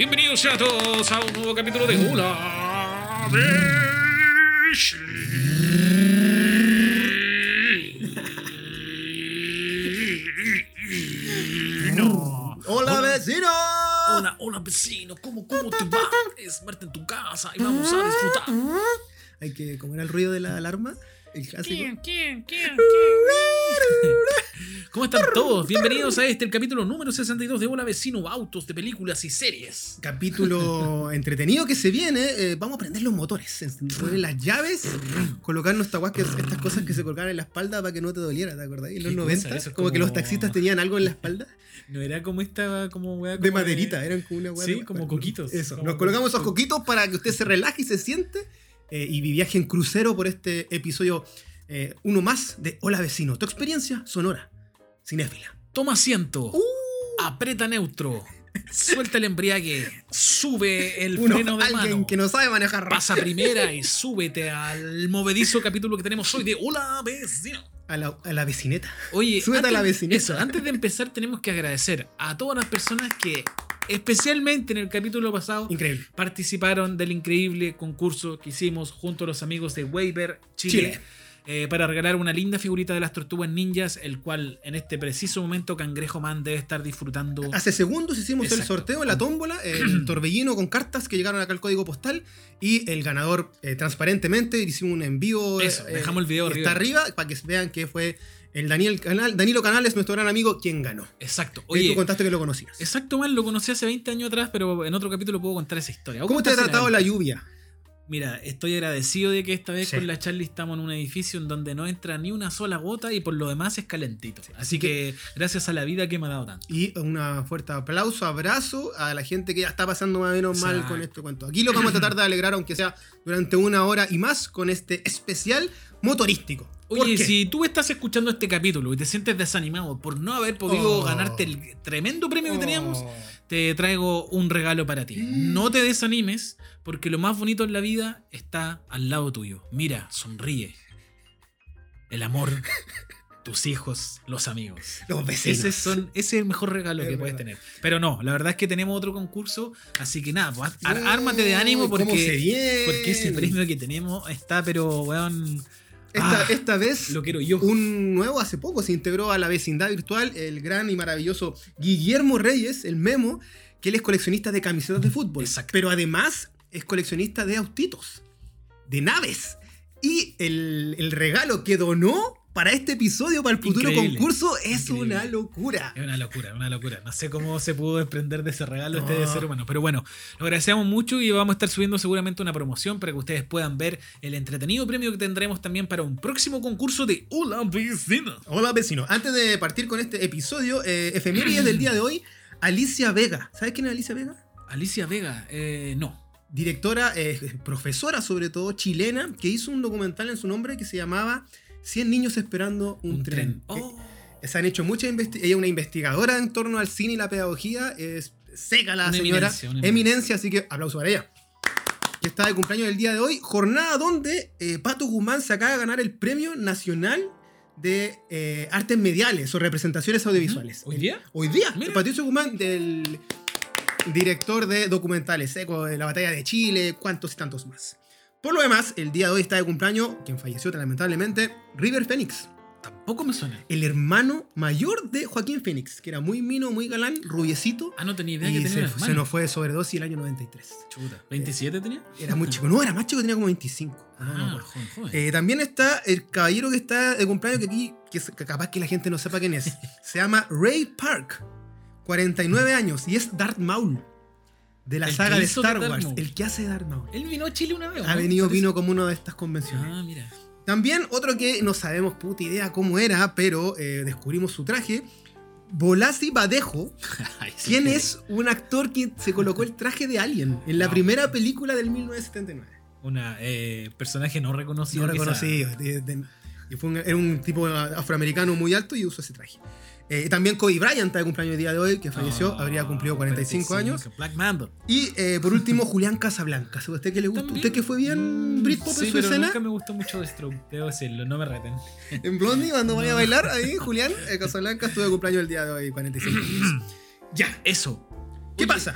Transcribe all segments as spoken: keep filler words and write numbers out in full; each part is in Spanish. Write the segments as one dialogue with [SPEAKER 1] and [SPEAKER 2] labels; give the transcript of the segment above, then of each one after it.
[SPEAKER 1] Bienvenidos a todos a un nuevo capítulo de Hola Vecino.
[SPEAKER 2] Hola vecino.
[SPEAKER 1] Hola, hola vecino, ¿cómo, cómo te va? Es verte en tu casa y vamos a disfrutar.
[SPEAKER 2] Hay que, ¿cómo era el ruido de la alarma? El clásico.
[SPEAKER 1] ¿Quién, quién, quién, quién? ¿Cómo están todos? Bienvenidos a este, el capítulo número sesenta y dos de Hola Vecino, autos de películas y series.
[SPEAKER 2] Capítulo entretenido que se viene. Eh, vamos a prender los motores, poner las llaves, colocar nuestras guas, que estas cosas que se colocaban en la espalda para que no te doliera, ¿te acordás? En los noventa, como, como que los taxistas tenían algo en la espalda.
[SPEAKER 1] No era como esta, como wea, como
[SPEAKER 2] de maderita, de... eran como una wea.
[SPEAKER 1] Sí, como coquitos.
[SPEAKER 2] Eso,
[SPEAKER 1] como
[SPEAKER 2] nos colocamos
[SPEAKER 1] coquitos.
[SPEAKER 2] esos coquitos para que usted se relaje y se siente eh, y viaje en crucero por este episodio, eh, uno más de Hola Vecino, tu experiencia sonora cinéfila.
[SPEAKER 1] Toma asiento,
[SPEAKER 2] uh.
[SPEAKER 1] aprieta neutro, suelta el embriague, sube el
[SPEAKER 2] Uno,
[SPEAKER 1] freno de
[SPEAKER 2] alguien
[SPEAKER 1] mano,
[SPEAKER 2] que no sabe manejar,
[SPEAKER 1] pasa primera y súbete al movedizo capítulo que tenemos hoy de Hola Vecino.
[SPEAKER 2] A la, a la vecineta.
[SPEAKER 1] Oye,
[SPEAKER 2] súbete
[SPEAKER 1] antes,
[SPEAKER 2] a la vecineta.
[SPEAKER 1] Eso, antes de empezar tenemos que agradecer a todas las personas que, especialmente en el capítulo pasado,
[SPEAKER 2] increíble,
[SPEAKER 1] participaron del increíble concurso que hicimos junto a los amigos de Waiver Chile,
[SPEAKER 2] Chile.
[SPEAKER 1] Eh, para regalar una linda figurita de las tortugas ninjas, el cual en este preciso momento Cangrejo Man debe estar disfrutando.
[SPEAKER 2] Hace segundos hicimos
[SPEAKER 1] Exacto.
[SPEAKER 2] el sorteo, la tómbola, el torbellino con cartas que llegaron acá al código postal, y el ganador eh, transparentemente hicimos un envío.
[SPEAKER 1] Eso,
[SPEAKER 2] eh,
[SPEAKER 1] dejamos el video
[SPEAKER 2] está arriba, arriba para que vean que fue el Daniel Canal, Danilo Canales, nuestro gran amigo, quien ganó.
[SPEAKER 1] Exacto.
[SPEAKER 2] Oye,
[SPEAKER 1] Oye,
[SPEAKER 2] tú contaste que lo conocías.
[SPEAKER 1] Exacto, man, lo conocí hace veinte años atrás, pero en otro capítulo puedo contar esa historia.
[SPEAKER 2] ¿Cómo te ha tratado la lluvia?
[SPEAKER 1] Mira, estoy agradecido de que esta vez
[SPEAKER 2] sí.
[SPEAKER 1] con la Charlie estamos en un edificio en donde no entra ni una sola gota y por lo demás es calentito. Sí. Así que gracias a la vida que me ha dado tanto.
[SPEAKER 2] Y un fuerte aplauso, abrazo a la gente que ya está pasando más o menos mal
[SPEAKER 1] Exacto.
[SPEAKER 2] con este cuento. Aquí lo vamos a tratar de alegrar, aunque sea durante una hora y más, con este especial motorístico.
[SPEAKER 1] Oye, si tú estás escuchando este capítulo y te sientes desanimado por no haber podido
[SPEAKER 2] oh.
[SPEAKER 1] ganarte el tremendo premio que
[SPEAKER 2] oh.
[SPEAKER 1] teníamos, te traigo un regalo para ti. Mm. No te desanimes, porque lo más bonito en la vida está al lado tuyo. Mira, sonríe. El amor, tus hijos, los amigos.
[SPEAKER 2] Los vecinos.
[SPEAKER 1] Ese, son, ese es el mejor regalo es que verdad. puedes tener. Pero no, la verdad es que tenemos otro concurso, así que nada, pues, ar ármate de ánimo porque, porque ese premio que tenemos está, pero weón...
[SPEAKER 2] Esta,
[SPEAKER 1] ah,
[SPEAKER 2] esta vez,
[SPEAKER 1] lo quiero yo.
[SPEAKER 2] Un nuevo, hace poco se integró a la vecindad virtual el gran y maravilloso Guillermo Reyes, el Memo, que él es coleccionista de camisetas de fútbol.
[SPEAKER 1] Exacto.
[SPEAKER 2] Pero además es coleccionista de autitos, de naves. Y el, el regalo que donó para este episodio, para el futuro Increíble. concurso, es Increíble. una locura.
[SPEAKER 1] Es una locura, una locura. No sé cómo se pudo desprender de ese regalo no. este de ser humano. Pero bueno, lo agradecemos mucho y vamos a estar subiendo seguramente una promoción para que ustedes puedan ver el entretenido premio que tendremos también para un próximo concurso de Hola Vecino.
[SPEAKER 2] Hola Vecino. Antes de partir con este episodio, eh, efemérides del día de hoy, Alicia Vega. ¿Sabes quién es Alicia Vega? Alicia Vega,
[SPEAKER 1] eh, no.
[SPEAKER 2] Directora, eh, profesora sobre todo, chilena, que hizo un documental en su nombre que se llamaba cien niños esperando un, un tren. tren. Oh. Eh, se han hecho muchas investigaciones. Ella es una investigadora en torno al cine y la pedagogía. Es seca la una señora. Eminencia, eminencia. eminencia, así que aplauso para ella. Que está de cumpleaños el día de hoy. Jornada donde eh, Pato Guzmán se acaba de ganar el Premio Nacional de eh, Artes Mediales o Representaciones Audiovisuales.
[SPEAKER 1] ¿Hoy día?
[SPEAKER 2] Hoy día. Patricio Guzmán, del director de documentales Eco de la Batalla de Chile, cuantos y tantos más. Por lo demás, el día de hoy está de cumpleaños, quien falleció lamentablemente, River Phoenix.
[SPEAKER 1] Tampoco me suena.
[SPEAKER 2] El hermano mayor de Joaquín Phoenix, que era muy mino, muy galán, rubiecito.
[SPEAKER 1] Ah, no tenía idea
[SPEAKER 2] y
[SPEAKER 1] que tenía
[SPEAKER 2] se,
[SPEAKER 1] un hermano.
[SPEAKER 2] se nos fue de sobredosis el año noventa y tres.
[SPEAKER 1] Chuta. ¿veintisiete
[SPEAKER 2] eh,
[SPEAKER 1] tenía?
[SPEAKER 2] Era muy chico. No, era más chico, tenía como veinticinco.
[SPEAKER 1] Ah,
[SPEAKER 2] no, no,
[SPEAKER 1] joven, joven.
[SPEAKER 2] Eh, también está el caballero que está de cumpleaños, que aquí, que, que capaz que la gente no sepa quién es. Se llama Ray Park, cuarenta y nueve años, y es Darth Maul. De la saga de Star de Wars, Maul. El que hace Darth Maul.
[SPEAKER 1] Él vino a Chile una vez.
[SPEAKER 2] Ha
[SPEAKER 1] ¿no?
[SPEAKER 2] venido, vino como una de estas convenciones.
[SPEAKER 1] Ah, mira.
[SPEAKER 2] También otro que no sabemos puta idea cómo era, pero eh, descubrimos su traje. Bolasi Badejo, Ay, sí, quien que... es un actor que se colocó el traje de Alien en la no. primera película del mil novecientos setenta y nueve.
[SPEAKER 1] Un eh, personaje no reconocido.
[SPEAKER 2] No reconocido. De, de, y fue un, era un tipo afroamericano muy alto y usó ese traje. Eh, también Kobe Bryant está de cumpleaños el día de hoy, que falleció, oh, habría cumplido cuarenta y cinco, cuarenta y cinco años.
[SPEAKER 1] Black Mamba.
[SPEAKER 2] Y eh, por último, Julián Casablancas. ¿A usted qué le gusta? ¿Usted que fue bien Britpop
[SPEAKER 1] sí,
[SPEAKER 2] en su
[SPEAKER 1] pero
[SPEAKER 2] escena?
[SPEAKER 1] Nunca me gustó mucho de Stroke, debo decirlo, no me reten.
[SPEAKER 2] En Blondie, cuando no. vaya a bailar, ahí Julián eh, Casablancas estuvo de cumpleaños el día de hoy, cuarenta y cinco años.
[SPEAKER 1] Ya, eso.
[SPEAKER 2] ¿Qué Oye, pasa?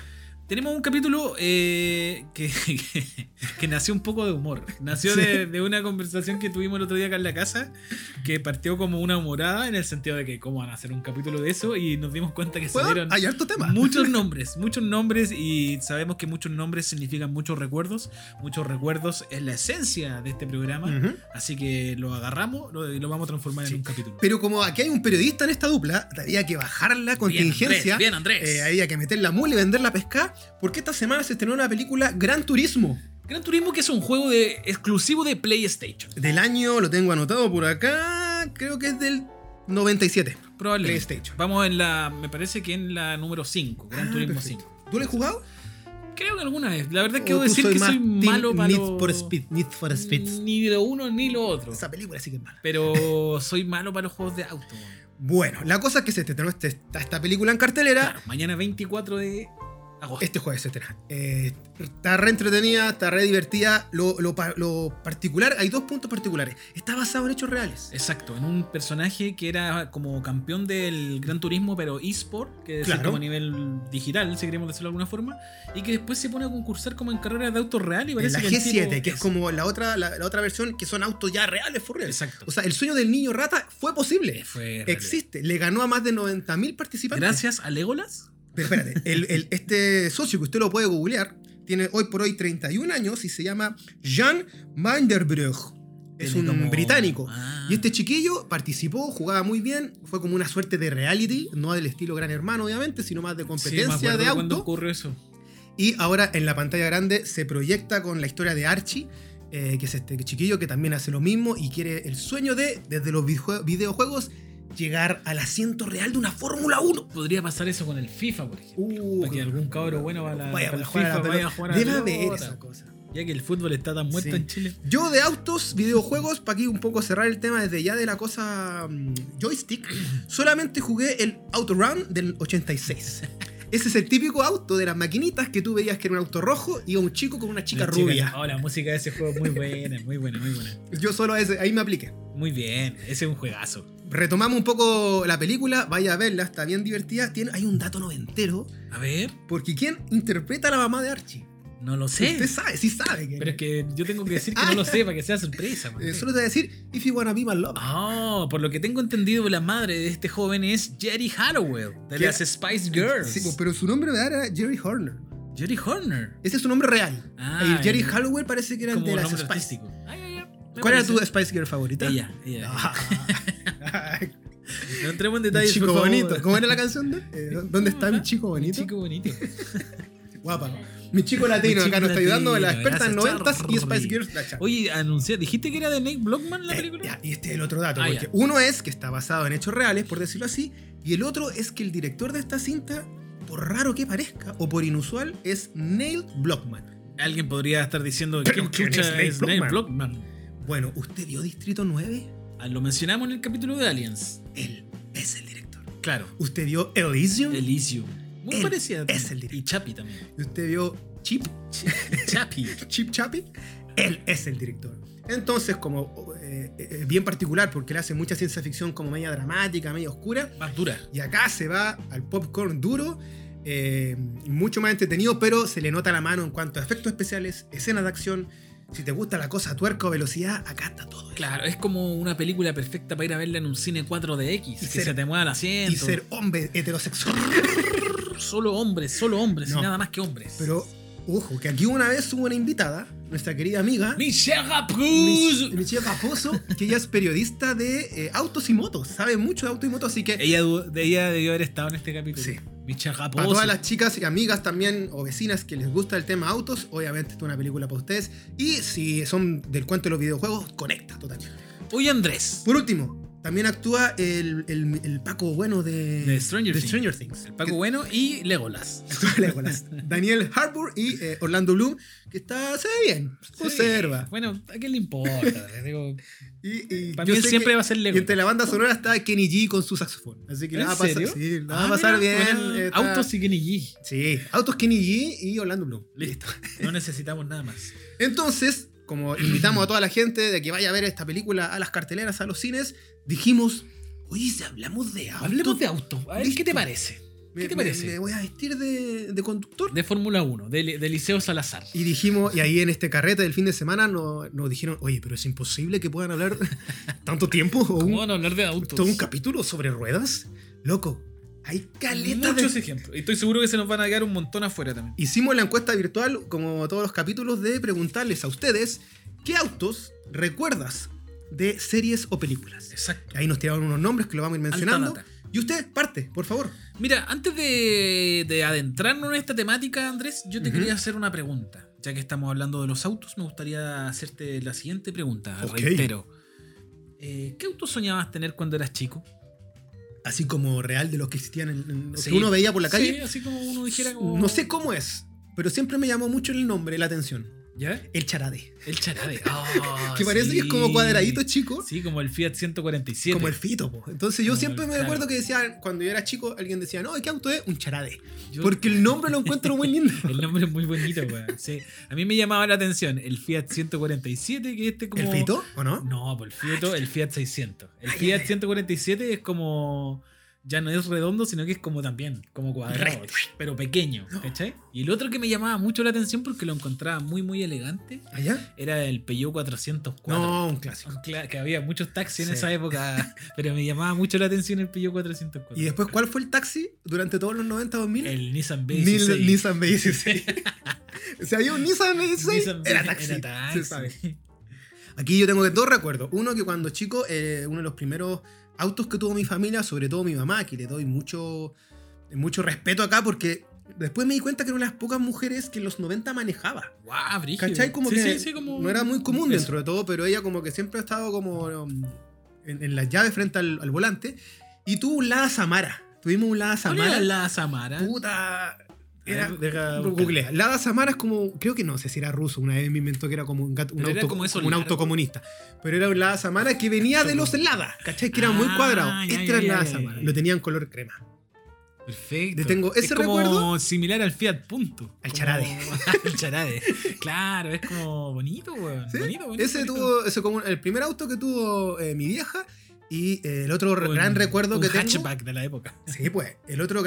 [SPEAKER 1] Tenemos un capítulo eh, que, que, que nació un poco de humor. Nació sí. de, de una conversación que tuvimos el otro día acá en la casa, que partió como una humorada en el sentido de que cómo van a hacer un capítulo de eso, y nos dimos cuenta que
[SPEAKER 2] bueno,
[SPEAKER 1] salieron
[SPEAKER 2] hay harto tema.
[SPEAKER 1] muchos nombres, muchos nombres, y sabemos que muchos nombres significan muchos recuerdos. Muchos recuerdos es la esencia de este programa, uh-huh. así que lo agarramos y lo, lo vamos a transformar sí. en un capítulo.
[SPEAKER 2] Pero como aquí hay un periodista en esta dupla, había que bajar la contingencia.
[SPEAKER 1] Bien, Andrés. Bien, Andrés.
[SPEAKER 2] Eh, había que meter la mula y vender la pesca. Porque esta semana se estrenó la película Gran Turismo.
[SPEAKER 1] Gran Turismo, que es un juego de, exclusivo de PlayStation.
[SPEAKER 2] Del año, lo tengo anotado por acá, creo que es del noventa y siete.
[SPEAKER 1] Probablemente.
[SPEAKER 2] PlayStation.
[SPEAKER 1] Vamos en la, me parece que en la número cinco, Gran
[SPEAKER 2] ah,
[SPEAKER 1] Turismo
[SPEAKER 2] perfecto.
[SPEAKER 1] cinco.
[SPEAKER 2] ¿Tú lo has jugado?
[SPEAKER 1] Creo que alguna vez. La verdad es que debo decir que soy malo para
[SPEAKER 2] Need
[SPEAKER 1] lo...
[SPEAKER 2] for Speed, Need for Speed.
[SPEAKER 1] Ni lo uno ni lo otro.
[SPEAKER 2] Esa película sí que es mala.
[SPEAKER 1] Pero soy malo para los juegos de auto.
[SPEAKER 2] Bueno, la cosa es que se estrenó esta, esta película en cartelera.
[SPEAKER 1] Claro, mañana veinticuatro de agosto.
[SPEAKER 2] Este jueves se estrena. Eh, está re entretenida, está re divertida. Lo, lo, lo particular, hay dos puntos particulares. Está basado en hechos reales.
[SPEAKER 1] Exacto, en un personaje que era como campeón del Gran Turismo, pero eSport, que es claro. como a nivel digital, si queremos decirlo de alguna forma, y que después se pone a concursar como en carreras de autos reales. Y parece
[SPEAKER 2] en la
[SPEAKER 1] que
[SPEAKER 2] G siete,
[SPEAKER 1] tipo,
[SPEAKER 2] que es, es como la otra, la, la otra versión, que son autos ya reales, for real.
[SPEAKER 1] Exacto.
[SPEAKER 2] O sea, el sueño del niño rata fue posible.
[SPEAKER 1] Fue
[SPEAKER 2] Existe. Le ganó a más de noventa mil participantes.
[SPEAKER 1] Gracias a Legolas.
[SPEAKER 2] Pero espérate, el, el, este socio que usted lo puede googlear tiene hoy por hoy treinta y un años y se llama Jan Minderbrug. Es un como... británico. Ah. Y este chiquillo participó, jugaba muy bien. Fue como una suerte de reality, no del estilo Gran Hermano, obviamente, sino más de competencia sí, de auto.
[SPEAKER 1] ¿Cuándo ocurre eso?
[SPEAKER 2] Y ahora en la pantalla grande se proyecta con la historia de Archie, eh, que es este chiquillo que también hace lo mismo y quiere el sueño de, desde los videojuegos, llegar al asiento real de una Fórmula uno.
[SPEAKER 1] Podría pasar eso con el FIFA, por ejemplo. Uh, para que algún cabro bueno va a la,
[SPEAKER 2] vaya,
[SPEAKER 1] para el
[SPEAKER 2] FIFA,
[SPEAKER 1] a vaya a jugar a
[SPEAKER 2] Debe haber esa cosa.
[SPEAKER 1] Ya que el fútbol está tan muerto sí. en Chile.
[SPEAKER 2] Yo de autos, videojuegos, para aquí un poco cerrar el tema desde ya de la cosa um, joystick, solamente jugué el Autorun del ochenta y seis. Ese es el típico auto de las maquinitas que tú veías que era un auto rojo y un chico con una chica la rubia.
[SPEAKER 1] Chica, oh, la música de ese juego es muy buena, muy buena, muy buena.
[SPEAKER 2] Yo solo a ese, ahí me apliqué.
[SPEAKER 1] Muy bien, ese es un juegazo.
[SPEAKER 2] Retomamos un poco la película, vaya a verla, está bien divertida. Tiene, hay un dato noventero.
[SPEAKER 1] A ver.
[SPEAKER 2] Porque ¿quién interpreta a la mamá de Archie?
[SPEAKER 1] No lo sé.
[SPEAKER 2] Usted sabe, sí sabe. Que...
[SPEAKER 1] Pero es que yo tengo que decir que no lo sé para que sea sorpresa.
[SPEAKER 2] Eh, solo te voy a decir, if you wanna be my love.
[SPEAKER 1] Oh, por lo que tengo entendido, la madre de este joven es Jerry Halliwell, de las Spice Girls.
[SPEAKER 2] Sí, pero su nombre era Jerry Horner.
[SPEAKER 1] Jerry Horner.
[SPEAKER 2] Ese es su nombre real.
[SPEAKER 1] Ah,
[SPEAKER 2] y Jerry Halliwell parece que era el de las Spice.
[SPEAKER 1] Artístico. Ay, ay, ay.
[SPEAKER 2] ¿Cuál
[SPEAKER 1] parece.
[SPEAKER 2] era tu Spice Girl favorita?
[SPEAKER 1] Ella, ella. No entremos en detalles.
[SPEAKER 2] Chico bonito. ¿Cómo era la canción de? Eh, ¿Dónde está mi chico bonito?
[SPEAKER 1] Mi chico bonito.
[SPEAKER 2] Guapa. Mi chico latino, mi chico acá nos está ayudando, la experta en noventas y Spice Girls. La
[SPEAKER 1] Oye, anuncié, ¿dijiste que era de Nate Blockman la
[SPEAKER 2] eh,
[SPEAKER 1] película?
[SPEAKER 2] Ya, y este es el otro dato.
[SPEAKER 1] Ah,
[SPEAKER 2] porque
[SPEAKER 1] ya.
[SPEAKER 2] uno es que está basado en hechos reales, por decirlo así, y el otro es que el director de esta cinta, por raro que parezca, o por inusual, es Neil Blockman.
[SPEAKER 1] Alguien podría estar diciendo que
[SPEAKER 2] ¿quién
[SPEAKER 1] chucha
[SPEAKER 2] es Nate
[SPEAKER 1] es Nate
[SPEAKER 2] Blockman?
[SPEAKER 1] Blockman.
[SPEAKER 2] Bueno, ¿usted vio Distrito nueve?
[SPEAKER 1] Ah, lo mencionamos en el capítulo de Aliens.
[SPEAKER 2] Él es el director.
[SPEAKER 1] Claro.
[SPEAKER 2] ¿Usted vio Elysium?
[SPEAKER 1] Elysium. Muy
[SPEAKER 2] Él
[SPEAKER 1] parecida.
[SPEAKER 2] es el director.
[SPEAKER 1] Y Chappie también.
[SPEAKER 2] ¿Usted vio Chip?
[SPEAKER 1] Chappie.
[SPEAKER 2] Chip Chappie. Él es el director. Entonces, como eh, eh, bien particular, porque él hace mucha ciencia ficción como media dramática, media oscura.
[SPEAKER 1] Más dura.
[SPEAKER 2] Y acá se va al popcorn duro, eh, mucho más entretenido, pero se le nota la mano en cuanto a efectos especiales, escenas de acción. Si te gusta la cosa tuerca o velocidad, acá está todo.
[SPEAKER 1] Claro, es como una película perfecta para ir a verla en un cine cuatro D X.
[SPEAKER 2] Y
[SPEAKER 1] que
[SPEAKER 2] ser,
[SPEAKER 1] se te mueva el asiento.
[SPEAKER 2] Y ser hombre heterosexual.
[SPEAKER 1] Solo hombres, solo hombres,
[SPEAKER 2] no,
[SPEAKER 1] y nada más que hombres.
[SPEAKER 2] Pero, ojo, que aquí una vez hubo una invitada, nuestra querida amiga
[SPEAKER 1] Michelle Raposo.
[SPEAKER 2] Michelle Raposo, que ella es periodista de eh, autos y motos, sabe mucho de autos y motos, así que
[SPEAKER 1] ella, de ella debió haber estado en este capítulo.
[SPEAKER 2] Sí.
[SPEAKER 1] Michelle Raposo.
[SPEAKER 2] Para todas las chicas y amigas también, o vecinas que les gusta el tema autos, obviamente esta es una película para ustedes. Y si son del cuento de los videojuegos, conecta totalmente.
[SPEAKER 1] Oye, Andrés.
[SPEAKER 2] Por último, también actúa el, el, el Paco bueno de,
[SPEAKER 1] de, Stranger,
[SPEAKER 2] de
[SPEAKER 1] Things.
[SPEAKER 2] Stranger Things.
[SPEAKER 1] El Paco que, bueno y Legolas.
[SPEAKER 2] Legolas. Daniel Harbour y eh, Orlando Bloom, que está, se ve bien, sí. Observa.
[SPEAKER 1] Bueno, ¿a quién le importa? Digo,
[SPEAKER 2] y, y
[SPEAKER 1] para mí él siempre
[SPEAKER 2] que,
[SPEAKER 1] va a ser Legolas.
[SPEAKER 2] Y entre la banda sonora está Kenny G con su saxofón. Así que la va a pasar, sí, la va ah, a pasar mira, bien.
[SPEAKER 1] Bueno, está... Autos y Kenny G.
[SPEAKER 2] Sí, Autos, Kenny G y Orlando Bloom.
[SPEAKER 1] Listo. No necesitamos nada más.
[SPEAKER 2] Entonces, como invitamos a toda la gente de que vaya a ver esta película a las carteleras, a los cines, dijimos, oye, si hablamos de auto.
[SPEAKER 1] Hablemos de auto. A ver, ¿qué te parece?
[SPEAKER 2] Me,
[SPEAKER 1] ¿Qué te
[SPEAKER 2] me-
[SPEAKER 1] parece?
[SPEAKER 2] Me, voy a vestir de, de conductor.
[SPEAKER 1] De Fórmula uno, de, de Liceo Salazar.
[SPEAKER 2] Y dijimos, y ahí en este carrete del fin de semana nos, nos dijeron, oye, pero es imposible que puedan hablar tanto tiempo o
[SPEAKER 1] ¿Cómo
[SPEAKER 2] un,
[SPEAKER 1] van a hablar de autos?
[SPEAKER 2] todo un capítulo sobre ruedas. Loco, hay caletas
[SPEAKER 1] Muchos
[SPEAKER 2] de...
[SPEAKER 1] ejemplos. Y estoy seguro que se nos van a quedar un montón afuera también.
[SPEAKER 2] Hicimos la encuesta virtual, como todos los capítulos, de preguntarles a ustedes qué autos recuerdas de series o películas.
[SPEAKER 1] Exacto.
[SPEAKER 2] Ahí nos tiraron unos nombres que lo vamos a ir mencionando.
[SPEAKER 1] data.
[SPEAKER 2] Y usted, parte, por favor.
[SPEAKER 1] Mira, antes de, de adentrarnos en esta temática, Andrés, yo te
[SPEAKER 2] Ujú.
[SPEAKER 1] quería hacer una pregunta. Ya que estamos hablando de los autos, me gustaría hacerte la siguiente pregunta.
[SPEAKER 2] Ok.
[SPEAKER 1] Reitero. Eh, ¿Qué auto soñabas tener cuando eras chico?
[SPEAKER 2] Así como real de los que existían, en, en-
[SPEAKER 1] Sí.
[SPEAKER 2] que uno veía por la calle.
[SPEAKER 1] Sí, así como uno dijera como...
[SPEAKER 2] No sé cómo es, pero siempre me llamó mucho el nombre, la atención.
[SPEAKER 1] ¿Ya?
[SPEAKER 2] El charade.
[SPEAKER 1] El Charade. Oh,
[SPEAKER 2] Que parece
[SPEAKER 1] sí.
[SPEAKER 2] que es como cuadradito chico.
[SPEAKER 1] Sí, como el Fiat ciento cuarenta y siete.
[SPEAKER 2] Como el Fito, po. Entonces yo
[SPEAKER 1] Como
[SPEAKER 2] siempre
[SPEAKER 1] el-
[SPEAKER 2] me recuerdo
[SPEAKER 1] claro.
[SPEAKER 2] que decían, cuando yo era chico, alguien decía, no, ¿qué auto es? Un charade.
[SPEAKER 1] Yo-
[SPEAKER 2] Porque el nombre lo encuentro muy lindo.
[SPEAKER 1] El nombre es muy bonito, weón. Sí. A mí me llamaba la atención el Fiat ciento cuarenta y siete, que este como...
[SPEAKER 2] ¿El Fito o no?
[SPEAKER 1] No, por el Fiat, el Fiat seiscientos. El Fiat ciento cuarenta y siete es como... Ya no es redondo, sino que es como también, como cuadrado,
[SPEAKER 2] Recto.
[SPEAKER 1] pero pequeño, ¿cachai? Y el otro que me llamaba mucho la atención porque lo encontraba muy, muy elegante
[SPEAKER 2] ¿Allá?
[SPEAKER 1] era el Peugeot cuatrocientos cuatro.
[SPEAKER 2] No, un clásico.
[SPEAKER 1] Cla- Que había muchos taxis en
[SPEAKER 2] Sí.
[SPEAKER 1] esa época, pero me llamaba mucho la atención el Peugeot cuatrocientos cuatro.
[SPEAKER 2] ¿Y después cuál fue el taxi durante todos los noventa dos mil?
[SPEAKER 1] El Nissan B
[SPEAKER 2] Nil-
[SPEAKER 1] dieciséis.
[SPEAKER 2] Nissan B dieciséis. Si había un Nissan B dieciséis,
[SPEAKER 1] Nissan
[SPEAKER 2] era
[SPEAKER 1] B-
[SPEAKER 2] taxi.
[SPEAKER 1] era taxi.
[SPEAKER 2] Se sabe. Aquí yo tengo dos recuerdos. Uno que cuando chico, eh, uno de los primeros autos que tuvo mi familia, sobre todo mi mamá, que le doy mucho, mucho respeto acá porque después me di cuenta que era una de las pocas mujeres que en los noventa manejaba.
[SPEAKER 1] Guau, brígido.
[SPEAKER 2] ¿Cachai? Como
[SPEAKER 1] Sí,
[SPEAKER 2] que
[SPEAKER 1] sí, sí, como-
[SPEAKER 2] no era muy común
[SPEAKER 1] eso.
[SPEAKER 2] dentro de todo, pero ella como que siempre ha estado como um, en, en las llaves frente al, al volante. Y tuvo un Lada Samara. Tuvimos un Lada
[SPEAKER 1] ¿Cuál
[SPEAKER 2] Samara.
[SPEAKER 1] era la Samara?
[SPEAKER 2] Puta. Era,
[SPEAKER 1] A ver, deja buscar.
[SPEAKER 2] googlea. Lada Samara es como, creo que no sé si era ruso, una vez me inventó que era como un, gato- un,
[SPEAKER 1] Pero era
[SPEAKER 2] auto,
[SPEAKER 1] como eso
[SPEAKER 2] como un
[SPEAKER 1] largo.
[SPEAKER 2] auto comunista. Pero era un Lada Samara que venía de los Lada, ¿cachai? Que era muy
[SPEAKER 1] Ah,
[SPEAKER 2] cuadrado.
[SPEAKER 1] ya,
[SPEAKER 2] Este
[SPEAKER 1] ya,
[SPEAKER 2] era el
[SPEAKER 1] ya,
[SPEAKER 2] Lada
[SPEAKER 1] ya,
[SPEAKER 2] Samara.
[SPEAKER 1] ya.
[SPEAKER 2] Lo tenía en color crema.
[SPEAKER 1] Perfecto.
[SPEAKER 2] Le tengo ese
[SPEAKER 1] es como
[SPEAKER 2] recuerdo.
[SPEAKER 1] similar al Fiat Punto.
[SPEAKER 2] Al
[SPEAKER 1] Como-
[SPEAKER 2] Charade.
[SPEAKER 1] El Charade. Claro, es como bonito, weón.
[SPEAKER 2] ¿Sí?
[SPEAKER 1] Bonito, bonito.
[SPEAKER 2] Ese
[SPEAKER 1] bonito.
[SPEAKER 2] tuvo, ese como el primer auto que tuvo eh, mi vieja. Y eh, el otro
[SPEAKER 1] Un-
[SPEAKER 2] gran recuerdo
[SPEAKER 1] un
[SPEAKER 2] que tengo.
[SPEAKER 1] hatchback de la época.
[SPEAKER 2] Sí, pues. El otro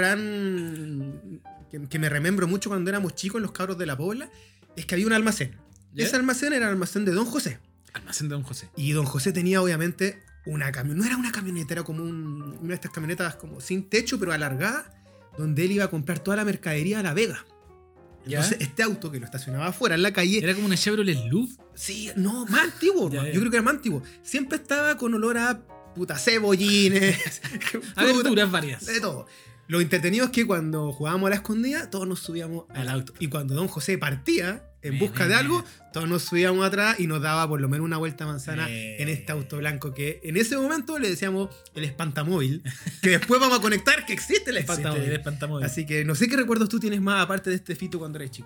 [SPEAKER 2] gran. Que, que me remembro mucho cuando éramos chicos en los cabros de la Pobla. Es que había un almacén.
[SPEAKER 1] ¿Ya?
[SPEAKER 2] Ese almacén era el almacén de Don José.
[SPEAKER 1] Almacén de Don José.
[SPEAKER 2] Y Don José tenía obviamente una camioneta. No era una camioneta, era como un- una de estas camionetas como sin techo, pero alargada. Donde él iba a comprar toda la mercadería a La Vega.
[SPEAKER 1] ¿Ya?
[SPEAKER 2] Entonces, este auto que lo estacionaba afuera en la calle.
[SPEAKER 1] Era como una Chevrolet Louvre.
[SPEAKER 2] Sí, no, más antiguo,
[SPEAKER 1] Ya,
[SPEAKER 2] hermano.
[SPEAKER 1] ya.
[SPEAKER 2] Yo creo que era más antiguo. Siempre estaba con olor a puta cebollines, fruta,
[SPEAKER 1] Aventuras varias.
[SPEAKER 2] de todo. Lo entretenido es que cuando jugábamos a la escondida, todos nos subíamos
[SPEAKER 1] Al auto.
[SPEAKER 2] Y cuando Don José partía en
[SPEAKER 1] Bien,
[SPEAKER 2] busca de
[SPEAKER 1] bien,
[SPEAKER 2] algo,
[SPEAKER 1] bien.
[SPEAKER 2] todos nos subíamos atrás y nos daba por lo menos una vuelta manzana
[SPEAKER 1] Bien.
[SPEAKER 2] en este auto blanco que en ese momento le decíamos el espantamóvil, que después vamos a conectar que existe el
[SPEAKER 1] Existe,
[SPEAKER 2] espantamóvil.
[SPEAKER 1] el espantamóvil.
[SPEAKER 2] Así que no sé qué recuerdos tú tienes más aparte de este Fito cuando eres chico.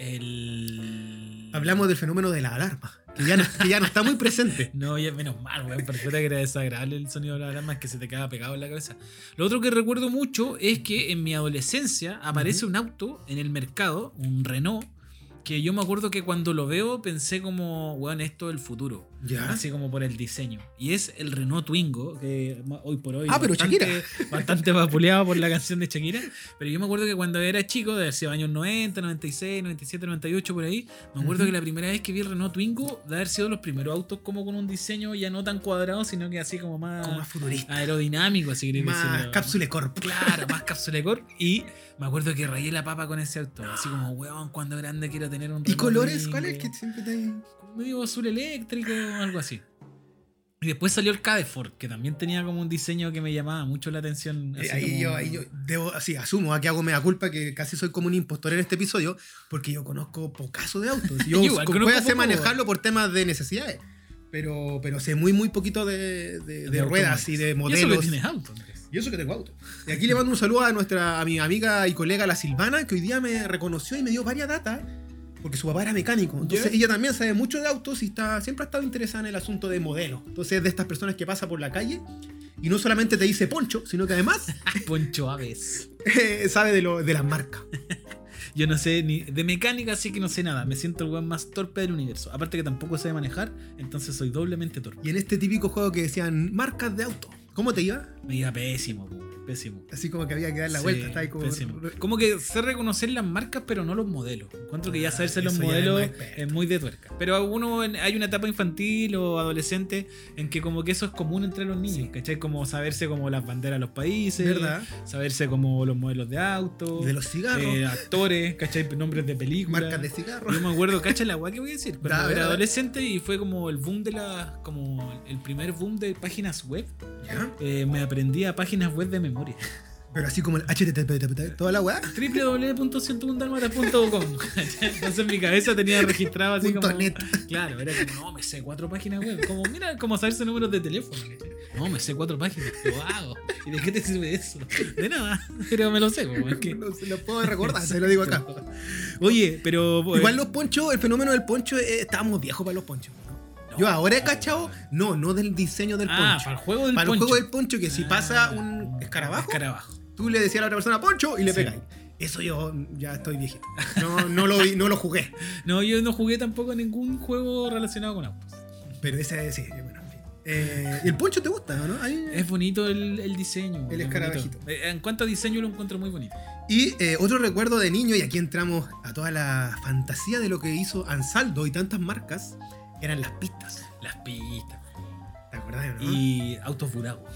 [SPEAKER 1] El...
[SPEAKER 2] Hablamos del fenómeno de la alarma, que ya no, que ya no está muy presente.
[SPEAKER 1] No, ya menos mal, weón. Perfecta que era desagradable el sonido de la alarma, es que se te quedaba pegado en la cabeza. Lo otro que recuerdo mucho es que en mi adolescencia aparece un auto en el mercado, un Renault, que yo me acuerdo que cuando lo veo pensé como, weón, esto es el futuro.
[SPEAKER 2] Ya.
[SPEAKER 1] Así como por el diseño. Y es el Renault Twingo, que ma- hoy por hoy
[SPEAKER 2] Ah, pero
[SPEAKER 1] bastante,
[SPEAKER 2] Shakira.
[SPEAKER 1] bastante vapuleado por la canción de Shakira. Pero yo me acuerdo que cuando era chico, de hace años noventa, noventa y seis, noventa y siete, noventa y ocho, por ahí, me acuerdo
[SPEAKER 2] Ujú.
[SPEAKER 1] que la primera vez que vi el Renault Twingo, de haber sido los primeros autos como con un diseño ya no tan cuadrado, sino que así como más,
[SPEAKER 2] Como más futurista.
[SPEAKER 1] aerodinámico, así creo que se
[SPEAKER 2] Más
[SPEAKER 1] lo-
[SPEAKER 2] cápsula corp.
[SPEAKER 1] Claro, más cápsula de corp. Y me acuerdo que rayé la papa con ese auto. Así como, weón, cuando grande quiero tener un
[SPEAKER 2] ¿Y
[SPEAKER 1] Renault
[SPEAKER 2] colores?
[SPEAKER 1] Twingo.
[SPEAKER 2] ¿Cuál es que siempre te hay?
[SPEAKER 1] Medio azul eléctrico, algo así. Y después salió el Cadeford, que también tenía como un diseño que me llamaba mucho la atención.
[SPEAKER 2] Eh,
[SPEAKER 1] así
[SPEAKER 2] ahí,
[SPEAKER 1] como-
[SPEAKER 2] yo, ahí yo debo, así, asumo, aquí hago mea culpa que casi soy como un impostor en este episodio, porque yo conozco pocaso de autos. Yo
[SPEAKER 1] Igual,
[SPEAKER 2] co-
[SPEAKER 1] conozco
[SPEAKER 2] puedo hacer
[SPEAKER 1] poco,
[SPEAKER 2] manejarlo por temas de necesidades, pero, pero sé muy, muy poquito de, de- de ruedas y de
[SPEAKER 1] Y eso que
[SPEAKER 2] modelos.
[SPEAKER 1] tienes auto, Andrés.
[SPEAKER 2] Y eso que tengo auto. Y aquí le mando un saludo a nuestra a mi amiga y colega la Silvana, que hoy día me reconoció y me dio varias datas, porque su papá era mecánico. Entonces
[SPEAKER 1] ¿Ya?
[SPEAKER 2] ella también sabe mucho de autos y está, siempre ha estado interesada en el asunto de modelo. Entonces es de estas personas que pasa por la calle y no solamente te dice poncho, sino que además
[SPEAKER 1] Poncho Aves.
[SPEAKER 2] eh, sabe de, lo, de las marcas.
[SPEAKER 1] Yo no sé ni de mecánica, así que no sé nada. Me siento el weón más torpe del universo. Aparte que tampoco sé manejar, entonces soy doblemente torpe.
[SPEAKER 2] Y en este típico juego que decían marcas de auto, ¿cómo te iba?
[SPEAKER 1] Me iba pésimo, po. pésimo.
[SPEAKER 2] Así como que había que dar la
[SPEAKER 1] Sí,
[SPEAKER 2] vuelta. Está ahí como...
[SPEAKER 1] pésimo. Como que sé reconocer las marcas, pero no los modelos. Encuentro que ya saberse los
[SPEAKER 2] eso ya
[SPEAKER 1] modelos
[SPEAKER 2] es más experto.
[SPEAKER 1] es muy de tuerca. Pero uno en- hay una etapa infantil o adolescente en que como que eso es común entre los niños,
[SPEAKER 2] Sí.
[SPEAKER 1] ¿cachai? Como saberse como las banderas de los países,
[SPEAKER 2] ¿Verdad?
[SPEAKER 1] saberse como los modelos de auto,
[SPEAKER 2] De los cigarros.
[SPEAKER 1] eh, actores, ¿cachai? Nombres de películas.
[SPEAKER 2] Marcas de cigarros.
[SPEAKER 1] Yo me acuerdo, cacha la guay que voy a decir. Cuando
[SPEAKER 2] Da,
[SPEAKER 1] era
[SPEAKER 2] ¿verdad?
[SPEAKER 1] adolescente y fue como el boom de la. Como el primer boom de páginas web.
[SPEAKER 2] ¿Ya?
[SPEAKER 1] eh, me aprendía páginas web de memoria.
[SPEAKER 2] Pero así como el H T T P, toda la weá.
[SPEAKER 1] doble u doble u doble u punto ciento un dálmatas punto com. Entonces en mi cabeza tenía registrado así
[SPEAKER 2] Punto
[SPEAKER 1] como.
[SPEAKER 2] net.
[SPEAKER 1] Claro, era como, no, me sé cuatro páginas web. Como, mira, como saberse números de teléfono. ¿cachai? No, me sé cuatro páginas. Lo hago. ¿Y de qué te sirve eso? De nada, pero me lo sé. Como, es que...
[SPEAKER 2] No se lo puedo recordar, se lo digo acá.
[SPEAKER 1] Oye, pero.
[SPEAKER 2] Igual los ponchos, el fenómeno del poncho, eh, estábamos viejos para los ponchos. ¿no?
[SPEAKER 1] No,
[SPEAKER 2] Yo ahora he
[SPEAKER 1] no,
[SPEAKER 2] cachado, no, no del diseño del
[SPEAKER 1] Ah,
[SPEAKER 2] poncho.
[SPEAKER 1] para el juego del
[SPEAKER 2] Para
[SPEAKER 1] poncho.
[SPEAKER 2] el juego del poncho, que si
[SPEAKER 1] Ah,
[SPEAKER 2] pasa un escarabajo,
[SPEAKER 1] Escarabajo.
[SPEAKER 2] tú le decías a la otra persona poncho y le
[SPEAKER 1] Sí.
[SPEAKER 2] pegáis. Eso yo ya estoy viejito. No, no, lo, vi- no lo jugué.
[SPEAKER 1] No, yo no jugué tampoco en ningún juego relacionado con autos.
[SPEAKER 2] Pero ese sí, bueno, en fin. Eh, ¿Y el poncho te gusta, no? A mí-
[SPEAKER 1] Es bonito el, el diseño.
[SPEAKER 2] El
[SPEAKER 1] es
[SPEAKER 2] escarabajito.
[SPEAKER 1] bonito. Eh, En cuanto a diseño lo encuentro muy bonito.
[SPEAKER 2] Y eh, otro recuerdo de niño, y aquí entramos a toda la fantasía de lo que hizo Ansaldo y tantas marcas, eran las pistas.
[SPEAKER 1] Las pistas.
[SPEAKER 2] ¿Te acordás, no?
[SPEAKER 1] Y autos Burago.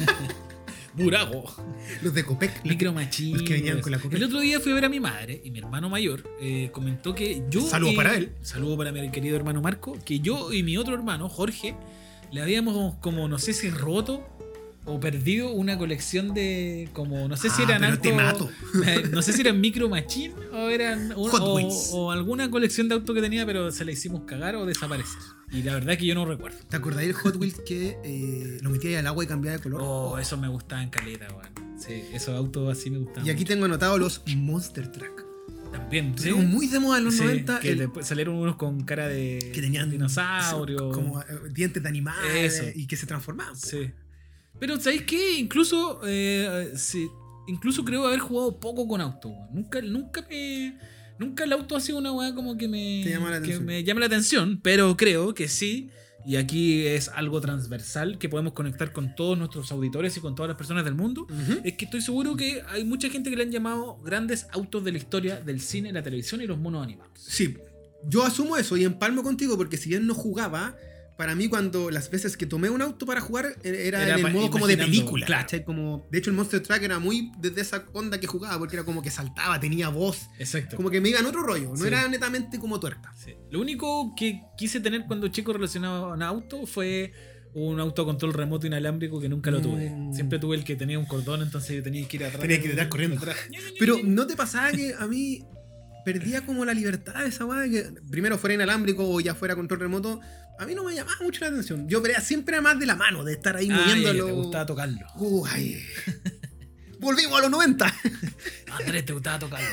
[SPEAKER 1] Burago.
[SPEAKER 2] Los de Copec. los
[SPEAKER 1] Micro
[SPEAKER 2] que-
[SPEAKER 1] Machine.
[SPEAKER 2] los que venían con la Copec.
[SPEAKER 1] El otro día fui a ver a mi madre y mi hermano mayor eh, comentó que yo.
[SPEAKER 2] Saludo
[SPEAKER 1] y-
[SPEAKER 2] para él.
[SPEAKER 1] Saludo para mi querido hermano Marco. Que yo y mi otro hermano, Jorge, le habíamos como, no sé si roto o perdido una colección de. Como, no sé si
[SPEAKER 2] Ah,
[SPEAKER 1] eran
[SPEAKER 2] pero te
[SPEAKER 1] autos-
[SPEAKER 2] mato.
[SPEAKER 1] eh, No sé si eran Micro Machine o eran. un-
[SPEAKER 2] Hot
[SPEAKER 1] o,
[SPEAKER 2] Wheels.
[SPEAKER 1] o alguna colección de autos que tenía, pero se la hicimos cagar o desaparecer. Y la verdad es que yo no recuerdo.
[SPEAKER 2] ¿Te acordás del Hot Wheels que eh, lo metías al agua y cambiaba de color?
[SPEAKER 1] Oh, eso me gustaba en caleta, weón. Sí, esos autos así me gustaban.
[SPEAKER 2] Y aquí tengo anotado los Monster Truck.
[SPEAKER 1] también, sí.
[SPEAKER 2] Eran muy de moda en los
[SPEAKER 1] Sí,
[SPEAKER 2] noventa.
[SPEAKER 1] que
[SPEAKER 2] el-
[SPEAKER 1] después salieron unos con cara de
[SPEAKER 2] que tenían
[SPEAKER 1] dinosaurio.
[SPEAKER 2] como eh, dientes de animales
[SPEAKER 1] Eso.
[SPEAKER 2] y que se transformaban. po.
[SPEAKER 1] Sí. Pero ¿sabéis qué? Incluso eh, sí, incluso creo haber jugado poco con auto. weón. Nunca, nunca me. Nunca el auto ha sido una weá como que me.
[SPEAKER 2] Te llama la
[SPEAKER 1] que
[SPEAKER 2] atención.
[SPEAKER 1] me llame la atención. Pero creo que sí. Y aquí es algo transversal que podemos conectar con todos nuestros auditores y con todas las personas del mundo.
[SPEAKER 2] Ujú.
[SPEAKER 1] Es que estoy seguro que hay mucha gente que le han llamado grandes autos de la historia del cine, la televisión y los monos animados.
[SPEAKER 2] Sí, yo asumo eso y empalmo contigo porque si bien no jugaba, para mí cuando las veces que tomé un auto para jugar eh, era,
[SPEAKER 1] Era
[SPEAKER 2] en
[SPEAKER 1] pa-
[SPEAKER 2] el modo como de
[SPEAKER 1] imaginando,
[SPEAKER 2] película.
[SPEAKER 1] claro.
[SPEAKER 2] ¿cachai? Como, de hecho el Monster Truck era muy desde esa onda que jugaba porque era como que saltaba, tenía voz,
[SPEAKER 1] Exacto.
[SPEAKER 2] como que me iba en otro rollo, no
[SPEAKER 1] Sí.
[SPEAKER 2] era netamente como tuerca.
[SPEAKER 1] Sí. Lo único que quise tener cuando chico relacionado a un auto fue un autocontrol remoto inalámbrico que nunca lo tuve.
[SPEAKER 2] Mm.
[SPEAKER 1] Siempre tuve el que tenía un cordón, entonces yo tenía que ir atrás.
[SPEAKER 2] Tenía que ir atrás corriendo.
[SPEAKER 1] atrás.
[SPEAKER 2] Pero ¿no te pasaba que a mí perdía como la libertad de esa weá? Que primero fuera inalámbrico o ya fuera control remoto, a mí no me llamaba mucho la atención. Yo pero siempre era más de la mano, de estar ahí
[SPEAKER 1] Ah,
[SPEAKER 2] moviéndolo.
[SPEAKER 1] te gustaba tocarlo.
[SPEAKER 2] Uh, ay. Volvimos a los noventa.
[SPEAKER 1] Andrés, te gustaba tocarlo.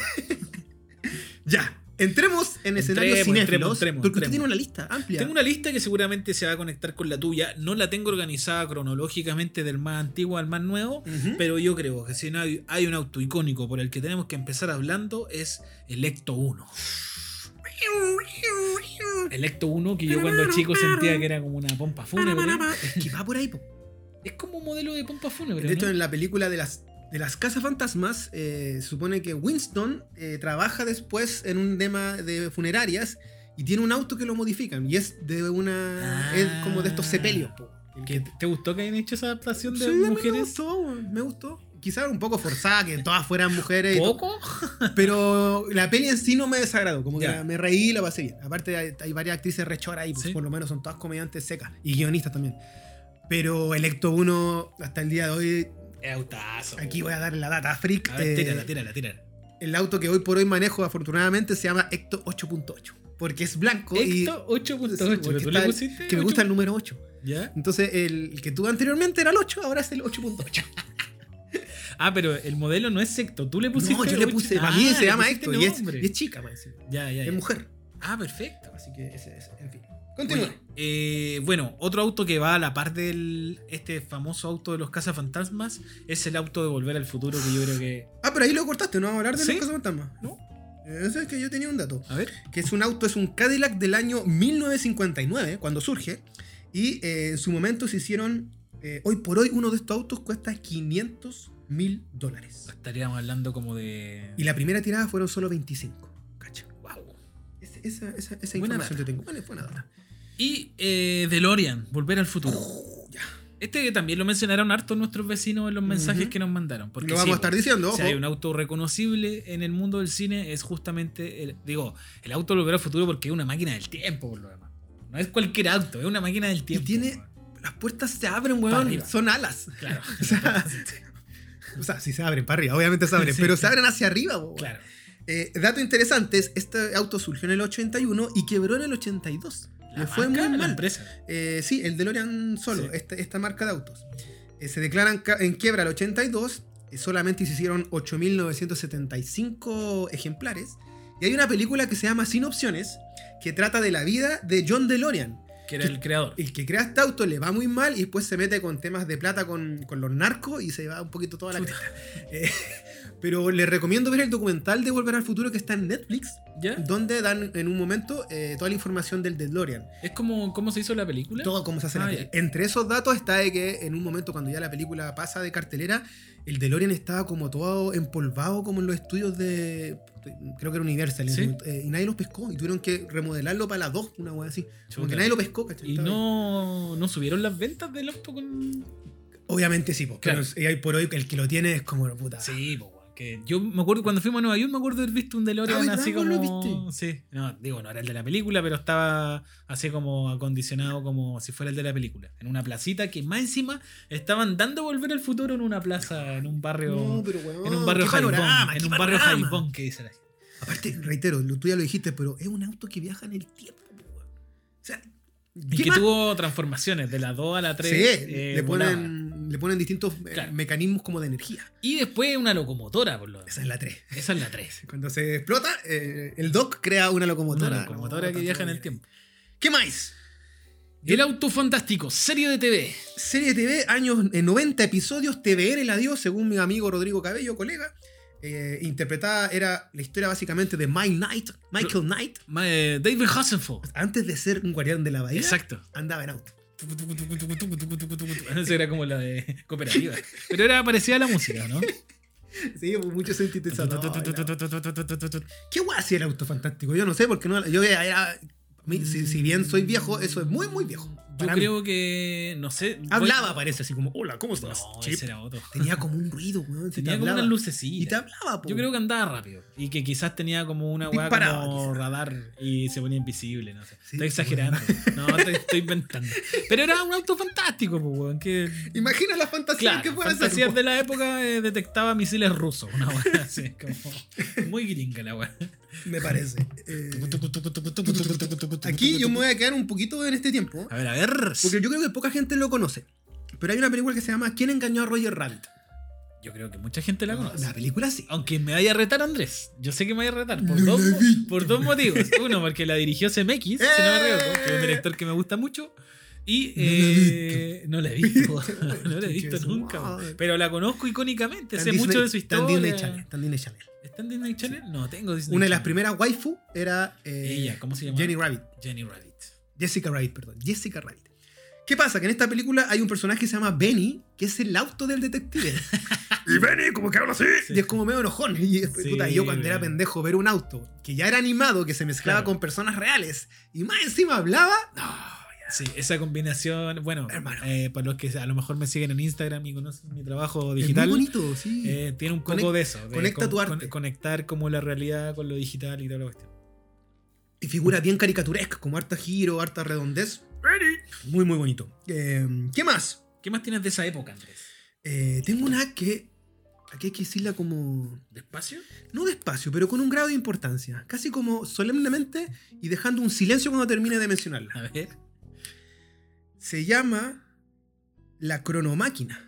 [SPEAKER 2] Ya, entremos en escenarios
[SPEAKER 1] Entremos,
[SPEAKER 2] cinéfilos.
[SPEAKER 1] entremos,
[SPEAKER 2] porque usted
[SPEAKER 1] entremos.
[SPEAKER 2] tiene una lista amplia.
[SPEAKER 1] Tengo una lista que seguramente se va a conectar con la tuya. No la tengo organizada cronológicamente del más antiguo al más nuevo.
[SPEAKER 2] Ujú.
[SPEAKER 1] Pero yo creo que si no hay, hay un auto icónico por el que tenemos que empezar hablando es el Ecto uno. El Ecto uno que yo cuando chico sentía que era como una pompa fúnebre.
[SPEAKER 2] Es que va por ahí, po.
[SPEAKER 1] Es como un modelo de pompa fúnebre.
[SPEAKER 2] De hecho,
[SPEAKER 1] ¿no?
[SPEAKER 2] en la película de las, de las Casas Fantasmas, eh, se supone que Winston eh, trabaja después en un tema de funerarias y tiene un auto que lo modifican. Y es de una.
[SPEAKER 1] Ah.
[SPEAKER 2] Es como de estos sepelios, po. El
[SPEAKER 1] ¿Que
[SPEAKER 2] que-
[SPEAKER 1] ¿Te gustó que hayan hecho esa adaptación de
[SPEAKER 2] Sí, a mí me
[SPEAKER 1] mujeres?
[SPEAKER 2] gustó, me gustó. Quizás un poco forzada, que todas fueran mujeres. y to-
[SPEAKER 1] ¿Poco?
[SPEAKER 2] Pero la peli en sí no me desagradó, como que
[SPEAKER 1] Ya.
[SPEAKER 2] la- me reí y la pasé bien. Aparte hay, hay varias actrices rechoras ahí, pues
[SPEAKER 1] Sí.
[SPEAKER 2] por lo menos son todas comediantes secas y guionistas también. Pero el Ecto uno, hasta el día de hoy,
[SPEAKER 1] Es autazo.
[SPEAKER 2] aquí voy a dar la data freak.
[SPEAKER 1] A ver,
[SPEAKER 2] eh,
[SPEAKER 1] tírala, tírala, tírala.
[SPEAKER 2] el auto que hoy por hoy manejo afortunadamente se llama Ecto ocho punto ocho. Porque es blanco
[SPEAKER 1] Ecto ocho punto
[SPEAKER 2] Sí,
[SPEAKER 1] ocho.
[SPEAKER 2] porque
[SPEAKER 1] ¿Tú
[SPEAKER 2] está
[SPEAKER 1] le
[SPEAKER 2] el-
[SPEAKER 1] pusiste?
[SPEAKER 2] que me gusta el número ocho.
[SPEAKER 1] ¿Ya?
[SPEAKER 2] Entonces el que tuve anteriormente era el ocho, ahora es el ocho punto ocho.
[SPEAKER 1] Ah, pero el modelo no es Ecto. Tú le pusiste.
[SPEAKER 2] No, yo le
[SPEAKER 1] ocho-
[SPEAKER 2] puse,
[SPEAKER 1] Ah,
[SPEAKER 2] para mí se
[SPEAKER 1] le
[SPEAKER 2] llama
[SPEAKER 1] pusiste
[SPEAKER 2] Ecto y es,
[SPEAKER 1] nombre.
[SPEAKER 2] y es chica, parece.
[SPEAKER 1] Ya, ya,
[SPEAKER 2] Es
[SPEAKER 1] ya.
[SPEAKER 2] mujer.
[SPEAKER 1] Ah, perfecto.
[SPEAKER 2] Así que ese es, en fin. Continúa.
[SPEAKER 1] Bueno, eh, bueno, otro auto que va a la par del este famoso auto de los cazafantasmas es el auto de Volver al Futuro, que yo creo que.
[SPEAKER 2] Ah, pero ahí lo cortaste, no vamos a hablar de
[SPEAKER 1] ¿Sí?
[SPEAKER 2] los cazafantasmas.
[SPEAKER 1] ¿No?
[SPEAKER 2] Eso es que yo tenía un dato.
[SPEAKER 1] A ver.
[SPEAKER 2] Que es un auto, es un Cadillac del año mil novecientos cincuenta y nueve, cuando surge. Y eh, en su momento se hicieron. eh, hoy por hoy, uno de estos autos cuesta quinientos mil dólares.
[SPEAKER 1] Estaríamos hablando como de...
[SPEAKER 2] Y la primera tirada fueron solo veinticinco. Cacha.
[SPEAKER 1] Wow.
[SPEAKER 2] Esa, esa, esa, esa
[SPEAKER 1] Buena
[SPEAKER 2] información
[SPEAKER 1] data.
[SPEAKER 2] te tengo. Buena, buena data.
[SPEAKER 1] Y eh, DeLorean, Volver al Futuro.
[SPEAKER 2] Oh, ya.
[SPEAKER 1] Este también lo mencionaron harto nuestros vecinos en los mensajes
[SPEAKER 2] Ujú.
[SPEAKER 1] que nos mandaron. Porque
[SPEAKER 2] Lo vamos
[SPEAKER 1] sí,
[SPEAKER 2] a estar diciendo,
[SPEAKER 1] si
[SPEAKER 2] ojo.
[SPEAKER 1] hay un auto reconocible en el mundo del cine, es justamente, el, digo, el auto Volver al Futuro porque es una máquina del tiempo, por lo demás. No es cualquier auto, es una máquina del tiempo.
[SPEAKER 2] Y tiene...
[SPEAKER 1] weón.
[SPEAKER 2] Las puertas se abren,
[SPEAKER 1] Para
[SPEAKER 2] weón.
[SPEAKER 1] arriba.
[SPEAKER 2] Son alas.
[SPEAKER 1] Claro.
[SPEAKER 2] O sea, o sea, sí se abren para arriba, obviamente se abren,
[SPEAKER 1] Sí.
[SPEAKER 2] pero se abren hacia arriba, weón.
[SPEAKER 1] Claro.
[SPEAKER 2] Eh, dato interesante es, este auto surgió en el ochenta y uno y quebró en el ochenta y dos.
[SPEAKER 1] La
[SPEAKER 2] Le fue
[SPEAKER 1] marca,
[SPEAKER 2] muy
[SPEAKER 1] la
[SPEAKER 2] mal.
[SPEAKER 1] empresa.
[SPEAKER 2] Eh, sí, el DeLorean solo,
[SPEAKER 1] Sí.
[SPEAKER 2] esta, esta marca de autos. Eh, se declaran ca- en quiebra el ochenta y dos, eh, solamente se hicieron ocho mil novecientos setenta y cinco ejemplares. Y hay una película que se llama Sin Opciones, que trata de la vida de John DeLorean.
[SPEAKER 1] Que era el creador.
[SPEAKER 2] El que crea este auto le va muy mal y después se mete con temas de plata con, con los narcos y se va un poquito toda la cresta. Eh, pero les recomiendo ver el documental de Volver al Futuro que está en Netflix,
[SPEAKER 1] ¿Ya?
[SPEAKER 2] donde dan en un momento eh, toda la información del DeLorean.
[SPEAKER 1] Es como cómo se hizo la película.
[SPEAKER 2] Todo cómo se hace
[SPEAKER 1] Ah,
[SPEAKER 2] la
[SPEAKER 1] ya.
[SPEAKER 2] película. Entre esos datos está de que en un momento cuando ya la película pasa de cartelera, el DeLorean estaba como todo empolvado como en los estudios de... Creo que era Universal. en
[SPEAKER 1] ¿Sí?
[SPEAKER 2] ese momento, eh, y nadie los pescó. Y tuvieron que remodelarlo para las dos, una wea así. Como
[SPEAKER 1] Chuta.
[SPEAKER 2] que nadie lo pescó, ¿cachai?
[SPEAKER 1] Y
[SPEAKER 2] Estaba-
[SPEAKER 1] no, no subieron las ventas del auto con...
[SPEAKER 2] Obviamente sí, pues,
[SPEAKER 1] Claro.
[SPEAKER 2] pero hoy por hoy el que lo tiene es como puta.
[SPEAKER 1] Sí, pues, weón, que yo me acuerdo cuando fuimos a Nueva York, me acuerdo de haber visto un DeLorean
[SPEAKER 2] Ah, ¿verdad?
[SPEAKER 1] así
[SPEAKER 2] ¿Vos
[SPEAKER 1] como...
[SPEAKER 2] lo viste?
[SPEAKER 1] Sí, no, digo, no era el de la película, pero estaba así como acondicionado como si fuera el de la película. En una placita que más encima estaban dando Volver al Futuro en una plaza, en un barrio...
[SPEAKER 2] No, pero weón,
[SPEAKER 1] en un barrio
[SPEAKER 2] qué
[SPEAKER 1] jaibón,
[SPEAKER 2] panorama,
[SPEAKER 1] en
[SPEAKER 2] qué
[SPEAKER 1] un barrio
[SPEAKER 2] panorama.
[SPEAKER 1] jaibón que dice la gente.
[SPEAKER 2] Aparte, reitero, lo- tú ya lo dijiste, pero es un auto que viaja en el tiempo, po, weón. O sea,
[SPEAKER 1] Y
[SPEAKER 2] ¿qué
[SPEAKER 1] que
[SPEAKER 2] más?
[SPEAKER 1] tuvo transformaciones de la dos a la tres.
[SPEAKER 2] Sí,
[SPEAKER 1] eh,
[SPEAKER 2] le,
[SPEAKER 1] volaba.
[SPEAKER 2] ponen, le ponen distintos eh,
[SPEAKER 1] Claro.
[SPEAKER 2] mecanismos como de energía.
[SPEAKER 1] Y después una locomotora, por lo demás.
[SPEAKER 2] Esa es la tres.
[SPEAKER 1] Esa es la tres.
[SPEAKER 2] Cuando se explota, eh, el Doc crea una locomotora.
[SPEAKER 1] Una locomotora
[SPEAKER 2] No,
[SPEAKER 1] que viaja en el
[SPEAKER 2] tanto-
[SPEAKER 1] tiempo.
[SPEAKER 2] ¿Qué más?
[SPEAKER 1] El auto fantástico, serie de T V.
[SPEAKER 2] Serie de T V, años eh, noventa episodios, T V R la dio, según mi amigo Rodrigo Cabello, colega. Eh, interpretada era la historia básicamente de Mike Knight, Michael Knight,
[SPEAKER 1] Ma- eh, David Hasselhoff.
[SPEAKER 2] antes de ser un guardián de la bahía,
[SPEAKER 1] Exacto.
[SPEAKER 2] andaba en auto.
[SPEAKER 1] Esa era como la de cooperativa. Pero era parecida a la música, ¿no?
[SPEAKER 2] Sí, pues, mucho sintetizador. ¿Qué guay hacía el auto fantástico? Yo no sé, porque no, yo era, a mí, si, si bien soy viejo, eso es muy, muy viejo.
[SPEAKER 1] Yo
[SPEAKER 2] Para mí.
[SPEAKER 1] creo que, no sé. voy-
[SPEAKER 2] Hablaba, parece así como, hola, ¿cómo estás?
[SPEAKER 1] No,
[SPEAKER 2] Chip.
[SPEAKER 1] ese era otro.
[SPEAKER 2] Tenía como un ruido, weón. si te
[SPEAKER 1] Tenía como
[SPEAKER 2] hablaba.
[SPEAKER 1] unas lucecillas.
[SPEAKER 2] Y te hablaba, po.
[SPEAKER 1] Yo creo que andaba rápido. Y que quizás tenía como una weá
[SPEAKER 2] Disparaba,
[SPEAKER 1] como
[SPEAKER 2] quizás.
[SPEAKER 1] radar y se ponía invisible, no sé.
[SPEAKER 2] Sí,
[SPEAKER 1] estoy exagerando. No, estoy, estoy inventando. Pero era un auto fantástico, pues, weón. Que,
[SPEAKER 2] Imagina las fantasías
[SPEAKER 1] claro,
[SPEAKER 2] que pueden
[SPEAKER 1] fantasías
[SPEAKER 2] hacer.
[SPEAKER 1] de la época eh, detectaba misiles rusos. Una weá así, como muy gringa la weá.
[SPEAKER 2] Me parece. Eh, aquí yo me voy a quedar un poquito en este tiempo.
[SPEAKER 1] A ver, a ver.
[SPEAKER 2] Porque yo creo que poca gente lo conoce. Pero hay una película que se llama ¿Quién engañó a Roger Rabbit?
[SPEAKER 1] Yo creo que mucha gente la conoce.
[SPEAKER 2] La película sí.
[SPEAKER 1] Aunque me vaya a retar Andrés. Yo sé que me vaya a retar. Por,
[SPEAKER 2] No
[SPEAKER 1] dos,
[SPEAKER 2] la he visto.
[SPEAKER 1] por dos motivos. Uno, porque la dirigió C M X, si no me equivoco, que es un director que me gusta mucho. Y eh, no la he visto. No la he visto
[SPEAKER 2] Chucha,
[SPEAKER 1] nunca.
[SPEAKER 2] madre.
[SPEAKER 1] Pero la conozco icónicamente.
[SPEAKER 2] Está
[SPEAKER 1] Sé
[SPEAKER 2] en
[SPEAKER 1] mucho
[SPEAKER 2] Disney-
[SPEAKER 1] de su
[SPEAKER 2] está en
[SPEAKER 1] historia.
[SPEAKER 2] Disney Channel. Está en Disney Channel.
[SPEAKER 1] ¿Está en Disney Channel? No, tengo Disney
[SPEAKER 2] Una de las
[SPEAKER 1] Channel.
[SPEAKER 2] primeras waifu era eh,
[SPEAKER 1] Ella, ¿cómo se llama?
[SPEAKER 2] Jenny Rabbit.
[SPEAKER 1] Jenny Rabbit.
[SPEAKER 2] Jessica Rabbit, perdón. Jessica Rabbit. ¿Qué pasa? Que en esta película hay un personaje que se llama Benny, que es el auto del detective. y Benny, como que habla así.
[SPEAKER 1] Sí.
[SPEAKER 2] Y es como medio enojón. Y después,
[SPEAKER 1] Sí,
[SPEAKER 2] puta, yo cuando era
[SPEAKER 1] weón.
[SPEAKER 2] pendejo ver un auto que ya era animado, que se mezclaba
[SPEAKER 1] Claro.
[SPEAKER 2] con personas reales, y más encima hablaba. No,
[SPEAKER 1] Sí, esa combinación, bueno,
[SPEAKER 2] Hermano.
[SPEAKER 1] eh, para los que a lo mejor me siguen en Instagram y conocen mi trabajo
[SPEAKER 2] es
[SPEAKER 1] digital,
[SPEAKER 2] muy bonito, sí.
[SPEAKER 1] eh, tiene un
[SPEAKER 2] Conec-
[SPEAKER 1] poco de eso. De
[SPEAKER 2] conecta tu arte.
[SPEAKER 1] conectar como la realidad con lo digital y toda la cuestión.
[SPEAKER 2] Y figuras bien caricaturescas, como harta giro, harta redondez. Muy, muy bonito. Eh, ¿Qué más?
[SPEAKER 1] ¿Qué más tienes de esa época, Andrés?
[SPEAKER 2] Eh, tengo una que. Aquí hay que decirla como.
[SPEAKER 1] ¿Despacio?
[SPEAKER 2] No despacio, pero con un grado de importancia. Casi como solemnemente y dejando un silencio cuando termine de mencionarla.
[SPEAKER 1] A ver.
[SPEAKER 2] Se llama La Cronomáquina.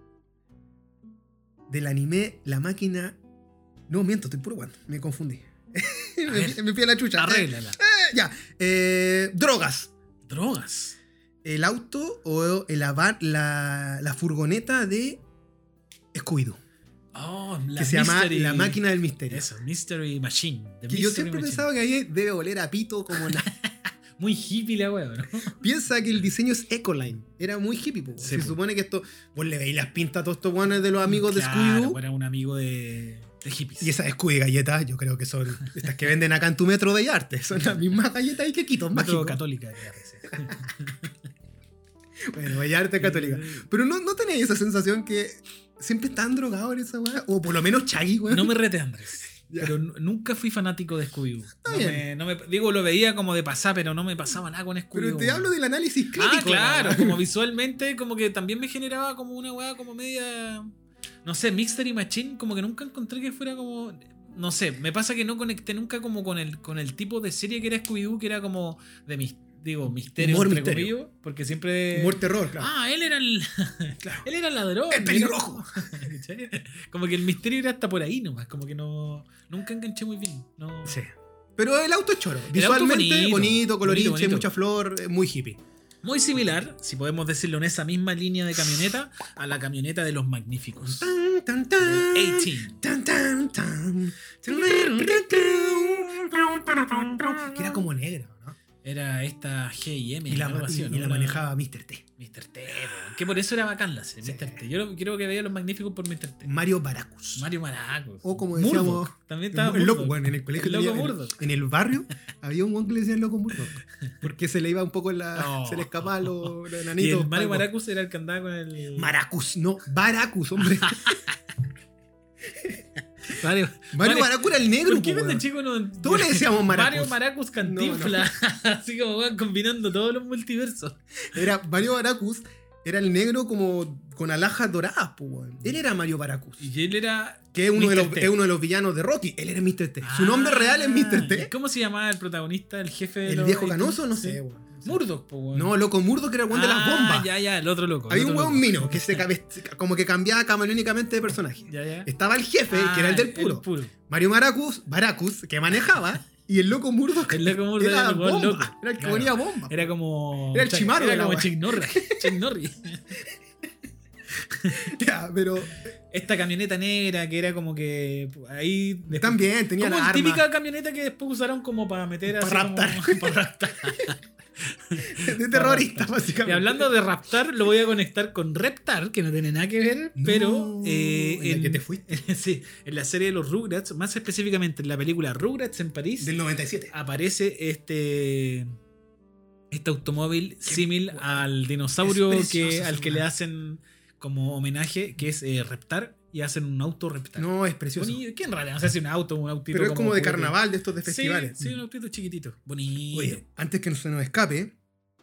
[SPEAKER 2] Del anime La Máquina. No, miento, estoy puro guante. Me confundí. me,
[SPEAKER 1] ver,
[SPEAKER 2] me fui a la chucha.
[SPEAKER 1] Arréglala.
[SPEAKER 2] Eh, ya. Eh, drogas.
[SPEAKER 1] Drogas.
[SPEAKER 2] El auto o el ava- la, la furgoneta de Scooby-Doo.
[SPEAKER 1] Oh, la
[SPEAKER 2] Que se llama
[SPEAKER 1] Mystery-
[SPEAKER 2] La Máquina del Misterio.
[SPEAKER 1] Eso, Mystery Machine. The
[SPEAKER 2] Que yo
[SPEAKER 1] Mystery
[SPEAKER 2] siempre
[SPEAKER 1] Machine.
[SPEAKER 2] pensaba que ahí debe oler a pito como la...
[SPEAKER 1] muy hippie la weá, ¿no?
[SPEAKER 2] Piensa que el diseño es Ecoline. Era muy hippie, po.
[SPEAKER 1] Sí,
[SPEAKER 2] Se
[SPEAKER 1] po.
[SPEAKER 2] supone que esto. Vos le veis las pintas a todos estos guanes de los amigos
[SPEAKER 1] Claro,
[SPEAKER 2] de Scooby-Doo.
[SPEAKER 1] era un amigo de, de hippies.
[SPEAKER 2] Y esas Scooby galletas, yo creo que son estas que venden acá en tu metro Bellas Artes. Son las mismas galletas y quequitos
[SPEAKER 1] Método
[SPEAKER 2] mágicos.
[SPEAKER 1] católica, que parece.
[SPEAKER 2] Bueno, Bellas Artes católica. Pero no, no tenéis esa sensación que siempre están drogados en esa weá. O por lo menos Chaggy, weón.
[SPEAKER 1] No me rete, Andrés.
[SPEAKER 2] Ya.
[SPEAKER 1] Pero n- nunca fui fanático de Scooby-Doo. No
[SPEAKER 2] bien.
[SPEAKER 1] me, no me, digo, lo veía como de pasar, pero no me pasaba nada con Scooby-Doo.
[SPEAKER 2] Pero te hablo del análisis crítico.
[SPEAKER 1] Ah, claro,
[SPEAKER 2] weón.
[SPEAKER 1] como visualmente, como que también me generaba como una weá como media. No sé, Mystery Machine, como que nunca encontré que fuera como. No sé, me pasa que no conecté nunca como con el, con el tipo de serie que era Scooby-Doo, que era como de mis, digo, misterio,
[SPEAKER 2] Humor
[SPEAKER 1] entre
[SPEAKER 2] misterio.
[SPEAKER 1] comillas, porque siempre.
[SPEAKER 2] Humor terror, claro.
[SPEAKER 1] Ah, él era el.
[SPEAKER 2] Claro.
[SPEAKER 1] Él era el ladrón.
[SPEAKER 2] El pelirrojo.
[SPEAKER 1] ¿Cachai? Como que el misterio era hasta por ahí nomás. Como que no. Nunca enganché muy bien. No.
[SPEAKER 2] Sí. Pero el auto es choro.
[SPEAKER 1] El auto
[SPEAKER 2] Visualmente,
[SPEAKER 1] bonito,
[SPEAKER 2] bonito, colorinche,
[SPEAKER 1] bonito, bonito.
[SPEAKER 2] mucha flor, eh, muy hippie.
[SPEAKER 1] Muy similar, si podemos decirlo en esa misma línea de camioneta, a la camioneta de los magníficos.
[SPEAKER 2] Tan, tan, tan.
[SPEAKER 1] eighteen.
[SPEAKER 2] Tan, tan, tan. Que era como negra, ¿no?
[SPEAKER 1] Era esta G y M.
[SPEAKER 2] Y la,
[SPEAKER 1] algo así,
[SPEAKER 2] y-
[SPEAKER 1] ¿no?
[SPEAKER 2] y la manejaba mister T.
[SPEAKER 1] mister T. po. Que por eso era bacán la serie,
[SPEAKER 2] Sí.
[SPEAKER 1] mister T. Yo lo- creo que veía a los magníficos por mister T.
[SPEAKER 2] Mario Baracus.
[SPEAKER 1] Mario Maracos.
[SPEAKER 2] O como decíamos,
[SPEAKER 1] Murdoch. También estaba
[SPEAKER 2] el loco,
[SPEAKER 1] Murdoch.
[SPEAKER 2] bueno, en el colegio
[SPEAKER 1] El loco
[SPEAKER 2] tenía- en-
[SPEAKER 1] Murdoch.
[SPEAKER 2] en, el barrio había un guan que le decían loco Murdoch. Porque se le iba un poco en la.
[SPEAKER 1] No.
[SPEAKER 2] Se le escapaba los, los
[SPEAKER 1] Y
[SPEAKER 2] enanitos.
[SPEAKER 1] el Mario
[SPEAKER 2] algo.
[SPEAKER 1] Maracus era el que andaba con el.
[SPEAKER 2] Maracus, no, Baracus, hombre.
[SPEAKER 1] Mario,
[SPEAKER 2] Mario Baracus era el negro,
[SPEAKER 1] ¿Por qué
[SPEAKER 2] po,
[SPEAKER 1] cuando
[SPEAKER 2] weón.
[SPEAKER 1] chico no.?
[SPEAKER 2] Todos le decíamos Maracus.
[SPEAKER 1] Mario Maracus Cantinfla. Así como van combinando todos los multiversos.
[SPEAKER 2] Era Mario Baracus, era el negro como con alhajas doradas, pues, weón. Él era Mario Baracus.
[SPEAKER 1] Y él era.
[SPEAKER 2] Que es uno, de
[SPEAKER 1] mister
[SPEAKER 2] los,
[SPEAKER 1] T.
[SPEAKER 2] es uno de los villanos de Rocky. Él era mister T. Su nombre real es mister
[SPEAKER 1] ¿Y
[SPEAKER 2] T.
[SPEAKER 1] ¿Cómo se llamaba el protagonista, el jefe de
[SPEAKER 2] El
[SPEAKER 1] los
[SPEAKER 2] viejo
[SPEAKER 1] eighteen?
[SPEAKER 2] canoso, no
[SPEAKER 1] Sí.
[SPEAKER 2] sé, weón.
[SPEAKER 1] Murdoch, po, weón.
[SPEAKER 2] No, loco Murdo, que era el weón de las
[SPEAKER 1] Ah,
[SPEAKER 2] bombas.
[SPEAKER 1] Ya, ya, el otro loco. el
[SPEAKER 2] Había un
[SPEAKER 1] otro
[SPEAKER 2] weón
[SPEAKER 1] loco.
[SPEAKER 2] mino que se cabe- como que cambiaba camaleónicamente de personaje.
[SPEAKER 1] Ya, ya.
[SPEAKER 2] Estaba el jefe, que era el del puro.
[SPEAKER 1] El puro.
[SPEAKER 2] Mario Maracus, Baracus, que manejaba. Y el loco Murdo
[SPEAKER 1] El loco Murdoch
[SPEAKER 2] era,
[SPEAKER 1] era el weón
[SPEAKER 2] bomba.
[SPEAKER 1] loco.
[SPEAKER 2] Era el que
[SPEAKER 1] Claro.
[SPEAKER 2] ponía bomba.
[SPEAKER 1] Era como.
[SPEAKER 2] Era el
[SPEAKER 1] Chuck-
[SPEAKER 2] Chimaru de
[SPEAKER 1] Era
[SPEAKER 2] la
[SPEAKER 1] como
[SPEAKER 2] wea.
[SPEAKER 1] Chuck Norris. Chuck Norris.
[SPEAKER 2] Ya, pero
[SPEAKER 1] Esta camioneta negra que era como que. Ahí. después-
[SPEAKER 2] también tenía
[SPEAKER 1] como
[SPEAKER 2] la
[SPEAKER 1] la
[SPEAKER 2] arma.
[SPEAKER 1] típica camioneta que después usaron como para meter
[SPEAKER 2] Para
[SPEAKER 1] así
[SPEAKER 2] raptar.
[SPEAKER 1] como- para raptar.
[SPEAKER 2] de terrorista,
[SPEAKER 1] Y
[SPEAKER 2] básicamente.
[SPEAKER 1] hablando de raptar, lo voy a conectar con Reptar, que no tiene nada que ver,
[SPEAKER 2] No,
[SPEAKER 1] pero eh,
[SPEAKER 2] en la que te fuiste.
[SPEAKER 1] sí, en la serie de los Rugrats, más específicamente en la película Rugrats en París,
[SPEAKER 2] Del noventa y siete.
[SPEAKER 1] aparece este este automóvil
[SPEAKER 2] Qué
[SPEAKER 1] símil
[SPEAKER 2] bueno.
[SPEAKER 1] al dinosaurio
[SPEAKER 2] Es precioso
[SPEAKER 1] que
[SPEAKER 2] ese
[SPEAKER 1] al que le
[SPEAKER 2] lugar.
[SPEAKER 1] hacen como homenaje, que es eh, Reptar, y hacen un auto Reptar.
[SPEAKER 2] No, es precioso.
[SPEAKER 1] Bonito. ¿Qué en realidad? No sé si un auto, un autito.
[SPEAKER 2] Pero es como de
[SPEAKER 1] juguete.
[SPEAKER 2] carnaval, de estos de
[SPEAKER 1] Sí,
[SPEAKER 2] festivales.
[SPEAKER 1] Sí, un autito chiquitito. Bonito.
[SPEAKER 2] Oye, antes que se nos escape,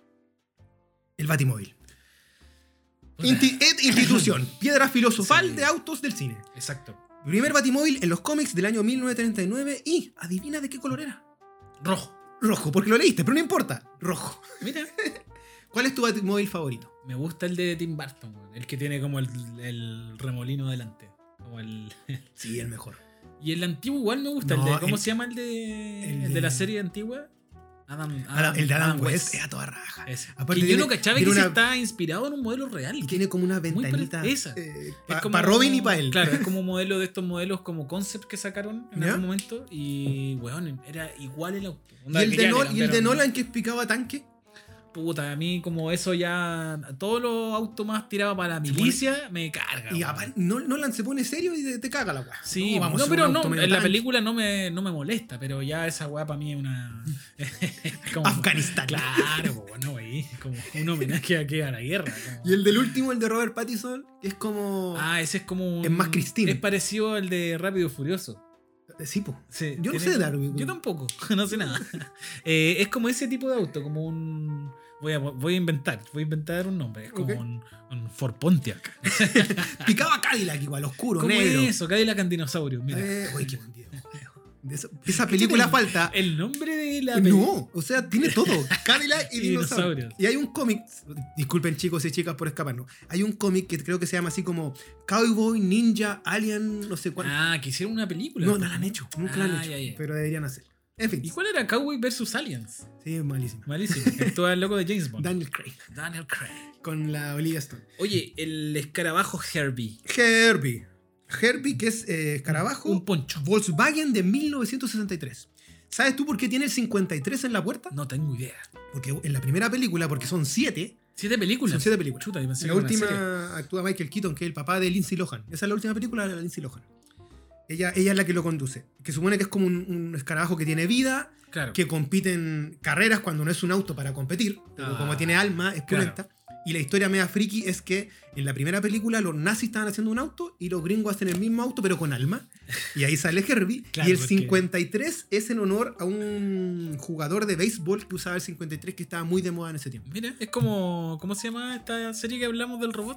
[SPEAKER 2] el Batimóvil.
[SPEAKER 1] Puta.
[SPEAKER 2] Inti- et institución, piedra filosofal
[SPEAKER 1] Sí.
[SPEAKER 2] de autos del cine.
[SPEAKER 1] Exacto.
[SPEAKER 2] Primer Batimóvil en los cómics del año mil novecientos treinta y nueve y adivina de qué color era.
[SPEAKER 1] Rojo.
[SPEAKER 2] Rojo, porque lo leíste, pero no importa. Rojo.
[SPEAKER 1] Mira.
[SPEAKER 2] ¿Cuál es tu Batimóvil favorito?
[SPEAKER 1] Me gusta el de Tim Burton, weón, el que tiene como el, el remolino delante. Como el...
[SPEAKER 2] Sí, el mejor.
[SPEAKER 1] Y el antiguo igual me gusta.
[SPEAKER 2] No,
[SPEAKER 1] el de, ¿Cómo
[SPEAKER 2] el-
[SPEAKER 1] se llama el de,
[SPEAKER 2] el
[SPEAKER 1] el de
[SPEAKER 2] de-
[SPEAKER 1] la serie antigua? Adam,
[SPEAKER 2] Adam- el de Adam, West era toda raja.
[SPEAKER 1] Ese.
[SPEAKER 2] Aparte
[SPEAKER 1] que yo
[SPEAKER 2] tiene-
[SPEAKER 1] no cachaba
[SPEAKER 2] tiene
[SPEAKER 1] que se
[SPEAKER 2] una-
[SPEAKER 1] está inspirado en un modelo real.
[SPEAKER 2] Y tiene como una
[SPEAKER 1] Muy
[SPEAKER 2] ventanita.
[SPEAKER 1] pare- esa.
[SPEAKER 2] eh,
[SPEAKER 1] Es
[SPEAKER 2] pa-
[SPEAKER 1] como-
[SPEAKER 2] pa Robin y para él.
[SPEAKER 1] Claro, es como un modelo de estos modelos como concept que sacaron en
[SPEAKER 2] ¿Ya?
[SPEAKER 1] algún momento. Y, weón, era igual el auto.
[SPEAKER 2] ¿Y el, de
[SPEAKER 1] Ya le
[SPEAKER 2] Nol- y el de
[SPEAKER 1] cambiaron-
[SPEAKER 2] Nolan que explicaba tanque?
[SPEAKER 1] Puta, a mí como eso ya... Todos los autos más tirados para la
[SPEAKER 2] Se
[SPEAKER 1] milicia me carga.
[SPEAKER 2] Y
[SPEAKER 1] weón.
[SPEAKER 2] aparte, Nol- Nolan se pone serio y te, te caga la weá.
[SPEAKER 1] Sí, no,
[SPEAKER 2] vamos a hacer
[SPEAKER 1] pero
[SPEAKER 2] un
[SPEAKER 1] no,
[SPEAKER 2] auto medio
[SPEAKER 1] en la
[SPEAKER 2] tanque.
[SPEAKER 1] película no me, no me molesta, pero ya esa weá para mí es una... como-
[SPEAKER 2] Afganistán.
[SPEAKER 1] Claro, po, bueno, güey, como un homenaje aquí a la guerra. como-
[SPEAKER 2] Y el del último, el de Robert Pattinson, que es como.
[SPEAKER 1] Ah, ese es como... un-
[SPEAKER 2] Es más Christine.
[SPEAKER 1] Es parecido al de Rápido y Furioso.
[SPEAKER 2] Eh, Sí, po.
[SPEAKER 1] Sí,
[SPEAKER 2] Yo no
[SPEAKER 1] tiene-
[SPEAKER 2] sé de Darwin.
[SPEAKER 1] Yo tampoco, no sé nada. Eh, es como ese tipo de auto, como un... Voy a, voy a inventar, voy a inventar un nombre. Es como
[SPEAKER 2] Ok.
[SPEAKER 1] un, un Ford Pontiac.
[SPEAKER 2] Picaba Cadillac igual, oscuro,
[SPEAKER 1] ¿Cómo
[SPEAKER 2] negro.
[SPEAKER 1] es eso? Cadillac and Dinosaurio. Mira.
[SPEAKER 2] Eh, uy, qué buen videojuego. De eso- esa película falta.
[SPEAKER 1] El nombre de la película.
[SPEAKER 2] No, o sea, tiene todo. Cadillac y,
[SPEAKER 1] Y
[SPEAKER 2] dinosaurios.
[SPEAKER 1] dinosaurios.
[SPEAKER 2] Y hay un cómic, disculpen chicos y chicas por escaparnos, hay un cómic que creo que se llama así como Cowboy, Ninja, Alien, no sé cuál.
[SPEAKER 1] Ah, que hicieron una película.
[SPEAKER 2] no, no la han hecho, nunca la han
[SPEAKER 1] Ah,
[SPEAKER 2] hecho,
[SPEAKER 1] ya, ya.
[SPEAKER 2] pero deberían hacer. En fin,
[SPEAKER 1] ¿Y cuál era Cowboy versus Aliens?
[SPEAKER 2] sí, es malísimo.
[SPEAKER 1] Malísimo. Actúa el loco de James Bond.
[SPEAKER 2] Daniel Craig,
[SPEAKER 1] Daniel Craig.
[SPEAKER 2] con la Olivia Stone.
[SPEAKER 1] Oye, el escarabajo Herbie.
[SPEAKER 2] Herbie. Herbie, que es eh, escarabajo.
[SPEAKER 1] Un poncho.
[SPEAKER 2] Volkswagen de mil novecientos sesenta y tres. ¿Sabes tú por qué tiene el cincuenta y tres en la puerta?
[SPEAKER 1] No tengo idea.
[SPEAKER 2] Porque en la primera película, porque son siete.
[SPEAKER 1] ¿Siete películas?
[SPEAKER 2] Son siete películas.
[SPEAKER 1] Chuta, yo pensé
[SPEAKER 2] la
[SPEAKER 1] que era una
[SPEAKER 2] última
[SPEAKER 1] serie.
[SPEAKER 2] actúa Michael Keaton, que es el papá de Lindsay Lohan. Esa es la última película de Lindsay Lohan. Ella, ella es la que lo conduce. Que supone que es como un, un escarabajo que tiene vida,
[SPEAKER 1] Claro.
[SPEAKER 2] que compite en carreras cuando no es un auto para competir, pero
[SPEAKER 1] Ah,
[SPEAKER 2] como tiene alma, es pulenta. Y la historia media friki es que en la primera película los nazis estaban haciendo un auto y los gringos hacen el mismo auto pero con alma. Y ahí sale Herbie.
[SPEAKER 1] Claro,
[SPEAKER 2] y el
[SPEAKER 1] porque-
[SPEAKER 2] cincuenta y tres es en honor a un jugador de béisbol que usaba el cincuenta y tres que estaba muy de moda en ese tiempo.
[SPEAKER 1] Mira, es como. ¿Cómo se llama esta serie que hablamos del robot?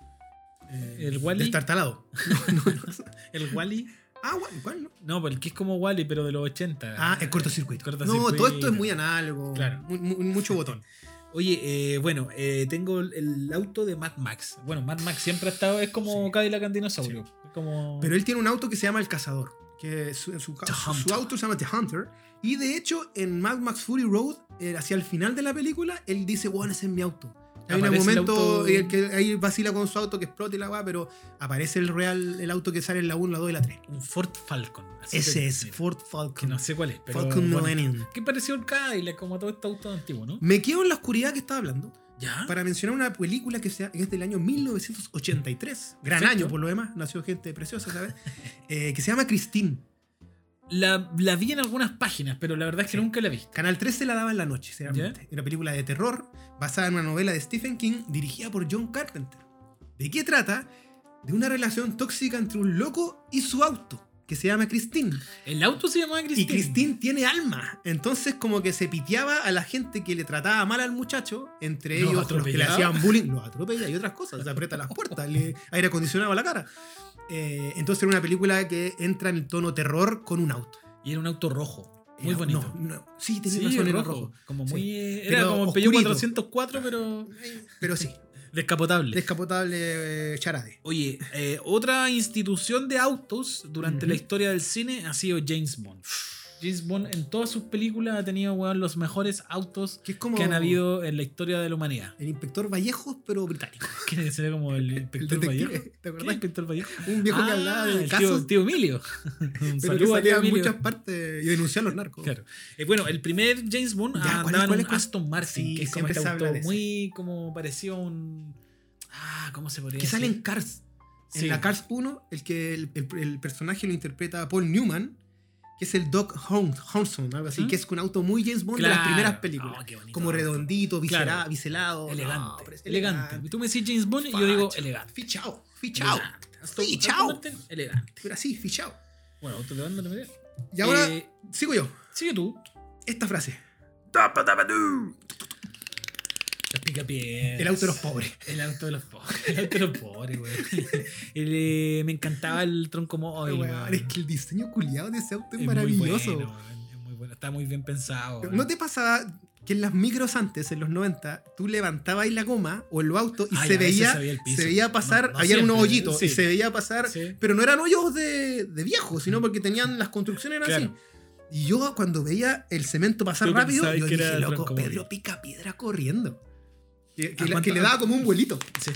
[SPEAKER 2] Eh,
[SPEAKER 1] El Wall-E.
[SPEAKER 2] Destartalado. No, no, no.
[SPEAKER 1] El Wall-E.
[SPEAKER 2] Ah, ¿cuál? ¿Cuál no?
[SPEAKER 1] No, pero el que es como Wall-E, pero de los ochenta.
[SPEAKER 2] Ah, el cortocircuito.
[SPEAKER 1] Cortocircuito.
[SPEAKER 2] No, todo esto es muy análogo.
[SPEAKER 1] Claro.
[SPEAKER 2] Muy- muy- mucho botón.
[SPEAKER 1] Oye, eh, bueno, eh, tengo el, el auto de Mad Max. Bueno, Mad Max siempre ha estado, es como
[SPEAKER 2] Sí.
[SPEAKER 1] Cadillac and Dinosaurio. Es como...
[SPEAKER 2] Pero él tiene un auto que se llama el Cazador. Que su, su,
[SPEAKER 1] The
[SPEAKER 2] su-
[SPEAKER 1] Hunter.
[SPEAKER 2] su auto se llama The Hunter. Y de hecho, en Mad Max Fury Road, eh, hacia el final de la película, él dice, bueno, ese es mi auto. Hay un
[SPEAKER 1] Aparece el
[SPEAKER 2] momento
[SPEAKER 1] auto-
[SPEAKER 2] en el que ahí vacila con su auto que explota y la va, pero aparece el real, el auto que sale en la uno, la dos y la tres.
[SPEAKER 1] Un Ford Falcon. así
[SPEAKER 2] Ese
[SPEAKER 1] que-
[SPEAKER 2] es Ford
[SPEAKER 1] Que
[SPEAKER 2] Falcon.
[SPEAKER 1] no sé cuál es, pero...
[SPEAKER 2] Falcon
[SPEAKER 1] bueno,
[SPEAKER 2] Millennium.
[SPEAKER 1] ¿qué pareció el Cadillac como todo este auto antiguo, no?
[SPEAKER 2] Me quedo en la oscuridad que estaba hablando
[SPEAKER 1] ¿Ya?
[SPEAKER 2] para mencionar una película que, sea, que es del año mil novecientos ochenta y tres. Gran
[SPEAKER 1] Perfecto.
[SPEAKER 2] año, por lo demás. Nació gente preciosa, ¿sabes? Eh, que se llama Christine.
[SPEAKER 1] La, la vi en algunas páginas, pero la verdad es que
[SPEAKER 2] Sí.
[SPEAKER 1] nunca la he visto.
[SPEAKER 2] Canal trece la daba en la noche, seriamente. Era una película de terror basada en una novela de Stephen King dirigida por John Carpenter. ¿De qué trata? De una relación tóxica entre un loco y su auto, que se llama Christine.
[SPEAKER 1] El auto se llamaba Christine.
[SPEAKER 2] Y Christine tiene alma. Entonces como que se piteaba a la gente que le trataba mal al muchacho, entre
[SPEAKER 1] ¿Los
[SPEAKER 2] ellos los que le
[SPEAKER 1] atropellaba?
[SPEAKER 2] hacían bullying, los atropella y otras cosas, se aprieta las puertas, le aire acondicionado a la cara. Eh, entonces era una película que entra en el tono terror con un auto.
[SPEAKER 1] Y era un auto rojo. Muy
[SPEAKER 2] Era-
[SPEAKER 1] bonito.
[SPEAKER 2] No, no, sí, tenía
[SPEAKER 1] Sí,
[SPEAKER 2] razón, era
[SPEAKER 1] rojo.
[SPEAKER 2] rojo.
[SPEAKER 1] Como
[SPEAKER 2] Sí.
[SPEAKER 1] muy... eh,
[SPEAKER 2] Pero
[SPEAKER 1] Era como el Peugeot
[SPEAKER 2] oscurito.
[SPEAKER 1] cuatrocientos cuatro, pero
[SPEAKER 2] Pero sí,
[SPEAKER 1] descapotable.
[SPEAKER 2] descapotable eh, charade.
[SPEAKER 1] Oye, eh, otra institución de autos durante
[SPEAKER 2] Ujú.
[SPEAKER 1] la historia del cine ha sido James Bond. James Bond en todas sus películas ha tenido, weón, los mejores autos
[SPEAKER 2] Que es como
[SPEAKER 1] que han habido en la historia de la humanidad.
[SPEAKER 2] el inspector Vallejos, pero británico.
[SPEAKER 1] ¿Quién sería como el inspector
[SPEAKER 2] detective,
[SPEAKER 1] Vallejo?
[SPEAKER 2] ¿te
[SPEAKER 1] ¿Qué
[SPEAKER 2] acordás?
[SPEAKER 1] inspector Vallejo?
[SPEAKER 2] Un viejo que
[SPEAKER 1] Ah,
[SPEAKER 2] hablaba de
[SPEAKER 1] el tío,
[SPEAKER 2] casos,
[SPEAKER 1] tío Emilio. Un
[SPEAKER 2] pero que
[SPEAKER 1] saludo a tío
[SPEAKER 2] salía en
[SPEAKER 1] Emilio.
[SPEAKER 2] muchas partes y denunciar a los narcos.
[SPEAKER 1] Claro. Eh, bueno, el primer James Bond
[SPEAKER 2] Ya, ¿cuál es,
[SPEAKER 1] andaba en
[SPEAKER 2] cuál
[SPEAKER 1] un
[SPEAKER 2] es, cuál es?
[SPEAKER 1] Aston Martin,
[SPEAKER 2] Sí,
[SPEAKER 1] que es como
[SPEAKER 2] siempre
[SPEAKER 1] este
[SPEAKER 2] se habla
[SPEAKER 1] auto
[SPEAKER 2] de ese.
[SPEAKER 1] muy como pareció a un... Ah, ¿cómo se podría
[SPEAKER 2] Que
[SPEAKER 1] decir?
[SPEAKER 2] sale en Cars. En
[SPEAKER 1] Sí.
[SPEAKER 2] la Cars uno, el que el, el- el personaje lo interpreta Paul Newman, que es el Doc Hon- Honson, algo así,
[SPEAKER 1] ¿Mm?
[SPEAKER 2] que es un auto muy James Bond de las
[SPEAKER 1] Claro.
[SPEAKER 2] primeras películas.
[SPEAKER 1] Oh, qué bonito
[SPEAKER 2] como
[SPEAKER 1] auto.
[SPEAKER 2] redondito, visera-
[SPEAKER 1] Claro.
[SPEAKER 2] biselado.
[SPEAKER 1] Elegante.
[SPEAKER 2] No, pero es
[SPEAKER 1] elegante. Tú me decís James Bond y yo digo
[SPEAKER 2] Facha.
[SPEAKER 1] elegante.
[SPEAKER 2] Fichao, fichao.
[SPEAKER 1] Elegante. Aston-
[SPEAKER 2] Fichao.
[SPEAKER 1] Aston Martin, elegante.
[SPEAKER 2] Pero así, fichao.
[SPEAKER 1] Bueno, auto de banda te metes.
[SPEAKER 2] Y ahora
[SPEAKER 1] Eh,
[SPEAKER 2] sigo yo.
[SPEAKER 1] sigue tú.
[SPEAKER 2] Esta frase.
[SPEAKER 1] Los picapiedras.
[SPEAKER 2] El auto de los pobres.
[SPEAKER 1] El auto de los pobres. El auto de los pobres, güey. El, eh, me encantaba el tronco móvil.
[SPEAKER 2] Weón,
[SPEAKER 1] weón.
[SPEAKER 2] es que el diseño culiado de ese auto es,
[SPEAKER 1] Es
[SPEAKER 2] maravilloso.
[SPEAKER 1] Muy bueno, weón, es muy bueno. Está muy bien pensado. weón.
[SPEAKER 2] ¿No te pasaba que en las micros antes, en los noventa, tú levantabas ahí la goma o en los autos y
[SPEAKER 1] Ay,
[SPEAKER 2] se,
[SPEAKER 1] a veces
[SPEAKER 2] veía,
[SPEAKER 1] se veía el piso.
[SPEAKER 2] se veía pasar,
[SPEAKER 1] No, no
[SPEAKER 2] había unos
[SPEAKER 1] siempre,
[SPEAKER 2] hoyitos
[SPEAKER 1] sí.
[SPEAKER 2] y se veía pasar,
[SPEAKER 1] Sí.
[SPEAKER 2] pero no eran hoyos de, de viejos, sino porque tenían las construcciones eran
[SPEAKER 1] Claro.
[SPEAKER 2] así. Y yo cuando veía el cemento pasar
[SPEAKER 1] Tú
[SPEAKER 2] rápido,
[SPEAKER 1] pensabas
[SPEAKER 2] yo
[SPEAKER 1] que
[SPEAKER 2] dije,
[SPEAKER 1] era
[SPEAKER 2] loco,
[SPEAKER 1] tronco móvil.
[SPEAKER 2] Pedro pica piedra corriendo. Que, que
[SPEAKER 1] ¿A
[SPEAKER 2] la-
[SPEAKER 1] cuánto-
[SPEAKER 2] que le daba como un vuelito.
[SPEAKER 1] Sí.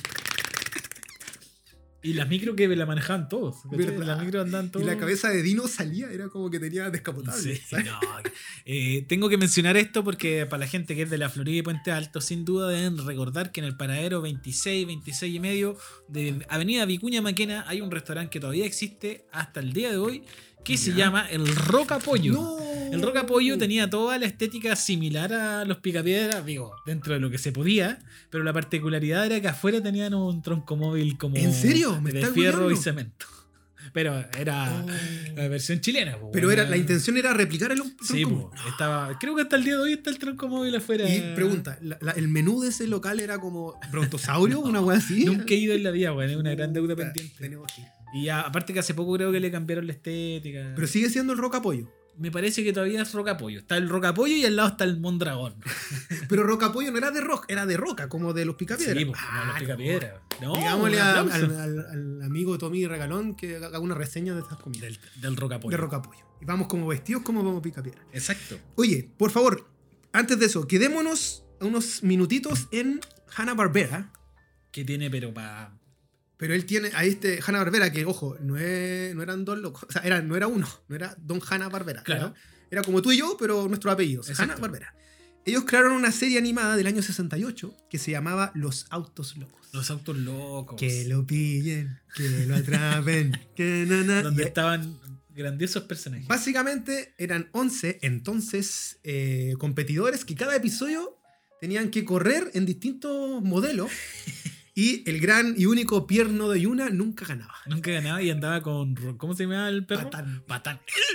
[SPEAKER 1] Y las micro que la manejaban todos. ¿cachai?
[SPEAKER 2] ¿Verdad?
[SPEAKER 1] Las micro andaban
[SPEAKER 2] Y
[SPEAKER 1] todos.
[SPEAKER 2] la cabeza de Dino salía, era como que tenía descapotable.
[SPEAKER 1] Sí,
[SPEAKER 2] ¿sabes?
[SPEAKER 1] no. Eh, tengo que mencionar esto porque para la gente que es de la Florida y Puente Alto, sin duda deben recordar que en el paradero veintiséis, veintiséis y medio de Avenida Vicuña Maquena hay un restaurante que todavía existe hasta el día de hoy que se
[SPEAKER 2] Ya.
[SPEAKER 1] llama el Roca Pollo.
[SPEAKER 2] No.
[SPEAKER 1] El Roca Pollo tenía toda la estética similar a los Picapiedras, digo, dentro de lo que se podía, pero la particularidad era que afuera tenían un tronco móvil como
[SPEAKER 2] ¿En serio? ¿Me
[SPEAKER 1] de
[SPEAKER 2] estás
[SPEAKER 1] fierro y
[SPEAKER 2] hueveando?
[SPEAKER 1] cemento. Pero era
[SPEAKER 2] Oh.
[SPEAKER 1] la versión chilena. po,
[SPEAKER 2] Pero era,
[SPEAKER 1] weón.
[SPEAKER 2] la intención era replicar el tronco
[SPEAKER 1] Sí,
[SPEAKER 2] móvil.
[SPEAKER 1] po, estaba, creo que hasta el día de hoy está el tronco móvil afuera.
[SPEAKER 2] Y pregunta, ¿la- la- ¿el menú de ese local era como brontosaurio? ¿Una weá así?
[SPEAKER 1] Nunca he ido en la vida, weón, es una gran deuda
[SPEAKER 2] Puta,
[SPEAKER 1] pendiente.
[SPEAKER 2] tenemos que ir.
[SPEAKER 1] Y ya, aparte que hace poco creo que le cambiaron la estética.
[SPEAKER 2] Pero sigue siendo el Roca Pollo.
[SPEAKER 1] Me parece que todavía es Roca Pollo. Está el Roca Pollo y al lado está el Mondragón.
[SPEAKER 2] Pero Roca Pollo no era de roca, era de roca, como de los picapiedras.
[SPEAKER 1] Sí, pues, como los Picapiedras. No,
[SPEAKER 2] Digámosle
[SPEAKER 1] un
[SPEAKER 2] a-
[SPEAKER 1] aplauso.
[SPEAKER 2] al, al- al amigo Tommy Regalón que haga una reseña de estas comidas.
[SPEAKER 1] Del, del Roca Pollo.
[SPEAKER 2] De Roca Pollo. Y vamos como vestidos como vamos picapiedra.
[SPEAKER 1] Exacto.
[SPEAKER 2] Oye, por favor, antes de eso, quedémonos unos minutitos en Hanna-Barbera.
[SPEAKER 1] Que tiene, pero para.
[SPEAKER 2] Pero él tiene a este Hanna-Barbera que, ojo, no, es, no eran dos locos. O sea, era, no era uno, no era Don Hanna-Barbera.
[SPEAKER 1] Claro.
[SPEAKER 2] Era Era como tú y yo, pero nuestros apellidos. Hanna-Barbera. Ellos crearon una serie animada del año sesenta y ocho que se llamaba Los Autos Locos.
[SPEAKER 1] Los Autos Locos.
[SPEAKER 2] Que lo pillen, que lo atrapen, que na, na.
[SPEAKER 1] Donde estaban grandiosos personajes.
[SPEAKER 2] Básicamente eran once entonces eh, competidores que cada episodio tenían que correr en distintos modelos. Y el gran y único Pierno de Yuna nunca ganaba.
[SPEAKER 1] Nunca ganaba y andaba con... ¿Cómo se llama el perro?
[SPEAKER 2] Patán.
[SPEAKER 1] Patán.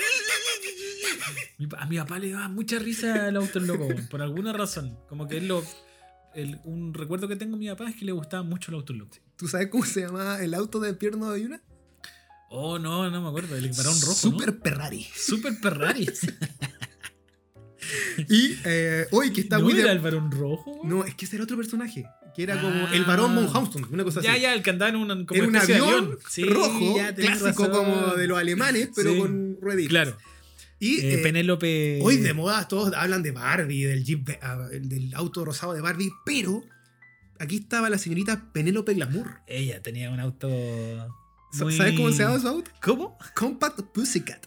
[SPEAKER 1] A mi papá le daba mucha risa el Auto Loco, por alguna razón. Como que es lo... El, un recuerdo que tengo de mi papá es que le gustaba mucho el Auto Loco.
[SPEAKER 2] ¿Tú sabes cómo se llama el auto de Pierno de Yuna?
[SPEAKER 1] Oh, no, no me acuerdo. El varón rojo,
[SPEAKER 2] Super
[SPEAKER 1] ¿no?
[SPEAKER 2] Ferrari.
[SPEAKER 1] Super Ferrari.
[SPEAKER 2] Y eh, hoy que está
[SPEAKER 1] ¿No
[SPEAKER 2] muy...
[SPEAKER 1] era
[SPEAKER 2] de...
[SPEAKER 1] el varón rojo?
[SPEAKER 2] No, es que ese era otro personaje. Que era
[SPEAKER 1] ah,
[SPEAKER 2] como el varón von Houston, una cosa
[SPEAKER 1] ya,
[SPEAKER 2] así.
[SPEAKER 1] Ya, ya, el que andaba en una, como
[SPEAKER 2] era un avión,
[SPEAKER 1] avión. Sí,
[SPEAKER 2] rojo,
[SPEAKER 1] ya,
[SPEAKER 2] clásico
[SPEAKER 1] razón.
[SPEAKER 2] como de los alemanes, pero
[SPEAKER 1] sí.
[SPEAKER 2] con rueditas.
[SPEAKER 1] Claro.
[SPEAKER 2] Y
[SPEAKER 1] eh,
[SPEAKER 2] eh,
[SPEAKER 1] Penélope...
[SPEAKER 2] Hoy de moda todos hablan de Barbie, del Jeep, uh, del auto rosado de Barbie, pero aquí estaba la señorita Penélope Glamour.
[SPEAKER 1] Ella tenía un auto... Muy...
[SPEAKER 2] ¿Sabes cómo se llama su auto?
[SPEAKER 1] ¿Cómo?
[SPEAKER 2] Compact Pussycat.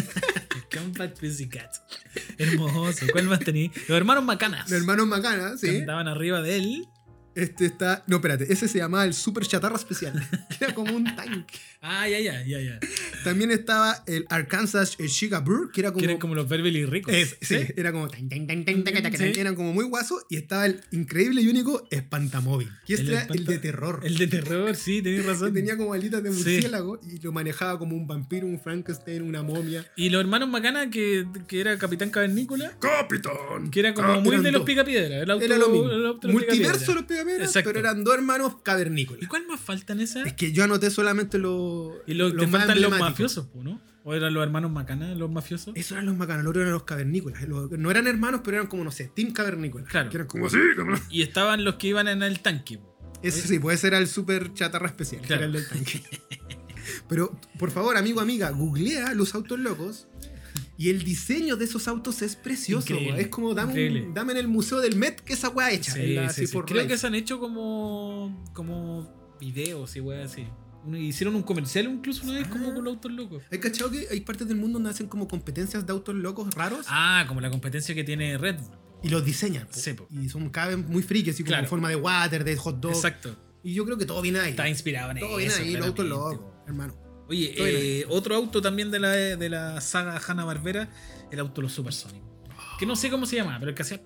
[SPEAKER 1] Compact Pussycat. Hermoso. ¿Cuál más tenía? Los hermanos Macanas.
[SPEAKER 2] Los hermanos Macana, sí.
[SPEAKER 1] Que andaban arriba de él.
[SPEAKER 2] Este está... No, espérate. Ese se llamaba el Super Chatarra Especial. Era como un tanque.
[SPEAKER 1] Ah, ya, ya, ya, ya.
[SPEAKER 2] También estaba el Arkansas Sugar que era como...
[SPEAKER 1] Que eran como los Beverly ricos.
[SPEAKER 2] Es, sí, ¿sí? Era como... Tan, tan, tan, tan, tan, tan, ¿sí? Eran como muy guasos. Y estaba el increíble y único Espantamóvil. Que este era el de terror.
[SPEAKER 1] El de terror, sí, tenés razón.
[SPEAKER 2] Que tenía como alitas de murciélago, sí. Y lo manejaba como un vampiro, un Frankenstein, una momia.
[SPEAKER 1] Y los hermanos Macana, que, que era Capitán Cavernícola.
[SPEAKER 2] ¡Capitán!
[SPEAKER 1] Que era como
[SPEAKER 2] Cap
[SPEAKER 1] muy de los
[SPEAKER 2] dos.
[SPEAKER 1] Picapiedra. El auto,
[SPEAKER 2] era lo mismo.
[SPEAKER 1] El auto
[SPEAKER 2] Multiverso de los Picapiedras, pero eran dos hermanos cavernícolas.
[SPEAKER 1] ¿Y cuál más falta en esa?
[SPEAKER 2] Es que yo anoté solamente los...
[SPEAKER 1] Y los, los te faltan los mafiosos, ¿no? ¿O eran los hermanos Macana, los mafiosos?
[SPEAKER 2] Esos eran los Macana, los otros eran los cavernícolas. Los, no eran hermanos, pero eran como, no sé, Team Cavernícolas.
[SPEAKER 1] Claro.
[SPEAKER 2] Que eran como así. Como...
[SPEAKER 1] Y estaban los que iban en el tanque.
[SPEAKER 2] Ese sí, puede ser el Super Chatarra Especial, claro. Que era el del tanque. Pero, por favor, amigo, amiga, googlea los autos locos. Y el diseño de esos autos es precioso. Increíble, es como, dame, un, dame en el museo del Met que esa weá hecha.
[SPEAKER 1] Sí,
[SPEAKER 2] la,
[SPEAKER 1] sí, sí. Creo
[SPEAKER 2] Life.
[SPEAKER 1] que se han hecho como, como videos y weá así. Hicieron un comercial incluso una vez ah, como con los autos locos.
[SPEAKER 2] ¿Hay cachado que hay partes del mundo donde hacen como competencias de autos locos raros?
[SPEAKER 1] Ah, como la competencia que tiene Red Bull.
[SPEAKER 2] Y los diseñan.
[SPEAKER 1] Sí, po.
[SPEAKER 2] Y son cada vez muy frikis, así como claro. En forma de water, de hot dog.
[SPEAKER 1] Exacto.
[SPEAKER 2] Y yo creo que todo viene ahí.
[SPEAKER 1] Está inspirado en
[SPEAKER 2] todo
[SPEAKER 1] eso.
[SPEAKER 2] Todo viene ahí, los autos locos, hermano.
[SPEAKER 1] Oye, eh, otro auto también de la, de la saga Hanna-Barbera, el auto Los Supersónicos. Que no sé cómo se llama, pero el que hacía...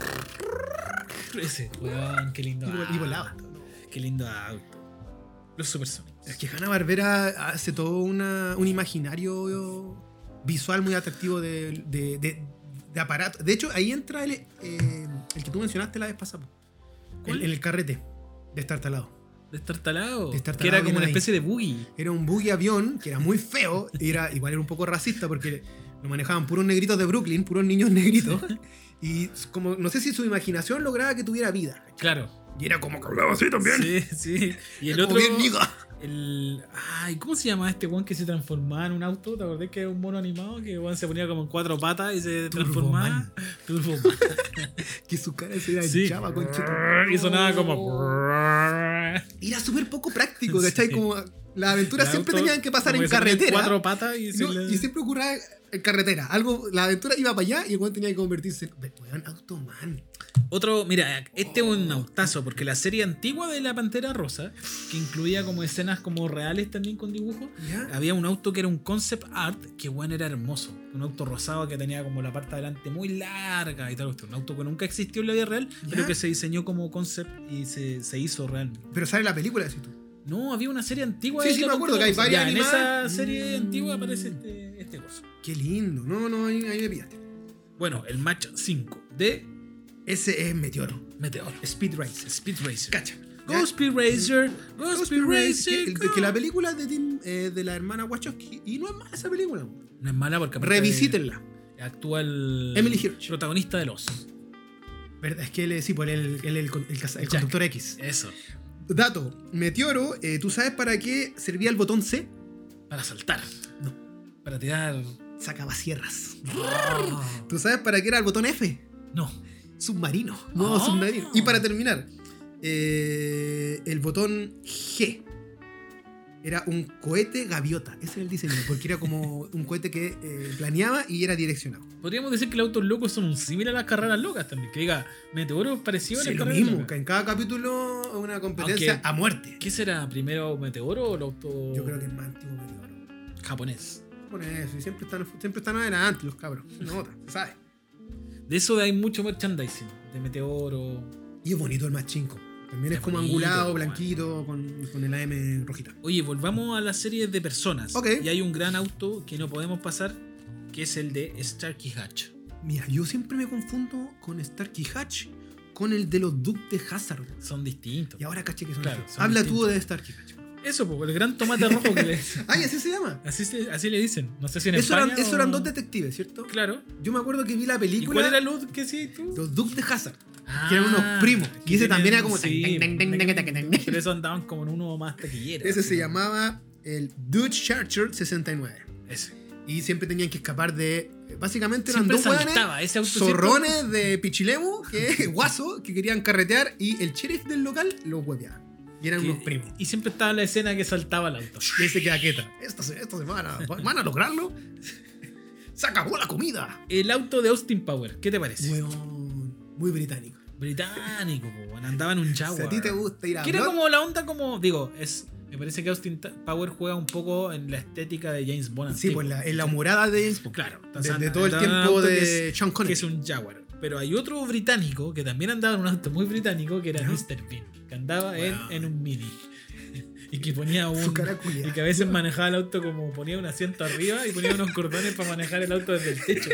[SPEAKER 1] Ese, weón, qué lindo auto.
[SPEAKER 2] Y volaba.
[SPEAKER 1] Qué lindo auto. Los Supersónicos.
[SPEAKER 2] Es que Hanna-Barbera hace todo una, un imaginario visual muy atractivo de, de, de, de aparato. De hecho, ahí entra el, eh, el que tú mencionaste la vez pasada. El, el carrete destartalado.
[SPEAKER 1] Destartalado.
[SPEAKER 2] Destartalado.
[SPEAKER 1] Que era como una
[SPEAKER 2] ahí.
[SPEAKER 1] especie de buggy.
[SPEAKER 2] Era un buggy avión que era muy feo. Era, igual era un poco racista porque lo manejaban puros negritos de Brooklyn, puros niños negritos. Y como no sé si su imaginación lograba que tuviera vida.
[SPEAKER 1] Claro.
[SPEAKER 2] Y era como que hablaba así también.
[SPEAKER 1] Sí, sí. Y el
[SPEAKER 2] era
[SPEAKER 1] otro.
[SPEAKER 2] Bien, niga.
[SPEAKER 1] El. Ay, ¿cómo se llama este weón que se transformaba en un auto? ¿Te acordás que era un mono animado? Que weón se ponía como en cuatro patas y se transformaba. Turboman.
[SPEAKER 2] Que su cara se hinchaba,
[SPEAKER 1] sí.
[SPEAKER 2] conchito.
[SPEAKER 1] Y sonaba como.
[SPEAKER 2] Y era súper poco práctico, ¿cachai? Sí. Como las aventuras siempre
[SPEAKER 1] auto,
[SPEAKER 2] tenían que pasar en carretera.
[SPEAKER 1] Cuatro patas y,
[SPEAKER 2] no,
[SPEAKER 1] le...
[SPEAKER 2] y siempre ocurría en carretera. Algo, la aventura iba para allá y el weón tenía que convertirse en weón, Automan.
[SPEAKER 1] Otro, mira, este es un autazo, porque la serie antigua de la Pantera Rosa, que incluía como escenas como reales también con dibujos, ¿ya? Había un auto que era un concept art, que bueno, era hermoso. Un auto rosado que tenía como la parte de adelante muy larga y tal. Un auto que nunca existió en la vida real, ¿ya? Pero que se diseñó como concept y se, se hizo realmente.
[SPEAKER 2] Pero sale la película, decís tú.
[SPEAKER 1] No, había una serie antigua.
[SPEAKER 2] Sí, sí, me acuerdo que hay varias
[SPEAKER 1] ya, en esa
[SPEAKER 2] mm.
[SPEAKER 1] serie antigua aparece este, este coso.
[SPEAKER 2] Qué lindo. No, no, ahí, ahí me pillaste.
[SPEAKER 1] Bueno, el match cinco de...
[SPEAKER 2] Ese es Meteoro.
[SPEAKER 1] Meteoro.
[SPEAKER 2] Speed Racer.
[SPEAKER 1] Speed Racer.
[SPEAKER 2] Cacha.
[SPEAKER 1] Go Speed Racer. Go, Go Speed Racer.
[SPEAKER 2] Que, que, que la película de, Tim, eh, de la hermana Wachowski. Y no es mala esa película.
[SPEAKER 1] No es mala porque...
[SPEAKER 2] Revisítenla.
[SPEAKER 1] Actúa el...
[SPEAKER 2] Emily Hirsch.
[SPEAKER 1] Protagonista de Los.
[SPEAKER 2] ¿Verdad? Es que él es sí, pues, el, el, el, el, el, el conductor X.
[SPEAKER 1] Eso.
[SPEAKER 2] Dato. Meteoro, eh, ¿tú sabes para qué servía el botón C?
[SPEAKER 1] Para saltar.
[SPEAKER 2] No.
[SPEAKER 1] Para tirar...
[SPEAKER 2] Sacaba sierras. Oh. ¿Tú sabes para qué era el botón F?
[SPEAKER 1] No.
[SPEAKER 2] Submarino. No, oh. submarino. Y para terminar, eh, el botón G. era un cohete gaviota. Ese era el diseño, porque era como un cohete que eh, planeaba y era direccionado.
[SPEAKER 1] Podríamos decir que los autos locos son un símil a las carreras locas también. Que diga, Meteoro parecido
[SPEAKER 2] Sí,
[SPEAKER 1] a las
[SPEAKER 2] lo
[SPEAKER 1] carreras
[SPEAKER 2] mismo,
[SPEAKER 1] locas.
[SPEAKER 2] que en cada capítulo es una competencia
[SPEAKER 1] Aunque,
[SPEAKER 2] a muerte.
[SPEAKER 1] ¿Qué será? ¿Primero Meteoro o el auto
[SPEAKER 2] Yo creo que es más antiguo Meteoro.
[SPEAKER 1] japonés?
[SPEAKER 2] Por eso, y siempre están, siempre están adelante los cabros. Se nota, se sabe.
[SPEAKER 1] De eso hay mucho merchandising. De Meteoro.
[SPEAKER 2] Y es bonito el Machinko. También es,
[SPEAKER 1] Es
[SPEAKER 2] como
[SPEAKER 1] bonito,
[SPEAKER 2] angulado,
[SPEAKER 1] bueno.
[SPEAKER 2] blanquito, con, con el A M rojita.
[SPEAKER 1] Oye, volvamos a las series de personas.
[SPEAKER 2] Ok.
[SPEAKER 1] Y hay un gran auto que no podemos pasar, que es el de Starkey Hatch.
[SPEAKER 2] Mira, yo siempre me confundo con Starkey Hatch con el de los Duke de Hazard.
[SPEAKER 1] Son distintos.
[SPEAKER 2] Y ahora caché que son
[SPEAKER 1] Claro,
[SPEAKER 2] distintos.
[SPEAKER 1] son
[SPEAKER 2] Habla
[SPEAKER 1] distintos.
[SPEAKER 2] tú de Starkey Hatch.
[SPEAKER 1] Eso, pues, el gran tomate rojo que le
[SPEAKER 2] Ay, así se llama.
[SPEAKER 1] así, se- así le dicen. No sé si en
[SPEAKER 2] Eso
[SPEAKER 1] España
[SPEAKER 2] eran, eso
[SPEAKER 1] o-
[SPEAKER 2] eran dos detectives, ¿cierto?
[SPEAKER 1] Claro.
[SPEAKER 2] Yo me acuerdo que vi la
[SPEAKER 1] ¿Y
[SPEAKER 2] película.
[SPEAKER 1] cuál era el otro que sí tú?
[SPEAKER 2] Los Duke de Hazard.
[SPEAKER 1] Ah,
[SPEAKER 2] que eran unos primos.
[SPEAKER 1] que
[SPEAKER 2] Y ese
[SPEAKER 1] tienen-
[SPEAKER 2] también era como.
[SPEAKER 1] sí,
[SPEAKER 2] tan, tan, tan, tan, tan, tan, tan.
[SPEAKER 1] pero eso andaban como en uno más taquillero.
[SPEAKER 2] Ese
[SPEAKER 1] así.
[SPEAKER 2] se llamaba el Dodge Charger sesenta y nueve.
[SPEAKER 1] Ese.
[SPEAKER 2] Y siempre tenían que escapar de. Básicamente eran
[SPEAKER 1] Siempre
[SPEAKER 2] dos hueones
[SPEAKER 1] saltaba ese auto.
[SPEAKER 2] zorrones de Pichilemu, que guaso, que querían carretear y el sheriff del local los hueveaba. Y eran
[SPEAKER 1] siempre-
[SPEAKER 2] unos primos.
[SPEAKER 1] Y siempre estaba la escena que saltaba el auto.
[SPEAKER 2] Y ahí se queda quieta. Esta, se- esta semana van a lograrlo. Se acabó la comida.
[SPEAKER 1] El auto de Austin Power, ¿qué te parece?
[SPEAKER 2] Weón, muy británico.
[SPEAKER 1] Británico, po, weón, andaba en un
[SPEAKER 2] Si
[SPEAKER 1] Jaguar.
[SPEAKER 2] a ti te gusta ir a
[SPEAKER 1] Que era
[SPEAKER 2] Blood,
[SPEAKER 1] como la onda como, digo, es me parece que Austin Ta- Power juega un poco en la estética de James Bond.
[SPEAKER 2] sí,
[SPEAKER 1] antiguo.
[SPEAKER 2] pues la, en la morada de James Bond.
[SPEAKER 1] Claro,
[SPEAKER 2] Desde
[SPEAKER 1] anda-
[SPEAKER 2] todo el
[SPEAKER 1] andaba en un
[SPEAKER 2] tiempo
[SPEAKER 1] auto
[SPEAKER 2] de
[SPEAKER 1] que es,
[SPEAKER 2] Sean
[SPEAKER 1] que
[SPEAKER 2] Connery.
[SPEAKER 1] es un Jaguar. Pero hay otro británico que también andaba en un auto muy británico que era
[SPEAKER 2] ¿Ya?
[SPEAKER 1] mister Bean, que andaba en,
[SPEAKER 2] Wow.
[SPEAKER 1] en un Mini. Y que ponía un.
[SPEAKER 2] Su cara culiada.
[SPEAKER 1] Y que a veces manejaba el auto como ponía un asiento arriba y ponía unos cordones para manejar el auto desde el techo.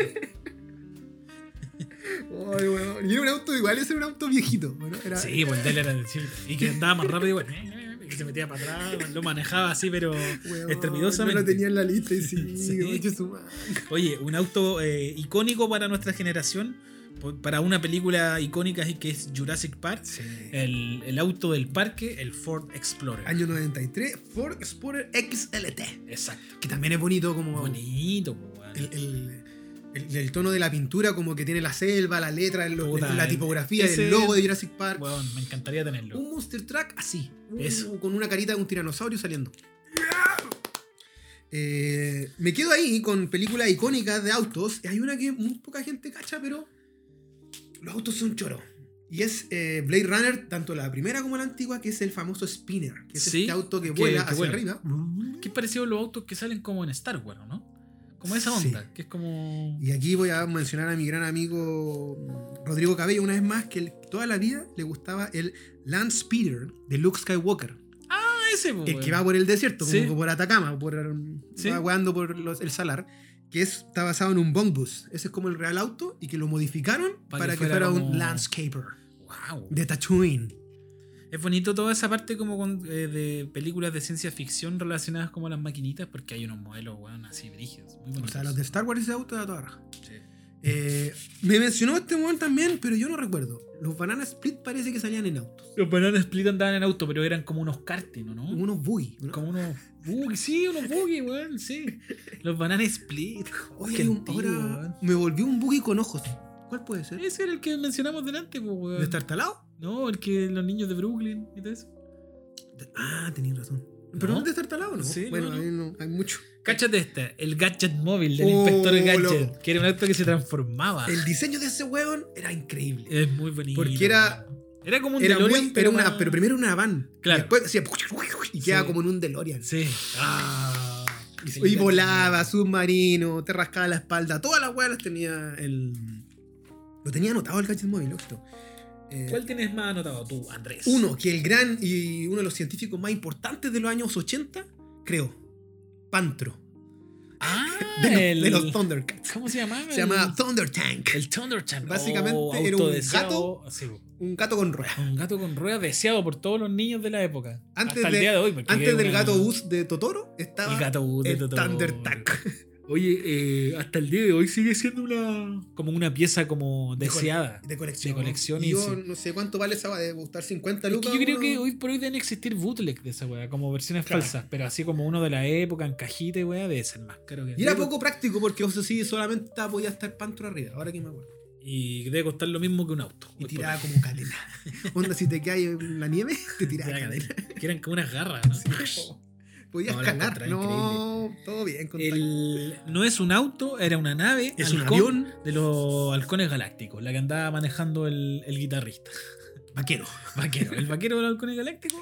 [SPEAKER 2] Ay, weón. Y era un auto igual, ese era un auto viejito. Bueno, era,
[SPEAKER 1] Sí, pues el de él era de chico. Y que andaba más rápido, bueno, y que se metía para atrás, lo manejaba así, pero
[SPEAKER 2] weón,
[SPEAKER 1] estrepitosamente.
[SPEAKER 2] No lo tenía en la lista y sí,
[SPEAKER 1] Sí.
[SPEAKER 2] conche su madre.
[SPEAKER 1] Oye, un auto eh, icónico para nuestra generación, po- para una película icónica que es Jurassic Park,
[SPEAKER 2] Sí.
[SPEAKER 1] el, el auto del parque, el Ford Explorer.
[SPEAKER 2] Año noventa y tres, Ford Explorer X L T.
[SPEAKER 1] Exacto.
[SPEAKER 2] Que también es bonito como
[SPEAKER 1] Bonito, po, weón.
[SPEAKER 2] el, el, el- el tono de la pintura, como que tiene la selva, la letra, el-
[SPEAKER 1] Puta,
[SPEAKER 2] la tipografía,
[SPEAKER 1] ese-
[SPEAKER 2] el logo de Jurassic Park.
[SPEAKER 1] Weón, me encantaría tenerlo.
[SPEAKER 2] Un Monster Truck así. uh,
[SPEAKER 1] Eso.
[SPEAKER 2] Con una carita de un tiranosaurio saliendo. Eh, me quedo ahí con películas icónicas de autos. Hay una que muy poca gente cacha, pero los autos son choros. Y es eh, Blade Runner, tanto la primera como la antigua, que es el famoso Spinner. Que es
[SPEAKER 1] Sí,
[SPEAKER 2] este auto que
[SPEAKER 1] que-
[SPEAKER 2] vuela
[SPEAKER 1] que
[SPEAKER 2] hacia
[SPEAKER 1] vuela.
[SPEAKER 2] arriba.
[SPEAKER 1] Qué parecido a los autos que salen como en Star Wars, ¿no? Como esa
[SPEAKER 2] Sí.
[SPEAKER 1] onda, que es como...
[SPEAKER 2] Y aquí voy a mencionar a mi gran amigo Rodrigo Cabello una vez más, que él, toda la vida le gustaba el Land Speeder de Luke Skywalker.
[SPEAKER 1] Ah, ese, po,
[SPEAKER 2] El
[SPEAKER 1] weón.
[SPEAKER 2] que va por el desierto,
[SPEAKER 1] Sí.
[SPEAKER 2] como por Atacama, por,
[SPEAKER 1] Sí.
[SPEAKER 2] va weando por los- el salar, que es, está basado en un Bong Bus. Ese es como el real auto y que lo modificaron
[SPEAKER 1] Para
[SPEAKER 2] para,
[SPEAKER 1] que
[SPEAKER 2] que,
[SPEAKER 1] fuera
[SPEAKER 2] fuera,
[SPEAKER 1] como-
[SPEAKER 2] un landscaper
[SPEAKER 1] Wow.
[SPEAKER 2] de Tatooine.
[SPEAKER 1] Es bonito toda esa parte como con- eh, de películas de ciencia ficción relacionadas como a las maquinitas, porque hay unos modelos, weón, así brígidos. Muy
[SPEAKER 2] O
[SPEAKER 1] bonitos.
[SPEAKER 2] sea, los de Star Wars ese auto de a toda raja.
[SPEAKER 1] Sí.
[SPEAKER 2] Eh, me mencionó este weón también, pero yo no recuerdo. Los Banana Split parece que salían en autos.
[SPEAKER 1] Los Banana Split andaban en auto, pero eran como unos karting, ¿no?
[SPEAKER 2] Como unos buggy. ¿no?
[SPEAKER 1] Como unos buggy, sí, unos buggy, weón, sí. Los Banana Split.
[SPEAKER 2] Oye,
[SPEAKER 1] Qué
[SPEAKER 2] hay un-
[SPEAKER 1] antiguo,
[SPEAKER 2] ahora
[SPEAKER 1] weón.
[SPEAKER 2] me volvió un buggy con ojos. ¿Cuál puede ser?
[SPEAKER 1] Ese era el que mencionamos delante, pues, weón.
[SPEAKER 2] ¿Destartalado?
[SPEAKER 1] No, el que los niños de Brooklyn y todo eso.
[SPEAKER 2] Ah, tenías razón. ¿Pero
[SPEAKER 1] ¿No?
[SPEAKER 2] no es destartalado, no?
[SPEAKER 1] Sí,
[SPEAKER 2] bueno,
[SPEAKER 1] no, no.
[SPEAKER 2] ahí no, hay mucho.
[SPEAKER 1] Cáchate este, el gadget móvil del
[SPEAKER 2] Oh,
[SPEAKER 1] inspector Gadget,
[SPEAKER 2] loco.
[SPEAKER 1] que era un auto que se transformaba.
[SPEAKER 2] El diseño de ese weón era increíble.
[SPEAKER 1] Es muy bonito.
[SPEAKER 2] Porque era-
[SPEAKER 1] Era como un
[SPEAKER 2] Era
[SPEAKER 1] DeLorean,
[SPEAKER 2] muy, pero, una,
[SPEAKER 1] más-
[SPEAKER 2] pero primero una van.
[SPEAKER 1] Claro.
[SPEAKER 2] Y después hacía y quedaba
[SPEAKER 1] Sí.
[SPEAKER 2] como en un DeLorean.
[SPEAKER 1] Sí. Ah,
[SPEAKER 2] Y, y volaba, submarino, te rascaba la espalda. Todas las weas las tenía el. Lo tenía anotado el gadget móvil, esto. Eh,
[SPEAKER 1] ¿Cuál tienes más anotado tú, Andrés?
[SPEAKER 2] Uno, que el gran y uno de los científicos más importantes de los años ochenta, creo. Pantro.
[SPEAKER 1] Ah,
[SPEAKER 2] De, los-
[SPEAKER 1] el...
[SPEAKER 2] de los Thundercats.
[SPEAKER 1] ¿Cómo se llamaba?
[SPEAKER 2] Se llama Thunder Tank.
[SPEAKER 1] El Thunder Tank.
[SPEAKER 2] Básicamente
[SPEAKER 1] Oh,
[SPEAKER 2] era un
[SPEAKER 1] auto deseado. Sí,
[SPEAKER 2] Un gato con ruedas.
[SPEAKER 1] un gato con ruedas deseado por todos los niños de la época.
[SPEAKER 2] Antes,
[SPEAKER 1] hasta
[SPEAKER 2] de-
[SPEAKER 1] el día de hoy. porque
[SPEAKER 2] antes
[SPEAKER 1] es
[SPEAKER 2] del
[SPEAKER 1] una-
[SPEAKER 2] gato bus de Totoro estaba
[SPEAKER 1] El gato bus de
[SPEAKER 2] el
[SPEAKER 1] Totoro.
[SPEAKER 2] Thunder Tank.
[SPEAKER 1] Oye, eh, hasta el día de hoy sigue siendo una como una pieza como
[SPEAKER 2] De col-
[SPEAKER 1] deseada.
[SPEAKER 2] De colección.
[SPEAKER 1] De colección
[SPEAKER 2] Y
[SPEAKER 1] y
[SPEAKER 2] yo
[SPEAKER 1] sí.
[SPEAKER 2] no sé cuánto vale esa, de gustar cincuenta
[SPEAKER 1] Es
[SPEAKER 2] lucas.
[SPEAKER 1] que yo creo
[SPEAKER 2] uno.
[SPEAKER 1] que hoy por hoy deben existir bootleg de esa weá, como versiones
[SPEAKER 2] Claro.
[SPEAKER 1] falsas, pero así como uno de la época en cajita y weá, debe ser más caro que
[SPEAKER 2] Y era poco práctico porque, o sea, sí, solamente podía estar Pantro arriba, ahora que me acuerdo.
[SPEAKER 1] Y debe costar lo mismo que un auto.
[SPEAKER 2] Y
[SPEAKER 1] hoy
[SPEAKER 2] tiraba
[SPEAKER 1] por
[SPEAKER 2] como cadena. Onda, si te caes en la nieve, te
[SPEAKER 1] hoy.
[SPEAKER 2] tiraba cadena.
[SPEAKER 1] Que eran como unas garras, ¿no?
[SPEAKER 2] Sí. podía
[SPEAKER 1] No, lo
[SPEAKER 2] escalar.
[SPEAKER 1] encontré
[SPEAKER 2] No, todo bien. Con
[SPEAKER 1] El, no es un auto, era una nave.
[SPEAKER 2] Es un
[SPEAKER 1] halcón
[SPEAKER 2] avión.
[SPEAKER 1] de los halcones galácticos, la que andaba manejando el, el guitarrista.
[SPEAKER 2] Vaquero.
[SPEAKER 1] Vaquero, el vaquero de los halcones galácticos.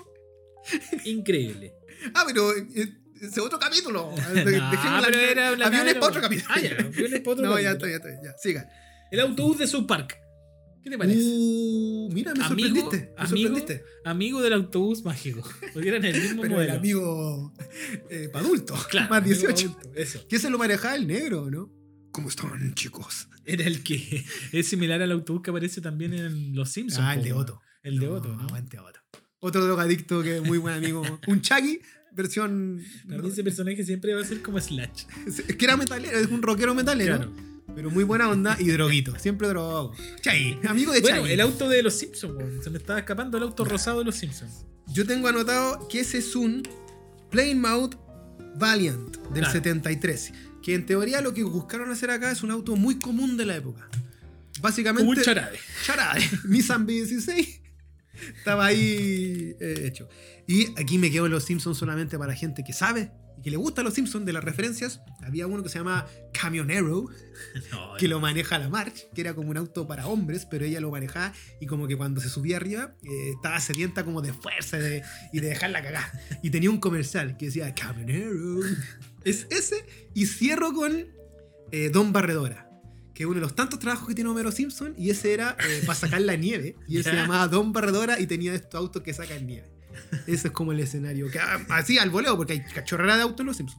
[SPEAKER 1] Increíble.
[SPEAKER 2] Ah, pero eh, ese otro capítulo.
[SPEAKER 1] No,
[SPEAKER 2] Dejemos
[SPEAKER 1] pero
[SPEAKER 2] la-
[SPEAKER 1] era la
[SPEAKER 2] aviones
[SPEAKER 1] nave-
[SPEAKER 2] para otro capítulo.
[SPEAKER 1] Ah, ya, aviones para otro
[SPEAKER 2] No, ya
[SPEAKER 1] capítulo.
[SPEAKER 2] está, ya está. Ya, siga.
[SPEAKER 1] El autobús de South Park. ¿Qué te parece?
[SPEAKER 2] Uh, mira, me
[SPEAKER 1] Amigo-
[SPEAKER 2] sorprendiste. Me
[SPEAKER 1] amigo-
[SPEAKER 2] sorprendiste.
[SPEAKER 1] Amigo del autobús mágico. Porque eran el mismo
[SPEAKER 2] Pero el
[SPEAKER 1] modelo.
[SPEAKER 2] amigo eh, para adultos.
[SPEAKER 1] Claro,
[SPEAKER 2] más
[SPEAKER 1] amigo
[SPEAKER 2] dieciocho.
[SPEAKER 1] adulto, eso.
[SPEAKER 2] Que se lo manejaba el negro, ¿no? ¿Cómo están, chicos?
[SPEAKER 1] Era el que es similar al autobús que aparece también en Los Simpsons.
[SPEAKER 2] Ah, el
[SPEAKER 1] po,
[SPEAKER 2] de
[SPEAKER 1] ¿no?
[SPEAKER 2] Otto.
[SPEAKER 1] El de Otto, ¿no?
[SPEAKER 2] Aguante Otto. Otro drogadicto que es muy buen amigo. Un Chucky, versión.
[SPEAKER 1] Para mí ese personaje siempre va a ser como Slash.
[SPEAKER 2] Es que era metalero, es un rockero metalero.
[SPEAKER 1] Claro.
[SPEAKER 2] Pero muy buena onda y droguito. Siempre drogado. Chucky, amigo de
[SPEAKER 1] Bueno,
[SPEAKER 2] Chucky.
[SPEAKER 1] el auto de Los Simpsons, weón. Se me estaba escapando el auto rosado de Los Simpsons.
[SPEAKER 2] Yo tengo anotado que ese es un Plymouth Valiant del
[SPEAKER 1] Claro.
[SPEAKER 2] setenta y tres. Que en teoría lo que buscaron hacer acá es un auto muy común de la época. Básicamente.
[SPEAKER 1] Como un charade.
[SPEAKER 2] Charade. Nissan B dieciséis. Estaba ahí eh, hecho. Y aquí me quedo en Los Simpsons solamente para gente que sabe y que le gusta Los Simpsons de las referencias. Había uno que se llama Camionero,
[SPEAKER 1] No,
[SPEAKER 2] que lo maneja la Marge, que era como un auto para hombres, pero ella lo manejaba y como que cuando se subía arriba eh, estaba sedienta como de fuerza de, y de dejarla cagar. Y tenía un comercial que decía Camionero. Es ese. Y cierro con eh, Don Barredora, que es uno de los tantos trabajos que tiene Homero Simpson, y ese era eh, para sacar la nieve. Y él se
[SPEAKER 1] Ya.
[SPEAKER 2] llamaba Don Barredora y tenía estos autos que sacan nieve. Ese es como el escenario. Que, ah, así al voleo, porque hay cachorrera de autos en Los Simpsons.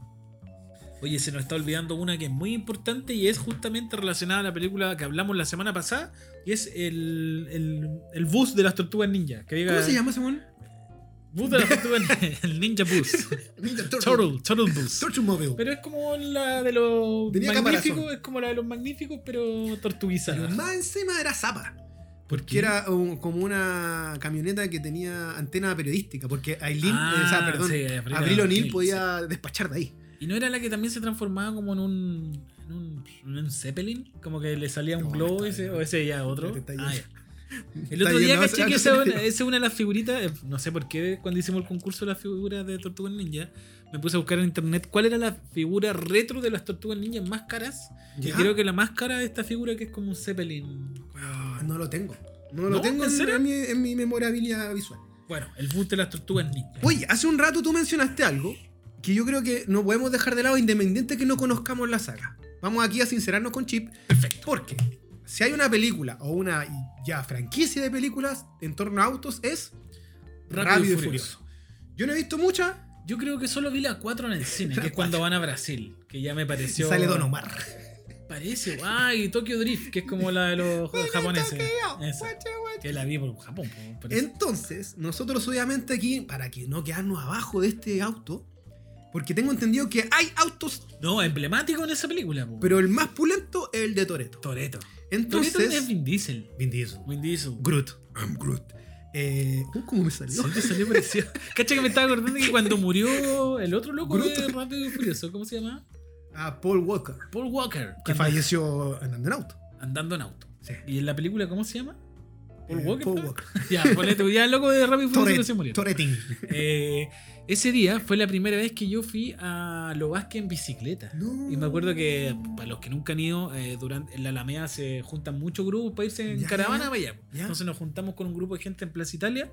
[SPEAKER 1] Oye, se nos está olvidando una que es muy importante y es justamente relacionada a la película que hablamos la semana pasada, y es el, el, el bus de las tortugas ninja. Que diga,
[SPEAKER 2] ¿Cómo se llama ese mon?
[SPEAKER 1] Bus de las tortugas ninja. El ninja bus.
[SPEAKER 2] Ninja Turtle.
[SPEAKER 1] Turtle, Turtle Bus.
[SPEAKER 2] Torture Mobile.
[SPEAKER 1] Pero es como la de los
[SPEAKER 2] Tenía
[SPEAKER 1] magníficos,
[SPEAKER 2] caparazón.
[SPEAKER 1] es como la de los magníficos, pero tortuguizada.
[SPEAKER 2] Pero más encima era Zapa.
[SPEAKER 1] ¿Por
[SPEAKER 2] Que era um, como una camioneta que tenía antena periodística. Porque Aileen,
[SPEAKER 1] Ah,
[SPEAKER 2] eh, o sea, perdón,
[SPEAKER 1] sí, Avril
[SPEAKER 2] Avril O'Neil
[SPEAKER 1] O'Neil,
[SPEAKER 2] podía despachar de ahí.
[SPEAKER 1] ¿Y no era la que también se transformaba como en un, en un, en un Zeppelin? Como que le salía un
[SPEAKER 2] No,
[SPEAKER 1] globo
[SPEAKER 2] está
[SPEAKER 1] ese,
[SPEAKER 2] bien.
[SPEAKER 1] o ese ya otro.
[SPEAKER 2] Te está
[SPEAKER 1] Ah,
[SPEAKER 2] yendo.
[SPEAKER 1] ya. El
[SPEAKER 2] Está
[SPEAKER 1] otro día
[SPEAKER 2] yendo a
[SPEAKER 1] caché
[SPEAKER 2] otro
[SPEAKER 1] que esa,
[SPEAKER 2] sentido.
[SPEAKER 1] esa es una de las figuritas, eh, no sé por qué, cuando hicimos el concurso de las figuras de Tortugas Ninja, me puse a buscar en internet cuál era la figura retro de las Tortugas Ninja más caras. Y
[SPEAKER 2] ¿Ya?
[SPEAKER 1] creo que la más cara es esta figura que es como un Zeppelin.
[SPEAKER 2] Ah, no lo tengo. No lo
[SPEAKER 1] ¿No?
[SPEAKER 2] tengo
[SPEAKER 1] ¿En
[SPEAKER 2] en,
[SPEAKER 1] serio?
[SPEAKER 2] en mi, en mi memorabilia visual.
[SPEAKER 1] Bueno, el bus de las Tortugas Ninja.
[SPEAKER 2] Oye, hace un rato tú mencionaste algo que yo creo que no podemos dejar de lado independiente que no conozcamos la saga. Vamos aquí a sincerarnos con Chip.
[SPEAKER 1] Perfecto.
[SPEAKER 2] Porque si hay una película o una ya franquicia de películas en torno a autos es Rápido, y Furioso. Yo no he visto muchas.
[SPEAKER 1] Yo creo que solo vi la cuatro en el cine, que es cuando van a Brasil, que ya me pareció...
[SPEAKER 2] Sale Don Omar.
[SPEAKER 1] Parece, ah, y Tokyo Drift, que es como la de los japoneses. Esa, que la vi por Japón. po, por eso.
[SPEAKER 2] Entonces, nosotros obviamente aquí, para que no quedarnos abajo de este auto, porque tengo entendido que hay autos,
[SPEAKER 1] No, emblemático en esa película. po.
[SPEAKER 2] pero el más pulento es el de Toretto.
[SPEAKER 1] Toretto. Toretto
[SPEAKER 2] Entonces,
[SPEAKER 1] es Vin Diesel.
[SPEAKER 2] Vin Diesel.
[SPEAKER 1] Vin Diesel.
[SPEAKER 2] Groot. I'm Groot. Eh, uh, ¿Cómo me salió?
[SPEAKER 1] Sí, te salió parecido. Cacha que me estaba acordando que cuando murió el otro loco de
[SPEAKER 2] Groot.
[SPEAKER 1] Rápido y Furioso, ¿cómo se llama?
[SPEAKER 2] A Paul Walker,
[SPEAKER 1] Paul Walker.
[SPEAKER 2] que
[SPEAKER 1] Cuando-
[SPEAKER 2] falleció andando en auto.
[SPEAKER 1] Andando en auto.
[SPEAKER 2] Sí.
[SPEAKER 1] ¿Y en la película cómo se llama? Paul
[SPEAKER 2] Eh,
[SPEAKER 1] Walker.
[SPEAKER 2] Paul
[SPEAKER 1] ¿no?
[SPEAKER 2] Walker.
[SPEAKER 1] Ya, ponle tú. Ya el loco de Rápido y Furioso que se murió.
[SPEAKER 2] Toretting.
[SPEAKER 1] Eh, ese día fue la primera vez que yo fui a Lo Vázquez en bicicleta.
[SPEAKER 2] No.
[SPEAKER 1] Y me acuerdo que, para los que nunca han ido, eh, durante, en la Alameda se juntan muchos grupos para irse en
[SPEAKER 2] Ya,
[SPEAKER 1] caravana
[SPEAKER 2] ya,
[SPEAKER 1] para allá.
[SPEAKER 2] ya.
[SPEAKER 1] Entonces nos juntamos con un grupo de gente en Plaza Italia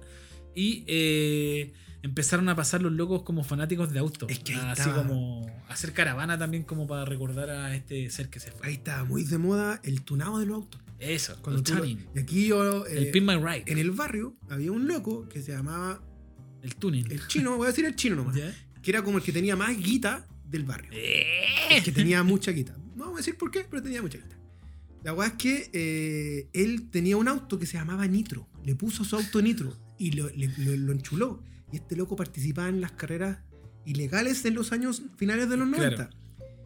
[SPEAKER 1] y eh, empezaron a pasar los locos como fanáticos de autos.
[SPEAKER 2] Es que ahí
[SPEAKER 1] Así
[SPEAKER 2] estaba.
[SPEAKER 1] como hacer caravana también como para recordar a este ser que se fue.
[SPEAKER 2] Ahí estaba muy de moda el tunado de los autos.
[SPEAKER 1] Eso,
[SPEAKER 2] Cuando
[SPEAKER 1] el
[SPEAKER 2] tú lo-
[SPEAKER 1] tuning.
[SPEAKER 2] y aquí yo, eh,
[SPEAKER 1] El Pin My Ride.
[SPEAKER 2] en el barrio, había un loco que se llamaba
[SPEAKER 1] El tuning.
[SPEAKER 2] el chino, voy a decir el chino nomás,
[SPEAKER 1] ¿Ya?
[SPEAKER 2] que era como el que tenía más guita del barrio.
[SPEAKER 1] ¡Eh!
[SPEAKER 2] El que tenía mucha guita. No voy a decir por qué, pero tenía mucha guita. La weá es que eh, él tenía un auto que se llamaba Nitro. Le puso su auto Nitro y lo, le- lo- lo enchuló. Y este loco participaba en las carreras ilegales en los años finales de los noventa.
[SPEAKER 1] Claro.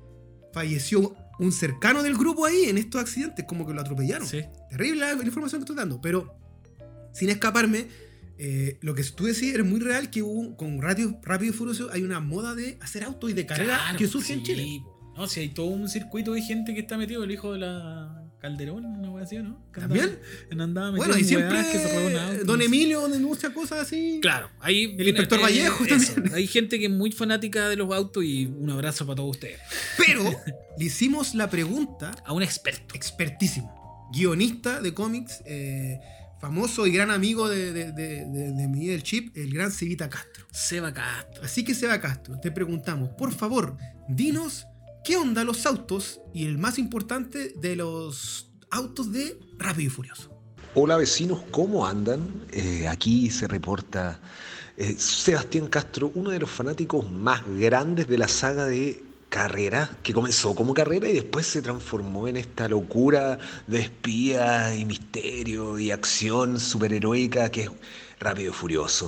[SPEAKER 2] Falleció un cercano del grupo ahí en estos accidentes, como que lo atropellaron.
[SPEAKER 1] Sí.
[SPEAKER 2] Terrible la, la información que estoy dando, pero sin escaparme, eh, lo que tú decís es muy real, que hubo, con Rápido, Rápido y Furioso hay una moda de hacer autos y de carrera
[SPEAKER 1] Claro,
[SPEAKER 2] que surge en
[SPEAKER 1] sí,
[SPEAKER 2] Chile.
[SPEAKER 1] po. No, si hay todo un circuito de gente que está metido, el hijo de la Calderón, una wea así, ¿no? Que
[SPEAKER 2] ¿También?
[SPEAKER 1] Andaba, andaba
[SPEAKER 2] bueno, y siempre
[SPEAKER 1] que se robó un auto,
[SPEAKER 2] Don
[SPEAKER 1] no sé.
[SPEAKER 2] Emilio denuncia cosas así.
[SPEAKER 1] Claro, ahí
[SPEAKER 2] El inspector Vallejo
[SPEAKER 1] eso,
[SPEAKER 2] también.
[SPEAKER 1] hay gente que es muy fanática de los autos y un abrazo para todos ustedes.
[SPEAKER 2] Pero le hicimos la pregunta
[SPEAKER 1] A un experto.
[SPEAKER 2] expertísimo, guionista de cómics, eh, famoso y gran amigo de, de, de, de, de mi del chip, el gran Cevita Castro.
[SPEAKER 1] Seba Castro.
[SPEAKER 2] Así que Seba Castro, te preguntamos, por favor, dinos qué onda los autos y el más importante de los autos de Rápido y Furioso.
[SPEAKER 3] Hola vecinos, ¿cómo andan? Eh, aquí se reporta eh, Sebastián Castro, uno de los fanáticos más grandes de la saga de carrera, que comenzó como carrera y después se transformó en esta locura de espía y misterio y acción superheroica que es Rápido y Furioso.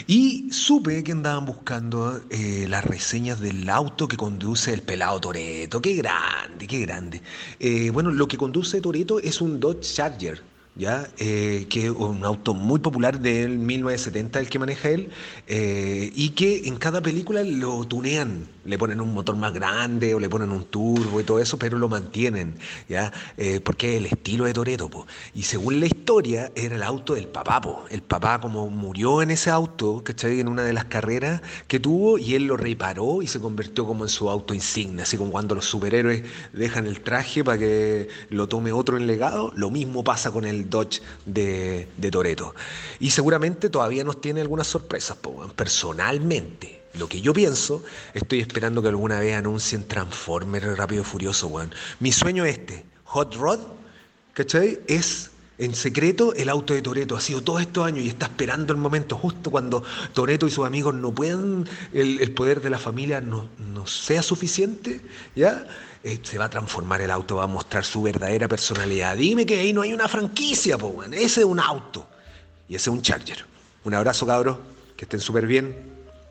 [SPEAKER 3] Y supe que andaban buscando eh, las reseñas del auto que conduce el pelado Toretto. ¡Qué grande, qué grande! Eh, bueno, lo que conduce Toretto es un Dodge Charger, ¿ya? Eh, que es un auto muy popular del mil novecientos setenta, el que maneja él, eh, y que en cada película lo tunean, le ponen un motor más grande o le ponen un turbo y todo eso, pero lo mantienen, ¿ya? Eh, porque es el estilo de Toretto, po. Y según la historia, era el auto del papá, po. El papá como murió en ese auto, ¿cachai? En una de las carreras que tuvo, y él lo reparó y se convirtió como en su auto insignia, así como cuando los superhéroes dejan el traje para que lo tome otro en legado, lo mismo pasa con el Dodge de, de Toretto. Y seguramente todavía nos tiene algunas sorpresas, po. Personalmente, lo que yo pienso, estoy esperando que alguna vez anuncien Transformers Rápido y Furioso, weón. Mi sueño es este, Hot Rod, ¿cachai? Es en secreto el auto de Toretto. Ha sido todos estos años y está esperando el momento justo cuando Toretto y sus amigos no puedan, el, el poder de la familia no, no sea suficiente, ¿ya? Eh, se va a transformar el auto, va a mostrar su verdadera personalidad. Dime que ahí no hay una franquicia, po, weón. Ese es un auto y ese es un Charger. Un abrazo, cabros, que estén súper bien.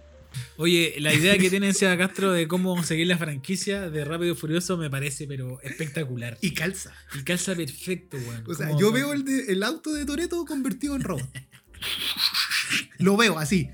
[SPEAKER 1] Oye, la idea que tiene Seba Castro de cómo seguir la franquicia de Rápido y Furioso me parece, pero espectacular.
[SPEAKER 2] Y calza.
[SPEAKER 1] Y calza perfecto, weón.
[SPEAKER 2] O sea,
[SPEAKER 1] Como-
[SPEAKER 2] yo veo el, de- el auto de Toretto convertido en robot. Lo veo así.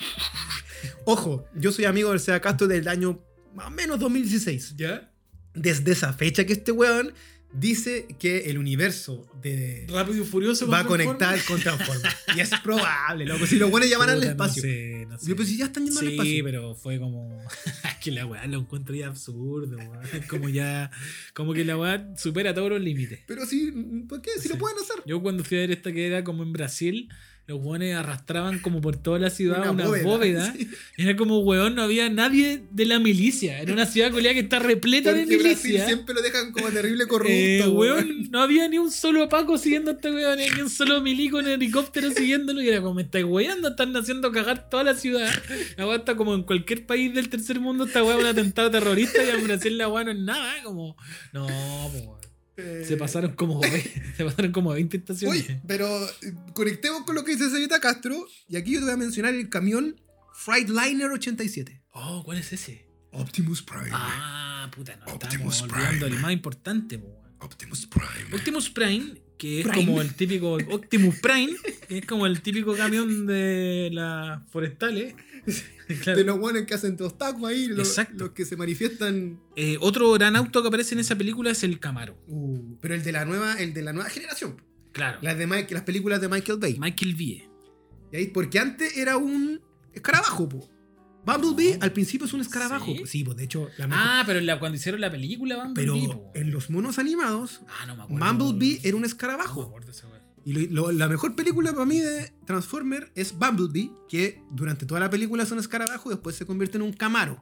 [SPEAKER 2] Ojo, yo soy amigo del Seba Castro del año más o menos dos mil dieciséis.
[SPEAKER 1] ¿Ya?
[SPEAKER 2] Desde esa fecha que este weón dice que el universo de
[SPEAKER 1] Rápido y Furioso
[SPEAKER 2] va a
[SPEAKER 1] con
[SPEAKER 2] conectar con Transformers. Y es probable, loco. Si los buenos ya van al
[SPEAKER 1] Puta,
[SPEAKER 2] espacio.
[SPEAKER 1] No sé, no sé.
[SPEAKER 2] Yo, pues si ya están yendo al
[SPEAKER 1] Sí,
[SPEAKER 2] espacio.
[SPEAKER 1] pero fue como. que la weá lo encuentro ya absurdo, weón. Como ya. Como que la weá supera todos los límites.
[SPEAKER 2] Pero sí, ¿por qué? Si
[SPEAKER 1] Sí.
[SPEAKER 2] lo pueden hacer.
[SPEAKER 1] Yo cuando fui a ver esta que era como en Brasil, los weones arrastraban como por toda la ciudad
[SPEAKER 2] Una
[SPEAKER 1] una,
[SPEAKER 2] bóveda,
[SPEAKER 1] bóveda.
[SPEAKER 2] sí.
[SPEAKER 1] Era como, weón, no había nadie de la milicia. Era una ciudad culiada que está repleta de
[SPEAKER 2] Porque Brasil
[SPEAKER 1] milicia.
[SPEAKER 2] siempre lo dejan como terrible corrupto.
[SPEAKER 1] Eh,
[SPEAKER 2] weón.
[SPEAKER 1] weón, no había ni un solo Paco siguiendo a este weón, ni un solo milico en helicóptero siguiéndolo. Y era como, me estáis weando, están haciendo cagar toda la ciudad. La weá está como en cualquier país del tercer mundo, esta weá es un atentado terrorista y en Brasil la weá no es nada. Como, no, pues weón.
[SPEAKER 2] Eh,
[SPEAKER 1] Se pasaron como se pasaron como veinte estaciones.
[SPEAKER 2] Oye, pero eh, conectemos con lo que dice Cevita Castro. Y aquí yo te voy a mencionar el camión Freightliner ochenta y siete.
[SPEAKER 1] Oh, ¿cuál es ese?
[SPEAKER 2] Optimus Prime.
[SPEAKER 1] Ah, puta, no,
[SPEAKER 2] Optimus
[SPEAKER 1] estamos olvidando
[SPEAKER 2] Prime.
[SPEAKER 1] el más importante, po, weón.
[SPEAKER 2] Optimus Prime.
[SPEAKER 1] Optimus Prime, que es
[SPEAKER 2] Prime.
[SPEAKER 1] como el típico Optimus Prime, que es como el típico camión de las forestales. Claro.
[SPEAKER 2] De los buenos que hacen todos tacos ahí, los,
[SPEAKER 1] Exacto.
[SPEAKER 2] los que se manifiestan.
[SPEAKER 1] Eh, otro gran auto que aparece en esa película es el Camaro.
[SPEAKER 2] Uh, pero el de la nueva, el de la nueva generación.
[SPEAKER 1] Claro.
[SPEAKER 2] Las de Mike, las películas de Michael Bay.
[SPEAKER 1] Michael Vie.
[SPEAKER 2] ¿Y ahí? Porque antes era un escarabajo, po. Bumblebee al principio es un escarabajo.
[SPEAKER 1] ¿Sí?
[SPEAKER 2] po. Sí, pues de hecho, la mejor-
[SPEAKER 1] Ah, pero en la- cuando hicieron la película, Bumblebee,
[SPEAKER 2] pero
[SPEAKER 1] po.
[SPEAKER 2] en los monos animados,
[SPEAKER 1] Ah, no me acuerdo.
[SPEAKER 2] Bumblebee era un
[SPEAKER 1] No me
[SPEAKER 2] escarabajo.
[SPEAKER 1] acuerdo esa weá.
[SPEAKER 2] Y lo- lo- la mejor película para mí de Transformer es Bumblebee, que durante toda la película es un escarabajo y después se convierte en un Camaro.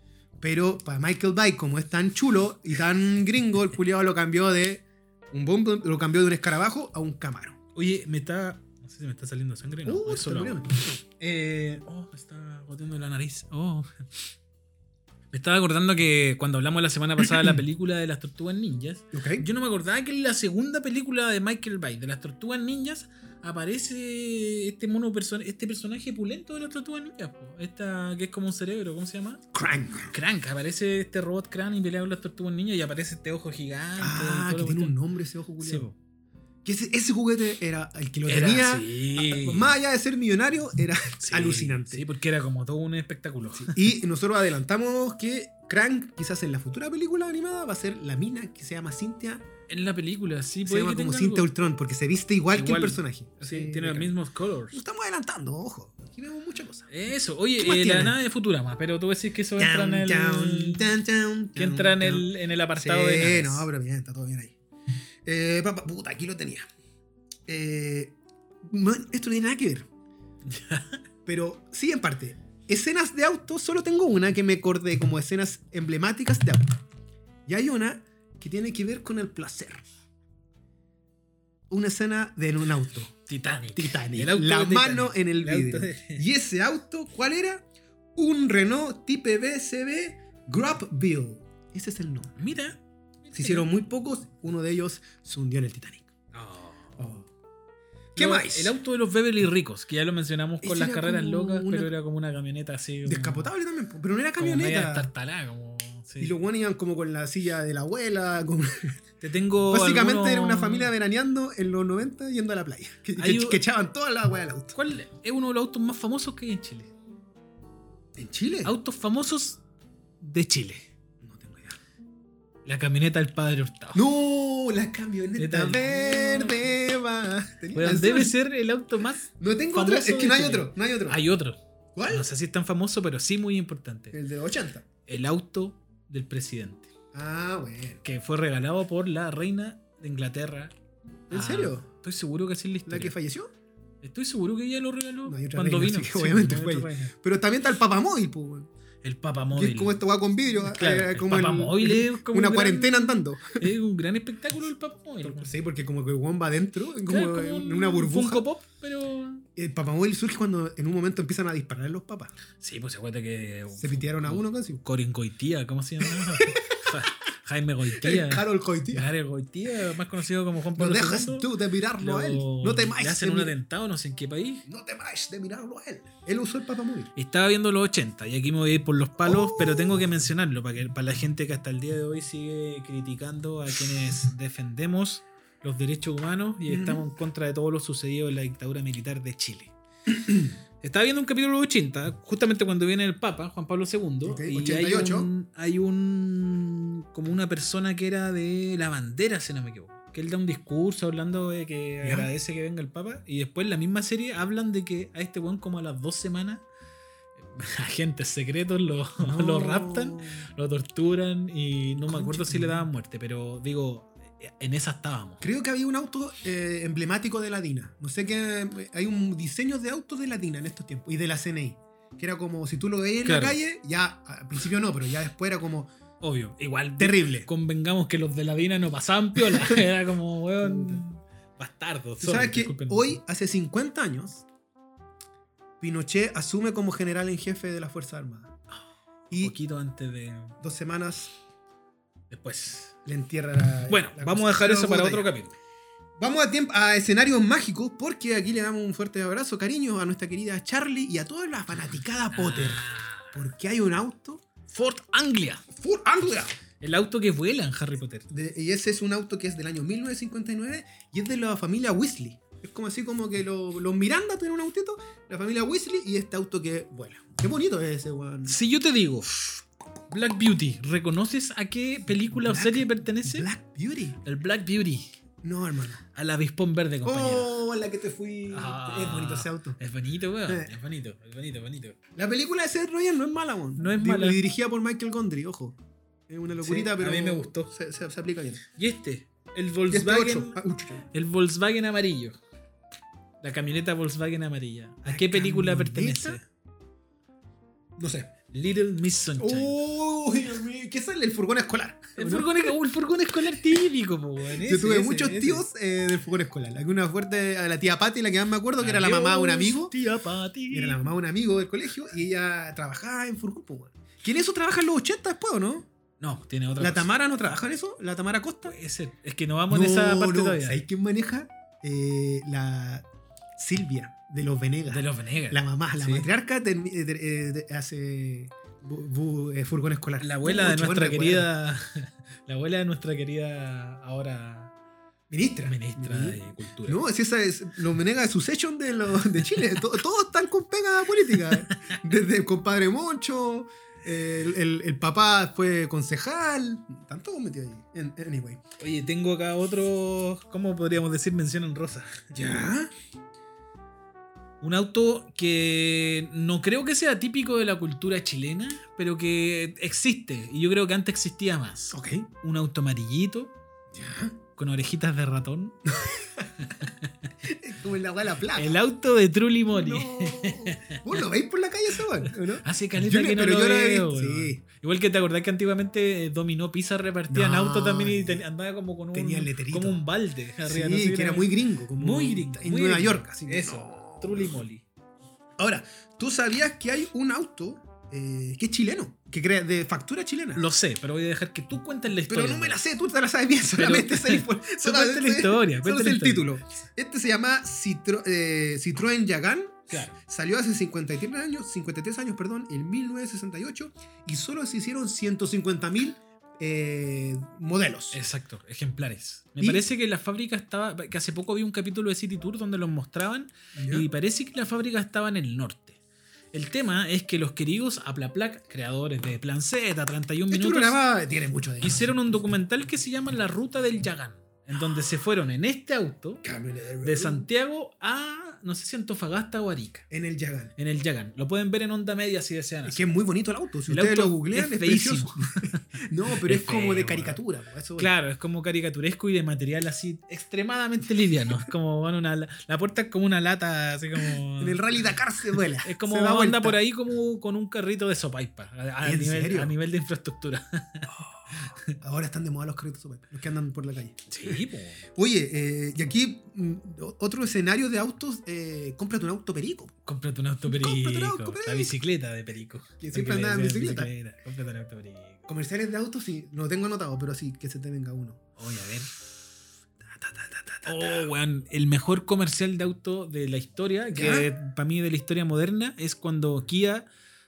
[SPEAKER 2] Pero para Michael Bay, como es tan chulo y tan gringo, el culiado lo cambió de un Bumble, lo cambió de un escarabajo a un Camaro.
[SPEAKER 1] Oye, me está. No sé si me está saliendo sangre. No,
[SPEAKER 2] Uh,
[SPEAKER 1] es solo
[SPEAKER 2] está
[SPEAKER 1] agua.
[SPEAKER 2] muriendo.
[SPEAKER 1] Eh, oh, me está goteando la nariz. Oh. Me estaba acordando que cuando hablamos la semana pasada de la película de las Tortugas Ninjas,
[SPEAKER 2] Ok.
[SPEAKER 1] yo no me acordaba que en la segunda película de Michael Bay, de las Tortugas Ninjas, aparece este mono perso- este personaje pulento de las Tortugas Ninjas. Po. Esta que es como un cerebro, ¿cómo se llama?
[SPEAKER 2] Crank.
[SPEAKER 1] Crank. Aparece este robot Crank y pelea con las Tortugas Ninjas y aparece este ojo gigante. y
[SPEAKER 2] Ah,
[SPEAKER 1] toda la
[SPEAKER 2] que tiene
[SPEAKER 1] cuestión.
[SPEAKER 2] un nombre ese ojo
[SPEAKER 1] Sí,
[SPEAKER 2] culiado.
[SPEAKER 1] po.
[SPEAKER 2] Que ese, ese juguete era el que lo
[SPEAKER 1] Era
[SPEAKER 2] tenía.
[SPEAKER 1] así.
[SPEAKER 2] Más allá de ser millonario, era
[SPEAKER 1] Sí,
[SPEAKER 2] alucinante.
[SPEAKER 1] Sí, porque era como todo un espectáculo.
[SPEAKER 2] Y nosotros adelantamos que Krang, quizás en la futura película animada, va a ser la mina que se llama Cynthia.
[SPEAKER 1] En la película, sí,
[SPEAKER 2] Se
[SPEAKER 1] puede
[SPEAKER 2] llama
[SPEAKER 1] que
[SPEAKER 2] como
[SPEAKER 1] tenga
[SPEAKER 2] Cynthia
[SPEAKER 1] algo.
[SPEAKER 2] Ultron, porque se viste igual,
[SPEAKER 1] Igual.
[SPEAKER 2] que el personaje.
[SPEAKER 1] Sí,
[SPEAKER 2] Así,
[SPEAKER 1] tiene los
[SPEAKER 2] bacán.
[SPEAKER 1] mismos colors.
[SPEAKER 2] Nos estamos adelantando, ojo. Aquí vemos muchas cosas.
[SPEAKER 1] Eso, oye,
[SPEAKER 2] ¿Qué más
[SPEAKER 1] eh, la
[SPEAKER 2] tiene?
[SPEAKER 1] nave de Futurama, pero tú decís que eso entra en el.
[SPEAKER 2] Down, down, down,
[SPEAKER 1] que entra en
[SPEAKER 2] down.
[SPEAKER 1] el, en el apartado
[SPEAKER 2] Sí,
[SPEAKER 1] de naves.
[SPEAKER 2] no, pero bien, está todo bien ahí. Eh, pa, pa, puta, aquí lo tenía. Eh, man, esto no tiene nada que ver. Pero sí, en parte. Escenas de auto, solo tengo una que me acordé como escenas emblemáticas de auto. Y hay una que tiene que ver con el placer. Una escena de un auto.
[SPEAKER 1] Titanic.
[SPEAKER 2] Titanic.
[SPEAKER 1] El auto
[SPEAKER 2] La
[SPEAKER 1] de
[SPEAKER 2] mano
[SPEAKER 1] Titanic.
[SPEAKER 2] en el
[SPEAKER 1] El
[SPEAKER 2] vidrio.
[SPEAKER 1] auto de-
[SPEAKER 2] Y ese auto, ¿cuál era? Un Renault Type B C B Grubville. Ese es el nombre.
[SPEAKER 1] Mira.
[SPEAKER 2] Se hicieron muy pocos, uno de ellos se hundió en el Titanic.
[SPEAKER 1] Oh.
[SPEAKER 2] ¿Qué
[SPEAKER 1] No,
[SPEAKER 2] más?
[SPEAKER 1] El auto de los Beverly Ricos, que ya lo mencionamos con
[SPEAKER 2] Ese
[SPEAKER 1] las
[SPEAKER 2] era
[SPEAKER 1] carreras
[SPEAKER 2] como
[SPEAKER 1] locas,
[SPEAKER 2] una-
[SPEAKER 1] pero era como una camioneta así. como-
[SPEAKER 2] Descapotable también, po, pero no era
[SPEAKER 1] como media
[SPEAKER 2] camioneta.
[SPEAKER 1] tartalá, como. sí.
[SPEAKER 2] Y los buenos iban como con la silla de la abuela. Como...
[SPEAKER 1] Te tengo.
[SPEAKER 2] Básicamente
[SPEAKER 1] algunos-
[SPEAKER 2] era una familia veraneando en los noventa yendo a la playa. Que,
[SPEAKER 1] Hay
[SPEAKER 2] que-
[SPEAKER 1] un-
[SPEAKER 2] que echaban toda la agua del auto.
[SPEAKER 1] ¿Cuál es uno de los autos más famosos que hay en Chile?
[SPEAKER 2] ¿En Chile?
[SPEAKER 1] Autos famosos de Chile.
[SPEAKER 2] No tengo idea.
[SPEAKER 1] La camioneta del padre Hurtado.
[SPEAKER 2] No, la camioneta
[SPEAKER 1] Neta.
[SPEAKER 2] verde va. Tenía
[SPEAKER 1] Weón,
[SPEAKER 2] razón.
[SPEAKER 1] debe ser el auto más.
[SPEAKER 2] No tengo
[SPEAKER 1] famoso
[SPEAKER 2] otra. Es que
[SPEAKER 1] de
[SPEAKER 2] no hay
[SPEAKER 1] Chile.
[SPEAKER 2] otro. No hay otro.
[SPEAKER 1] Hay otro.
[SPEAKER 2] ¿Cuál?
[SPEAKER 1] No sé si es tan famoso, pero sí muy importante.
[SPEAKER 2] El de los ochenta.
[SPEAKER 1] El auto del presidente.
[SPEAKER 2] Ah, bueno.
[SPEAKER 1] Que fue regalado por la reina de Inglaterra.
[SPEAKER 2] ¿En
[SPEAKER 1] Ah,
[SPEAKER 2] serio?
[SPEAKER 1] Estoy seguro que así es la
[SPEAKER 2] ¿La
[SPEAKER 1] historia.
[SPEAKER 2] que falleció?
[SPEAKER 1] Estoy seguro que ella lo regaló
[SPEAKER 2] No, hay otra
[SPEAKER 1] cuando
[SPEAKER 2] reina,
[SPEAKER 1] vino.
[SPEAKER 2] así que obviamente
[SPEAKER 1] hay
[SPEAKER 2] fue
[SPEAKER 1] otra
[SPEAKER 2] ella.
[SPEAKER 1] reina.
[SPEAKER 2] Pero también está el papamóvil, pues, weón.
[SPEAKER 1] El Papa
[SPEAKER 2] Que
[SPEAKER 1] Móvil.
[SPEAKER 2] es como esto va con vidrio.
[SPEAKER 1] Claro,
[SPEAKER 2] eh,
[SPEAKER 1] el
[SPEAKER 2] como
[SPEAKER 1] papamóvil es como
[SPEAKER 2] una
[SPEAKER 1] un gran-
[SPEAKER 2] cuarentena andando.
[SPEAKER 1] Es un gran espectáculo el Papa Móvil.
[SPEAKER 2] Sí, porque como que el weón va adentro, como,
[SPEAKER 1] Claro,
[SPEAKER 2] en
[SPEAKER 1] como
[SPEAKER 2] una
[SPEAKER 1] un
[SPEAKER 2] burbuja.
[SPEAKER 1] Funko Pop, pero.
[SPEAKER 2] El papamóvil surge cuando en un momento empiezan a disparar los papas.
[SPEAKER 1] Sí, pues se acuerda que.
[SPEAKER 2] Se pitearon a uno casi.
[SPEAKER 1] Corin Goitía, ¿cómo se llama? Ja- Jaime Goitía.
[SPEAKER 2] Carol Coitía.
[SPEAKER 1] Carol Goitía, más conocido como Juan
[SPEAKER 2] No
[SPEAKER 1] Pablo
[SPEAKER 2] dejas
[SPEAKER 1] segundo.
[SPEAKER 2] tú de mirarlo a él.
[SPEAKER 1] Lo-
[SPEAKER 2] No
[SPEAKER 1] Le
[SPEAKER 2] temáis
[SPEAKER 1] hacen
[SPEAKER 2] de
[SPEAKER 1] un
[SPEAKER 2] mi-
[SPEAKER 1] atentado, no sé en qué país.
[SPEAKER 2] No temáis de mirarlo a él. Él usó el papamóvil.
[SPEAKER 1] Estaba viendo los ochenta y aquí me voy a ir por los palos,
[SPEAKER 2] Oh.
[SPEAKER 1] pero tengo que mencionarlo para, que, para la gente que hasta el día de hoy sigue criticando a quienes defendemos los derechos humanos y
[SPEAKER 2] Ujú.
[SPEAKER 1] estamos en contra de todo lo sucedido en la dictadura militar de Chile. Estaba viendo un capítulo de los ochenta, justamente cuando viene el Papa, Juan Pablo segundo,
[SPEAKER 2] Ok,
[SPEAKER 1] y
[SPEAKER 2] ochenta y ocho.
[SPEAKER 1] hay un, hay un como una persona que era de la bandera, si no me equivoco. Que él da un discurso hablando de que
[SPEAKER 2] Ya.
[SPEAKER 1] agradece que venga el Papa. Y después en la misma serie hablan de que a este weón como a las dos semanas agentes secretos lo, lo raptan, lo torturan y no me acuerdo
[SPEAKER 2] Concha
[SPEAKER 1] si le
[SPEAKER 2] tu
[SPEAKER 1] daban muerte. Pero digo, en esa estábamos.
[SPEAKER 2] Creo que había un auto eh, emblemático de la DINA. No sé qué. Hay un diseño de autos de la DINA en estos tiempos. Y de la C N I. Que era como si tú lo veías en
[SPEAKER 1] Claro.
[SPEAKER 2] la calle, ya al principio no, pero ya después era como
[SPEAKER 1] Obvio, igual
[SPEAKER 2] terrible.
[SPEAKER 1] convengamos que los de la DINA no pasaban piola. Era como, weón, bastardos.
[SPEAKER 2] Tú
[SPEAKER 1] sorry,
[SPEAKER 2] sabes que
[SPEAKER 1] disculpen.
[SPEAKER 2] hoy, hace cincuenta años, Pinochet asume como general en jefe de las Fuerzas Armadas.
[SPEAKER 1] Un
[SPEAKER 2] Y
[SPEAKER 1] poquito antes de.
[SPEAKER 2] dos semanas
[SPEAKER 1] Después.
[SPEAKER 2] le entierra la.
[SPEAKER 1] Bueno,
[SPEAKER 2] la
[SPEAKER 1] vamos
[SPEAKER 2] cosa.
[SPEAKER 1] a dejar
[SPEAKER 2] Pero
[SPEAKER 1] eso para
[SPEAKER 2] puta
[SPEAKER 1] otro
[SPEAKER 2] ya.
[SPEAKER 1] capítulo.
[SPEAKER 2] Vamos a, tiemp- a escenarios mágicos porque aquí le damos un fuerte abrazo, cariño, a nuestra querida Charlie y a toda la fanaticada Potter.
[SPEAKER 1] Ah,
[SPEAKER 2] Porque hay un auto.
[SPEAKER 1] Fort Anglia.
[SPEAKER 2] Full Anglia.
[SPEAKER 1] El auto que vuela en Harry Potter.
[SPEAKER 2] De- y ese es un auto que es del año mil novecientos cincuenta y nueve y es de la familia Weasley. Es como así como que lo- los Miranda tienen un autito, la familia Weasley y este auto que vuela. Qué bonito es ese, weón.
[SPEAKER 1] Si yo te digo, Black Beauty, ¿reconoces a qué película o
[SPEAKER 2] Black-
[SPEAKER 1] serie pertenece?
[SPEAKER 2] Black Beauty.
[SPEAKER 1] El Black Beauty.
[SPEAKER 2] No, hermano.
[SPEAKER 1] Al avispón verde, compañero.
[SPEAKER 2] Oh, la que te fui.
[SPEAKER 1] Ah,
[SPEAKER 2] Es bonito ese auto.
[SPEAKER 1] Es bonito, weón.
[SPEAKER 2] Eh.
[SPEAKER 1] Es bonito, es bonito, es bonito.
[SPEAKER 2] La película de Seth Rogen no es mala, weón.
[SPEAKER 1] No es
[SPEAKER 2] Di-
[SPEAKER 1] mala.
[SPEAKER 2] Dirigida por Michael Gondry, ojo. Es una locurita,
[SPEAKER 1] Sí,
[SPEAKER 2] pero.
[SPEAKER 1] a mí me gustó.
[SPEAKER 2] Se, se- se aplica bien.
[SPEAKER 1] Y este, el
[SPEAKER 2] Y este
[SPEAKER 1] Volkswagen.
[SPEAKER 2] ocho. Ah, uy, chucha.
[SPEAKER 1] El Volkswagen amarillo. La camioneta Volkswagen amarilla. ¿A qué película
[SPEAKER 2] camioneta?
[SPEAKER 1] pertenece?
[SPEAKER 2] No sé.
[SPEAKER 1] Little Miss Sunshine.
[SPEAKER 2] Uy, Dios mío. ¿Qué sale? El furgón escolar.
[SPEAKER 1] el, furgón, oh, el furgón escolar típico, po, weón.
[SPEAKER 2] Yo
[SPEAKER 1] Ese,
[SPEAKER 2] tuve
[SPEAKER 1] ese,
[SPEAKER 2] muchos
[SPEAKER 1] ese.
[SPEAKER 2] tíos eh, del furgón escolar. Alguna fuerte a la tía Patty, la que más me acuerdo, que era la mamá de un
[SPEAKER 1] Adiós,
[SPEAKER 2] amigo.
[SPEAKER 1] Tía Patty.
[SPEAKER 2] Era la mamá de un amigo del colegio y ella trabajaba en furgón, pues, weón. ¿Que en eso trabaja en los ochenta después o no?
[SPEAKER 1] No, tiene otra
[SPEAKER 2] ¿La
[SPEAKER 1] cosa.
[SPEAKER 2] Tamara no trabaja en eso? ¿La Tamara Costa?
[SPEAKER 1] Puede ser. Es que no vamos en esa parte
[SPEAKER 2] no.
[SPEAKER 1] todavía.
[SPEAKER 2] ¿Sabéis quién maneja? Eh, la Silvia de los Venegas.
[SPEAKER 1] De los Venegas.
[SPEAKER 2] La mamá, la
[SPEAKER 1] Sí.
[SPEAKER 2] matriarca de- de- de- de- hace bu- bu- eh, furgón escolar.
[SPEAKER 1] La abuela de
[SPEAKER 2] Mucho buen
[SPEAKER 1] nuestra
[SPEAKER 2] recuerdo.
[SPEAKER 1] querida. La abuela de nuestra querida ahora
[SPEAKER 2] Ministra.
[SPEAKER 1] ministra
[SPEAKER 2] Sí.
[SPEAKER 1] de Cultura.
[SPEAKER 2] No, si esa es los Venegas de Succession de, los, de Chile. To- todos están con pega política. Desde el compadre Moncho, El, el, el papá fue concejal. Tanto metido ahí. Anyway.
[SPEAKER 1] Oye, tengo acá otro, ¿cómo podríamos decir? Mención en rosa.
[SPEAKER 2] ¿Ya?
[SPEAKER 1] Un auto que no creo que sea típico de la cultura chilena, pero que existe. Y yo creo que antes existía más.
[SPEAKER 2] Ok.
[SPEAKER 1] Un auto amarillito.
[SPEAKER 2] ¿Ya?
[SPEAKER 1] Con orejitas de ratón.
[SPEAKER 2] Como en la bala plata.
[SPEAKER 1] El auto de Trulli Moli.
[SPEAKER 2] No. ¿Vos lo veis por la calle ese weón, o no?
[SPEAKER 1] Hace caleta
[SPEAKER 2] Yo
[SPEAKER 1] que
[SPEAKER 2] no-
[SPEAKER 1] no
[SPEAKER 2] pero
[SPEAKER 1] lo
[SPEAKER 2] yo lo he
[SPEAKER 1] veo,
[SPEAKER 2] visto,
[SPEAKER 1] weón.
[SPEAKER 2] sí.
[SPEAKER 1] Igual que te acordás que antiguamente eh, Dominó Pizza repartían
[SPEAKER 2] No.
[SPEAKER 1] auto también y ten- andaba como con un,
[SPEAKER 2] Tenía el letrerito.
[SPEAKER 1] como un balde arriba.
[SPEAKER 2] Sí,
[SPEAKER 1] no sé,
[SPEAKER 2] que era muy gringo. Como
[SPEAKER 1] muy gringo.
[SPEAKER 2] En
[SPEAKER 1] muy
[SPEAKER 2] Nueva
[SPEAKER 1] gringo.
[SPEAKER 2] York. Así que
[SPEAKER 1] Eso,
[SPEAKER 2] no.
[SPEAKER 1] Trulli Moli.
[SPEAKER 2] Ahora, ¿tú sabías que hay un auto eh, que es chileno? Que crea de factura chilena.
[SPEAKER 1] Lo sé, pero voy a dejar que tú cuentes la historia.
[SPEAKER 2] Pero no me la sé, tú te la sabes bien. Solamente sé el, solamente
[SPEAKER 1] cuenta la
[SPEAKER 2] sé-
[SPEAKER 1] historia,
[SPEAKER 2] solo
[SPEAKER 1] cuenta
[SPEAKER 2] sé
[SPEAKER 1] la
[SPEAKER 2] el
[SPEAKER 1] historia.
[SPEAKER 2] título. Este se llama Citro- eh, Citroën Yagan.
[SPEAKER 1] Claro.
[SPEAKER 2] Salió hace cincuenta y tres años, cincuenta y tres años, perdón, en mil novecientos sesenta y ocho y solo se hicieron ciento cincuenta mil eh, modelos.
[SPEAKER 1] Exacto, ejemplares. Me
[SPEAKER 2] Y-
[SPEAKER 1] parece que la fábrica estaba. Que hace poco vi un capítulo de City Tour donde los mostraban.
[SPEAKER 2] ¿Ya?
[SPEAKER 1] Y parece que la fábrica estaba en el norte. El tema es que los queridos Aplaplac, creadores de Plan Z, treinta y un
[SPEAKER 2] Este
[SPEAKER 1] minutos,
[SPEAKER 2] programa tiene mucho de
[SPEAKER 1] hicieron un documental que se llama La Ruta del Yagán, en donde se fueron en este auto de Santiago a, no sé si Antofagasta o Arica,
[SPEAKER 2] en el Yagan.
[SPEAKER 1] en el Yagán. Lo pueden ver en Onda Media si desean.
[SPEAKER 2] Es que es muy bonito el auto. Si
[SPEAKER 1] El
[SPEAKER 2] ustedes
[SPEAKER 1] auto
[SPEAKER 2] lo googlean,
[SPEAKER 1] es
[SPEAKER 2] es,
[SPEAKER 1] feísimo.
[SPEAKER 2] precioso. No, pero
[SPEAKER 1] Es
[SPEAKER 2] es, como de
[SPEAKER 1] feo,
[SPEAKER 2] caricatura. po, Eso,
[SPEAKER 1] Claro, es como caricaturesco y de material así extremadamente liviano. Es como, bueno, una, la puerta es como una lata, así como...
[SPEAKER 2] En el Rally Dakar se vuela.
[SPEAKER 1] Es como
[SPEAKER 2] se da
[SPEAKER 1] anda
[SPEAKER 2] vuelta.
[SPEAKER 1] por ahí como con un carrito de sopaipa a, a
[SPEAKER 2] ¿En
[SPEAKER 1] nivel,
[SPEAKER 2] serio?
[SPEAKER 1] a nivel de infraestructura.
[SPEAKER 2] Ahora están de moda los carritos super, los que andan por la calle.
[SPEAKER 1] Sí, po.
[SPEAKER 2] Oye, eh, y aquí mm, otro escenario de autos, eh, cómprate un auto perico.
[SPEAKER 1] Cómprate un auto
[SPEAKER 2] Cómprate un
[SPEAKER 1] perico.
[SPEAKER 2] auto perico.
[SPEAKER 1] La bicicleta de perico.
[SPEAKER 2] Que siempre
[SPEAKER 1] Para
[SPEAKER 2] andaba en
[SPEAKER 1] le digan
[SPEAKER 2] bicicleta.
[SPEAKER 1] Cómprate un auto perico.
[SPEAKER 2] Comerciales de autos, sí, no lo tengo anotado, pero sí, que se te venga uno.
[SPEAKER 1] Oye, a ver.
[SPEAKER 2] Ta, ta, ta, ta, ta, ta.
[SPEAKER 1] Oh, weón. El mejor comercial de auto de la historia, que para mí de la historia moderna, es cuando Kia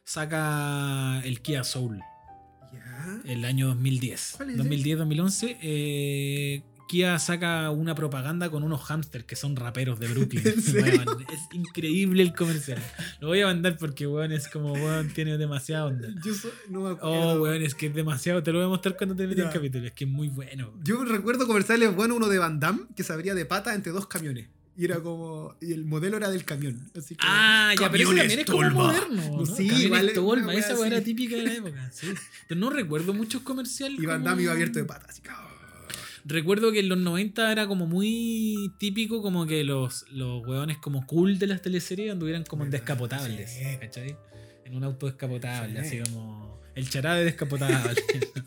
[SPEAKER 1] saca el Kia Soul.
[SPEAKER 2] Ya.
[SPEAKER 1] El año dos mil diez.
[SPEAKER 2] ¿Cuál es
[SPEAKER 1] dos mil diez dos mil once. Eh, Kia saca una propaganda con unos hamsters que son raperos de Brooklyn.
[SPEAKER 2] ¿En serio?
[SPEAKER 1] Weón, es increíble el comercial. Lo voy a mandar porque, weón, es como, weón, tiene demasiada onda.
[SPEAKER 2] Yo so- no me acuerdo.
[SPEAKER 1] Oh, weón, es que es demasiado. Te lo voy a mostrar cuando te meta el
[SPEAKER 2] Ya.
[SPEAKER 1] capítulo. Es que es muy bueno.
[SPEAKER 2] Yo recuerdo comerciales, bueno, uno de Van Damme que se abría de pata entre dos camiones. Y era como. Y el modelo era del camión. Así que,
[SPEAKER 1] Ah, ya, pero ese
[SPEAKER 2] Camiones
[SPEAKER 1] también es como
[SPEAKER 2] Tolma.
[SPEAKER 1] moderno. ¿no?
[SPEAKER 2] Sí,
[SPEAKER 1] Camiones
[SPEAKER 2] vale,
[SPEAKER 1] Tolma,
[SPEAKER 2] una wea
[SPEAKER 1] esa weá era
[SPEAKER 2] así.
[SPEAKER 1] típica de la época. Sí. Pero no recuerdo muchos comerciales.
[SPEAKER 2] Y Van
[SPEAKER 1] como-
[SPEAKER 2] Damme iba abierto de pata. Así que, ah.
[SPEAKER 1] Recuerdo que en los noventa era como muy típico como que los, los hueones como cool de las teleseries anduvieran como en
[SPEAKER 2] ¿Verdad?
[SPEAKER 1] descapotables,
[SPEAKER 2] Sí.
[SPEAKER 1] ¿cachai? En un auto descapotable,
[SPEAKER 2] Sí.
[SPEAKER 1] así como el chará de descapotable.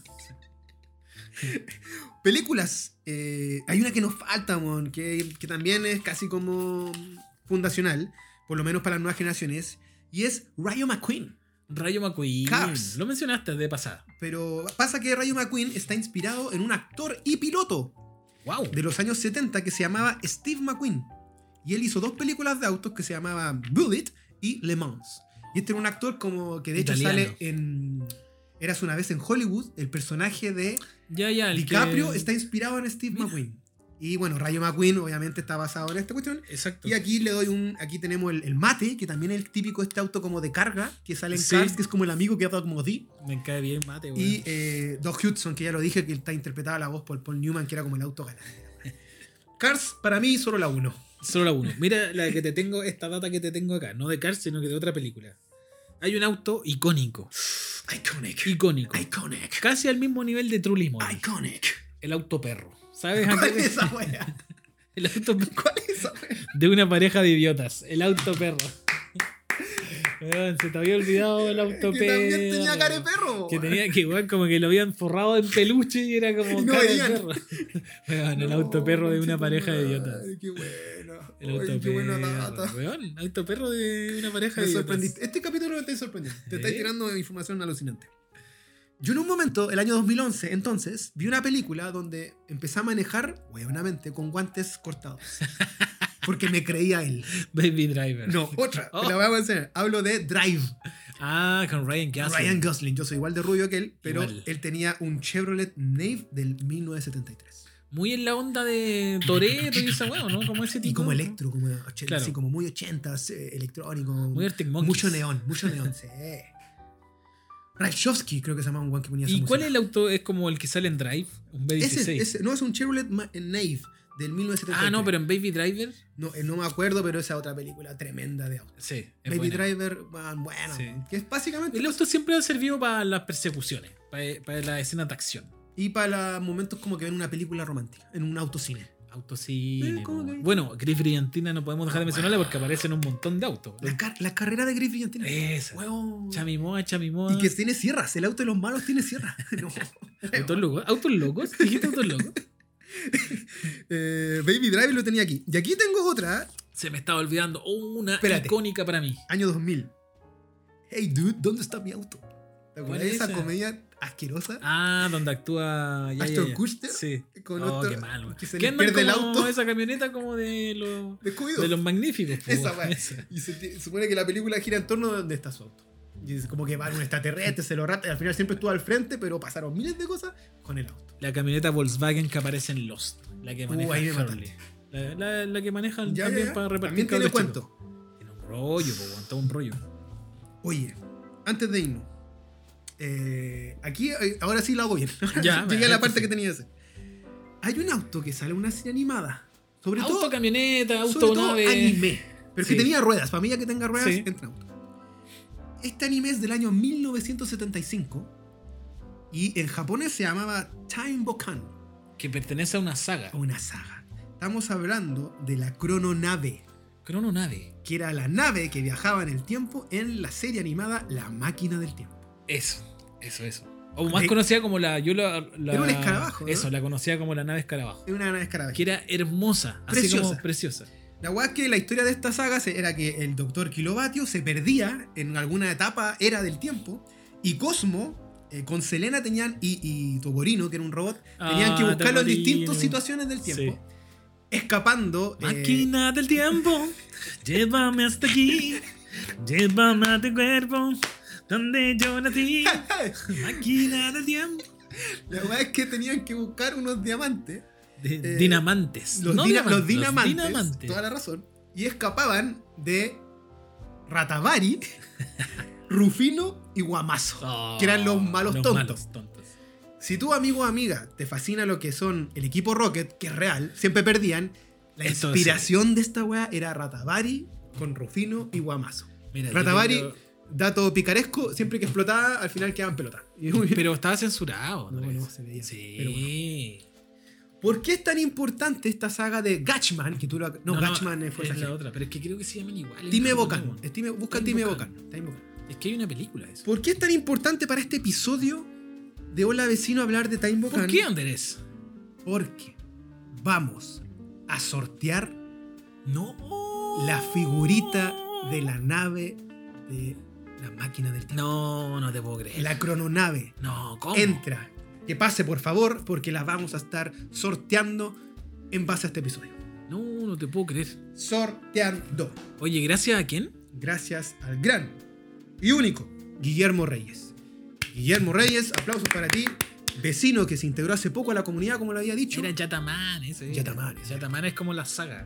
[SPEAKER 2] Películas. eh, hay una que nos falta, mon, que, que también es casi como fundacional, por lo menos para las nuevas generaciones, y es Rayo McQueen.
[SPEAKER 1] Rayo McQueen.
[SPEAKER 2] Cars.
[SPEAKER 1] Lo mencionaste de pasada.
[SPEAKER 2] Pero pasa que Rayo McQueen está inspirado en un actor y piloto
[SPEAKER 1] Wow.
[SPEAKER 2] de los años setenta que se llamaba Steve McQueen. Y él hizo dos películas de autos que se llamaban Bullet y Le Mans. Y este era un actor como que de hecho
[SPEAKER 1] Italiano.
[SPEAKER 2] sale en... Eras una vez en Hollywood, el personaje de
[SPEAKER 1] Ya, ya. El
[SPEAKER 2] DiCaprio
[SPEAKER 1] que...
[SPEAKER 2] está inspirado en Steve
[SPEAKER 1] Mira.
[SPEAKER 2] McQueen. Y bueno, Rayo McQueen obviamente está basado en esta cuestión.
[SPEAKER 1] Exacto.
[SPEAKER 2] Y aquí le doy un. Aquí tenemos el, el Mate, que también es el típico este auto como de carga, que sale en
[SPEAKER 1] Sí.
[SPEAKER 2] Cars, que es como el amigo que habla como Dee.
[SPEAKER 1] Me cae bien mate, weón.
[SPEAKER 2] Y eh, Doc Hudson, que ya lo dije, que está interpretada la voz por Paul Newman, que era como el auto ganadero. Cars, para mí, solo la uno.
[SPEAKER 1] Solo la uno. Mira la que te tengo, esta data que te tengo acá. No de Cars, sino que de otra película. Hay un auto icónico.
[SPEAKER 2] Iconic.
[SPEAKER 1] Icónico.
[SPEAKER 2] Iconic.
[SPEAKER 1] Casi al mismo nivel de Trulli Moli.
[SPEAKER 2] Iconic.
[SPEAKER 1] El auto perro. ¿Sabes? a
[SPEAKER 2] ¿Cuál
[SPEAKER 1] qué-
[SPEAKER 2] es esa wea?
[SPEAKER 1] El auto
[SPEAKER 2] ¿Cuál es esa wea?
[SPEAKER 1] de una pareja de idiotas. El auto perro. Weón, se te había olvidado el auto
[SPEAKER 2] Que
[SPEAKER 1] perro.
[SPEAKER 2] también tenía cara de perro.
[SPEAKER 1] Que tenía que igual como que lo habían forrado en peluche y era como
[SPEAKER 2] Y no
[SPEAKER 1] cara de
[SPEAKER 2] veían.
[SPEAKER 1] perro. Weón, el auto perro de una pareja de idiotas.
[SPEAKER 2] Ay, qué bueno.
[SPEAKER 1] El auto
[SPEAKER 2] Ay, qué buena
[SPEAKER 1] perro.
[SPEAKER 2] data.
[SPEAKER 1] Weón, auto perro de una pareja
[SPEAKER 2] Me
[SPEAKER 1] de idiotas.
[SPEAKER 2] sorprendiste. Este capítulo me está sorprendiendo. Te estáis
[SPEAKER 1] ¿Eh?
[SPEAKER 2] tirando información alucinante. Yo en un momento, el año dos mil once, entonces, vi una película donde empecé a manejar, huevonamente, con guantes cortados. Porque me creía él.
[SPEAKER 1] Baby Driver.
[SPEAKER 2] No, otra.
[SPEAKER 1] Oh.
[SPEAKER 2] Te la voy a enseñar. Hablo de Drive.
[SPEAKER 1] Ah, con Ryan Gosling.
[SPEAKER 2] Ryan Gosling. Yo soy igual de rubio que él, pero
[SPEAKER 1] Igual.
[SPEAKER 2] él tenía un Chevrolet Nave del mil novecientos setenta y tres.
[SPEAKER 1] Muy en la onda de Toretto y esa weón, ¿no? Como ese tipo.
[SPEAKER 2] Y como electro, como, ochenta,
[SPEAKER 1] Claro.
[SPEAKER 2] así, como muy ochentas, eh, electrónico.
[SPEAKER 1] Muy Arctic Monkeys.
[SPEAKER 2] Mucho neón, mucho neón, sí. Rajkowski, creo que se llamaba un guan que ponía esa
[SPEAKER 1] ¿Y
[SPEAKER 2] música.
[SPEAKER 1] cuál es el auto? ¿Es como el que sale en Drive? Un B dieciséis.
[SPEAKER 2] Ese, ese, no, es un Chevrolet Nave del mil novecientos setenta y tres.
[SPEAKER 1] Ah, no, pero en Baby Driver.
[SPEAKER 2] No, no me acuerdo, pero esa otra película tremenda de auto.
[SPEAKER 1] Sí, es
[SPEAKER 2] Baby
[SPEAKER 1] buena.
[SPEAKER 2] Driver, bueno,
[SPEAKER 1] Sí.
[SPEAKER 2] que es básicamente...
[SPEAKER 1] El auto siempre ha servido para las persecuciones, para, para las escenas de acción.
[SPEAKER 2] Y para los momentos como que ven una película romántica, en un autocine.
[SPEAKER 1] Autocine.
[SPEAKER 2] Eh, ¿cómo
[SPEAKER 1] po.
[SPEAKER 2] que?
[SPEAKER 1] Bueno, Gris Brillantina no podemos dejar de mencionarla porque aparecen un montón de autos.
[SPEAKER 2] La, car la carrera de Gris Brillantina.
[SPEAKER 1] Esa.
[SPEAKER 2] Huevón.
[SPEAKER 1] Chamimoa, Chamimoa.
[SPEAKER 2] Y que tiene sierras, el auto de los malos tiene sierras. No.
[SPEAKER 1] ¿Autos locos? ¿Autos locos? ¿Dijiste autos locos?
[SPEAKER 2] eh, Baby Driver lo tenía aquí. Y aquí tengo otra,
[SPEAKER 1] Se me estaba olvidando. Oh, una
[SPEAKER 2] Espérate.
[SPEAKER 1] icónica para mí.
[SPEAKER 2] año dos mil. Hey dude, ¿dónde está mi auto? ¿Te acuerdas
[SPEAKER 1] ¿Cuál
[SPEAKER 2] de
[SPEAKER 1] es
[SPEAKER 2] esa
[SPEAKER 1] esa?
[SPEAKER 2] comedia asquerosa?
[SPEAKER 1] Ah, donde actúa ya,
[SPEAKER 2] Ashton
[SPEAKER 1] ya, ya.
[SPEAKER 2] Kutcher
[SPEAKER 1] Sí.
[SPEAKER 2] con
[SPEAKER 1] Oh,
[SPEAKER 2] otro-
[SPEAKER 1] qué malo.
[SPEAKER 2] que se
[SPEAKER 1] ¿Qué
[SPEAKER 2] le
[SPEAKER 1] andan
[SPEAKER 2] pierde el
[SPEAKER 1] como
[SPEAKER 2] auto?
[SPEAKER 1] esa camioneta como de los,
[SPEAKER 2] Descuido.
[SPEAKER 1] de los magníficos. po,
[SPEAKER 2] Esa, weá.
[SPEAKER 1] esa.
[SPEAKER 2] Y se te- supone que la película gira en torno a donde está su auto. Y es como que va un extraterrestre, se lo rata. Y al final siempre estuvo al frente, pero pasaron miles de cosas con el auto.
[SPEAKER 1] La camioneta Volkswagen que aparece en Lost. La que maneja
[SPEAKER 2] Uh, ahí me
[SPEAKER 1] Harley. La, la, la que manejan
[SPEAKER 2] Ya,
[SPEAKER 1] también
[SPEAKER 2] ya, ya.
[SPEAKER 1] para repartir
[SPEAKER 2] También tiene
[SPEAKER 1] cabros chicos.
[SPEAKER 2] cuento.
[SPEAKER 1] Tiene un rollo, po, weón, todo un rollo.
[SPEAKER 2] Oye, antes de irnos. eh, aquí, eh, ahora sí lo hago bien.
[SPEAKER 1] Ya,
[SPEAKER 2] Llegué a
[SPEAKER 1] bueno,
[SPEAKER 2] la parte
[SPEAKER 1] sí.
[SPEAKER 2] que tenía que hacer. Hay un auto que sale en una serie animada. Sobre
[SPEAKER 1] Auto,
[SPEAKER 2] todo,
[SPEAKER 1] camioneta, auto,
[SPEAKER 2] sobre todo
[SPEAKER 1] nave.
[SPEAKER 2] anime. Pero
[SPEAKER 1] Sí.
[SPEAKER 2] que tenía ruedas. Para mí ya que tenga ruedas,
[SPEAKER 1] Sí.
[SPEAKER 2] entra auto. Este anime es del año mil novecientos setenta y cinco. Y en japonés se llamaba Time Bokan.
[SPEAKER 1] Que pertenece a una saga.
[SPEAKER 2] Una saga. Estamos hablando de la crononave,
[SPEAKER 1] Crono Nave.
[SPEAKER 2] que era la nave que viajaba en el tiempo en la serie animada La Máquina del Tiempo.
[SPEAKER 1] Eso, eso, eso. O más
[SPEAKER 2] De-
[SPEAKER 1] conocida como la. Yo la, la-
[SPEAKER 2] Era un escarabajo, ¿no?
[SPEAKER 1] Eso, la conocía como la nave escarabajo.
[SPEAKER 2] Era una nave escarabajo.
[SPEAKER 1] Que era hermosa, así
[SPEAKER 2] Preciosa.
[SPEAKER 1] como preciosa.
[SPEAKER 2] La weá es que la historia de esta saga se- era que el doctor Kilovatio se perdía en alguna etapa era del tiempo y Cosmo eh, con Selena tenían y, y Toborino, que era un robot, tenían
[SPEAKER 1] Ah,
[SPEAKER 2] que buscarlo en
[SPEAKER 1] Toborino.
[SPEAKER 2] distintas situaciones del tiempo,
[SPEAKER 1] Sí.
[SPEAKER 2] escapando. eh,
[SPEAKER 1] Máquina del tiempo, llévame hasta aquí, llévame a tu cuerpo, donde yo nací. Máquina del tiempo.
[SPEAKER 2] la weá es que tenían que buscar unos diamantes.
[SPEAKER 1] De-
[SPEAKER 2] Eh,
[SPEAKER 1] dinamantes.
[SPEAKER 2] Los,
[SPEAKER 1] no
[SPEAKER 2] dina-
[SPEAKER 1] diamantes,
[SPEAKER 2] los dinamantes,
[SPEAKER 1] dinamantes.
[SPEAKER 2] toda la razón, y escapaban de Ratavari, Rufino y Guamazo,
[SPEAKER 1] Oh,
[SPEAKER 2] que eran los malos
[SPEAKER 1] los
[SPEAKER 2] tontos.
[SPEAKER 1] malos tontos.
[SPEAKER 2] Si tú, amigo o amiga, te fascina lo que son el equipo Rocket, que es real, siempre perdían, la
[SPEAKER 1] Esto
[SPEAKER 2] inspiración de esta weá era Ratavari con Rufino y Guamazo.
[SPEAKER 1] Mira, yo
[SPEAKER 2] Ratavari,
[SPEAKER 1] tengo-
[SPEAKER 2] dato picaresco, siempre que explotaba, al final quedaban pelota. Y muy-
[SPEAKER 1] Pero estaba censurado.
[SPEAKER 2] No,
[SPEAKER 1] Andrés.
[SPEAKER 2] no, se veía.
[SPEAKER 1] Sí.
[SPEAKER 2] Pero ¿Por qué es tan importante esta saga de Gatchman? Que tú lo, no, Gatchman es Fuerza
[SPEAKER 1] es la
[SPEAKER 2] G.
[SPEAKER 1] otra, pero es que creo que se llaman igual.
[SPEAKER 2] Time
[SPEAKER 1] en
[SPEAKER 2] Bokan.
[SPEAKER 1] japonés,
[SPEAKER 2] Es Time- Busca
[SPEAKER 1] Time
[SPEAKER 2] Time
[SPEAKER 1] Bokan.
[SPEAKER 2] Bokan. Time Bokan.
[SPEAKER 1] Es que hay una película de eso.
[SPEAKER 2] ¿Por qué es tan importante para este episodio de Hola Vecino hablar de Time Bokan?
[SPEAKER 1] ¿Por qué, Andrés?
[SPEAKER 2] Porque vamos a sortear
[SPEAKER 1] No.
[SPEAKER 2] la figurita de la nave de la máquina del tiempo.
[SPEAKER 1] No, no te puedo creer.
[SPEAKER 2] La crononave.
[SPEAKER 1] No, ¿cómo?
[SPEAKER 2] Entra. Que pase, por favor, porque la vamos a estar sorteando en base a este episodio.
[SPEAKER 1] No, no te puedo creer.
[SPEAKER 2] Sorteando.
[SPEAKER 1] Oye, ¿gracias a quién?
[SPEAKER 2] Gracias al gran y único Guillermo Reyes. Guillermo Reyes, aplausos para ti. Vecino que se integró hace poco a la comunidad, como lo había dicho.
[SPEAKER 1] Era Yataman, ese. era.
[SPEAKER 2] Yataman, ese.
[SPEAKER 1] Yataman es como la saga.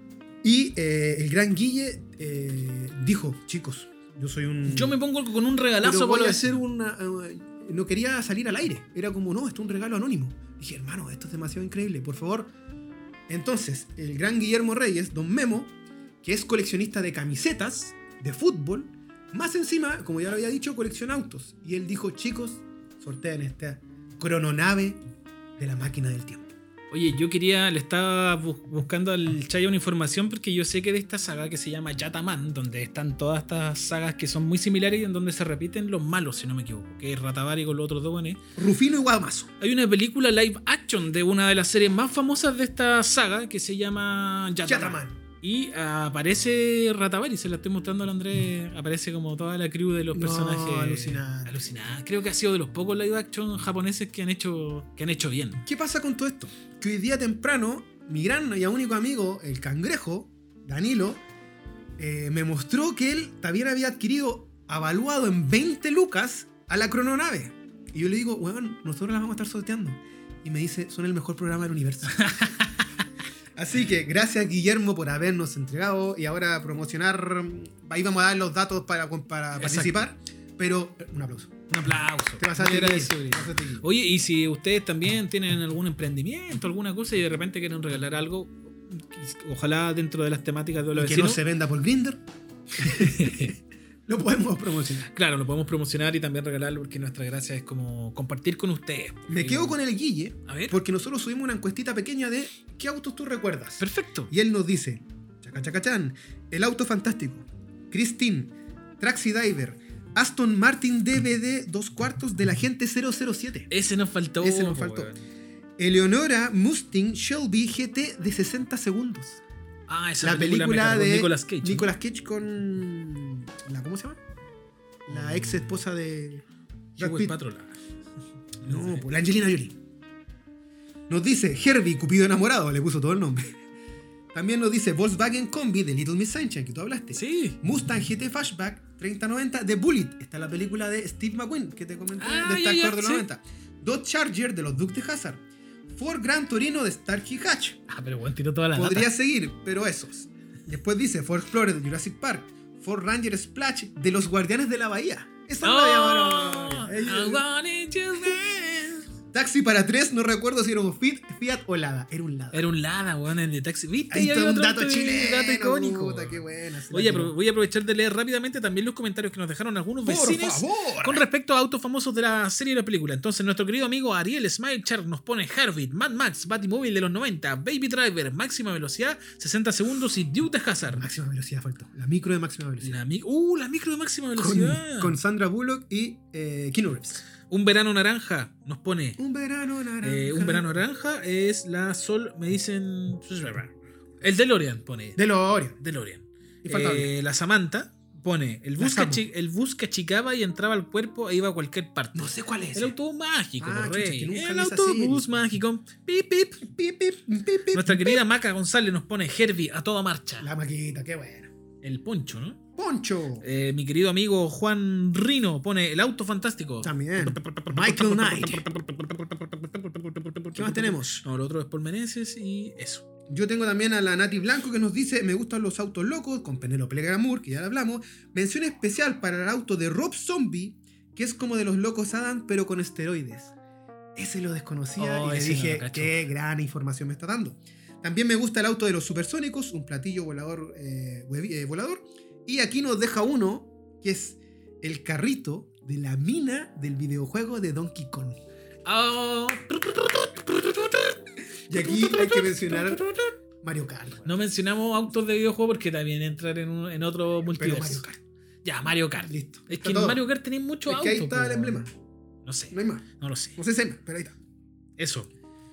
[SPEAKER 2] Y eh, el gran Guille eh, dijo, chicos, yo soy un...
[SPEAKER 1] Yo me pongo con un regalazo
[SPEAKER 2] pero voy
[SPEAKER 1] para
[SPEAKER 2] a
[SPEAKER 1] los
[SPEAKER 2] hacer una... eh, no quería salir al aire. Era como, no, esto es un regalo anónimo. Dije, hermano, esto es demasiado increíble, por favor. Entonces, el gran Guillermo Reyes, don Memo, que es coleccionista de camisetas, de fútbol, más encima, como ya lo había dicho, colecciona autos. Y él dijo, chicos, sortean esta crononave de la máquina del tiempo.
[SPEAKER 1] Oye, yo quería, le estaba bu- buscando al Chaya una información porque yo sé que de esta saga que se llama Yataman, donde están todas estas sagas que son muy similares y en donde se repiten los malos, si no me equivoco, que es Ratavari con los otros dos buenos.
[SPEAKER 2] Rufino y Guamazo.
[SPEAKER 1] Hay una película live action de una de las series más famosas de esta saga que se llama Yataman.
[SPEAKER 2] Yataman.
[SPEAKER 1] Y ah, aparece Ratavari, se la estoy mostrando al Andrés, aparece como toda la crew de los
[SPEAKER 2] No,
[SPEAKER 1] personajes.
[SPEAKER 2] alucinante.
[SPEAKER 1] Alucinante. Creo que ha sido de los pocos live action japoneses que han hecho, que han hecho bien.
[SPEAKER 2] ¿Qué pasa con todo esto? Que hoy día temprano, mi gran y único amigo, el cangrejo, Danilo, eh, me mostró que él también había adquirido, avaluado en veinte lucas, a la crononave. Y yo le digo, weón, nosotros la vamos a estar sorteando. Y me dice, son el mejor programa del universo. Así que gracias, Guillermo, por habernos entregado y ahora promocionar. Ahí vamos a dar los datos para, para
[SPEAKER 1] Exacto.
[SPEAKER 2] participar. Pero, un aplauso.
[SPEAKER 1] Un aplauso.
[SPEAKER 2] Te pasaste,
[SPEAKER 1] Muy
[SPEAKER 2] Guille,
[SPEAKER 1] agradecido,
[SPEAKER 2] te pasaste, Guille.
[SPEAKER 1] Oye, y si ustedes también tienen algún emprendimiento, alguna cosa y de repente quieren regalar algo, ojalá dentro de las temáticas de los
[SPEAKER 2] Y que no
[SPEAKER 1] vecinos.
[SPEAKER 2] se venda por Grindr. Lo podemos promocionar.
[SPEAKER 1] Claro, lo podemos promocionar y también regalarlo porque nuestra gracia es como compartir con ustedes.
[SPEAKER 2] Me
[SPEAKER 1] Y-
[SPEAKER 2] quedo con el Guille,
[SPEAKER 1] A ver.
[SPEAKER 2] porque nosotros subimos una encuestita pequeña de ¿qué autos tú recuerdas?
[SPEAKER 1] Perfecto.
[SPEAKER 2] Y él nos dice, chaca chaca chan, el auto fantástico, Christine, Taxi Diver, Aston Martin D V D dos cuartos del agente cero cero siete.
[SPEAKER 1] Ese nos faltó.
[SPEAKER 2] Ese nos
[SPEAKER 1] po,
[SPEAKER 2] faltó.
[SPEAKER 1] weón.
[SPEAKER 2] Eleonora Mustang Shelby G T de sesenta segundos.
[SPEAKER 1] Ah, esa
[SPEAKER 2] La película,
[SPEAKER 1] me cargó
[SPEAKER 2] de
[SPEAKER 1] Nicolas Cage. ¿no?
[SPEAKER 2] Nicolas Cage con la ¿cómo se llama? La ex esposa de Brad
[SPEAKER 1] Hugh
[SPEAKER 2] Pitt.
[SPEAKER 1] Patrola.
[SPEAKER 2] No, pues la Angelina Jolie. Nos dice Herbie, Cupido enamorado, le puso todo el nombre. También nos dice Volkswagen Combi de Little Miss Sunshine, que tú hablaste.
[SPEAKER 1] Sí.
[SPEAKER 2] Mustang G T Flashback treinta noventa de Bullet. Está la película de Steve McQueen, que te comenté,
[SPEAKER 1] Ah,
[SPEAKER 2] de este
[SPEAKER 1] ya, ya,
[SPEAKER 2] actor de los
[SPEAKER 1] sí.
[SPEAKER 2] noventa. Dodge Charger de los Dukes de Hazzard. Ford Gran Torino de Starkey Hatch.
[SPEAKER 1] Ah, pero bueno, tiró toda la
[SPEAKER 2] Podría
[SPEAKER 1] data.
[SPEAKER 2] seguir, pero esos. Después dice Ford Explorer de Jurassic Park. Ford Ranger Splash de los Guardianes de la Bahía. Esa no la
[SPEAKER 1] Oh,
[SPEAKER 2] llamaron.
[SPEAKER 1] I
[SPEAKER 2] Ellos-
[SPEAKER 1] wanted you there.
[SPEAKER 2] Taxi para tres, no recuerdo si era un Fiat, Fiat o Lada. Era un Lada.
[SPEAKER 1] Era un Lada, weón, el de taxi. ¿Viste?
[SPEAKER 2] Ahí
[SPEAKER 1] Ya
[SPEAKER 2] está
[SPEAKER 1] había
[SPEAKER 2] un
[SPEAKER 1] otro
[SPEAKER 2] dato
[SPEAKER 1] dato
[SPEAKER 2] chileno.
[SPEAKER 1] dato icónico.
[SPEAKER 2] Puta, qué buena. se la
[SPEAKER 1] Oye,
[SPEAKER 2] tiró.
[SPEAKER 1] pero voy a aprovechar de leer rápidamente también los comentarios que nos dejaron algunos
[SPEAKER 2] Por
[SPEAKER 1] vecinos
[SPEAKER 2] favor.
[SPEAKER 1] con respecto a autos famosos de la serie y la película. Entonces, nuestro querido amigo Ariel Smile Shark nos pone Herbie, Mad Max, Batimóvil de los noventa, Baby Driver, Máxima Velocidad, sesenta segundos y Duke de Hazard.
[SPEAKER 2] Máxima velocidad faltó. La micro de máxima velocidad.
[SPEAKER 1] La mic- uh, la micro de máxima
[SPEAKER 2] Con,
[SPEAKER 1] velocidad.
[SPEAKER 2] con Sandra Bullock y eh, Keanu Reeves.
[SPEAKER 1] Un verano naranja nos pone.
[SPEAKER 2] Un verano naranja.
[SPEAKER 1] Eh, un verano naranja es la Sol, me dicen. El DeLorean pone.
[SPEAKER 2] DeLorean.
[SPEAKER 1] DeLorean.
[SPEAKER 2] Infaltable.
[SPEAKER 1] Eh, la Samantha pone. El
[SPEAKER 2] La
[SPEAKER 1] bus, que
[SPEAKER 2] Samu.
[SPEAKER 1] chi- el bus que achicaba y entraba al cuerpo e iba a cualquier parte.
[SPEAKER 2] No sé cuál es.
[SPEAKER 1] El autobús mágico,
[SPEAKER 2] Ah,
[SPEAKER 1] rey.
[SPEAKER 2] chucha, que nunca
[SPEAKER 1] El
[SPEAKER 2] vi esa
[SPEAKER 1] autobús
[SPEAKER 2] serie.
[SPEAKER 1] mágico. Pip, pip.
[SPEAKER 2] Pip, pip, pip, pip,
[SPEAKER 1] Nuestra
[SPEAKER 2] pip.
[SPEAKER 1] querida Maca González nos pone Herbie a toda marcha.
[SPEAKER 2] La maquita, qué buena.
[SPEAKER 1] El poncho, ¿no?
[SPEAKER 2] Poncho.
[SPEAKER 1] Eh, mi querido amigo Juan Rino pone el auto fantástico.
[SPEAKER 2] También. Michael Knight. ¿Qué más tenemos?
[SPEAKER 1] No, lo otro es Paul Meneses y eso.
[SPEAKER 2] Yo tengo también a la Nati Blanco que nos dice: me gustan los autos locos, con Penélope Glamour, que ya le hablamos. Mención especial para el auto de Rob Zombie, que es como de los locos Adam, pero con esteroides. Ese lo desconocía
[SPEAKER 1] Oh,
[SPEAKER 2] y le
[SPEAKER 1] ese no
[SPEAKER 2] dije:
[SPEAKER 1] lo cacho.
[SPEAKER 2] qué gran información me está dando. También me gusta el auto de los supersónicos, un platillo volador, eh, huevi- eh, volador. Y aquí nos deja uno, que es el carrito de la mina del videojuego de Donkey Kong.
[SPEAKER 1] Oh.
[SPEAKER 2] Y aquí hay que mencionar Mario Kart.
[SPEAKER 1] No mencionamos autos de videojuego porque también entrar en, un- en otro
[SPEAKER 2] Pero
[SPEAKER 1] multiverso.
[SPEAKER 2] Mario Kart.
[SPEAKER 1] Ya, Mario Kart.
[SPEAKER 2] Listo.
[SPEAKER 1] Es
[SPEAKER 2] Está
[SPEAKER 1] que en
[SPEAKER 2] todo.
[SPEAKER 1] Mario Kart tenéis muchos
[SPEAKER 2] Es
[SPEAKER 1] autos.
[SPEAKER 2] que ahí está
[SPEAKER 1] po.
[SPEAKER 2] el emblema.
[SPEAKER 1] No sé,
[SPEAKER 2] No hay más.
[SPEAKER 1] no lo sé.
[SPEAKER 2] No sé si hay más, pero ahí está.
[SPEAKER 1] Eso.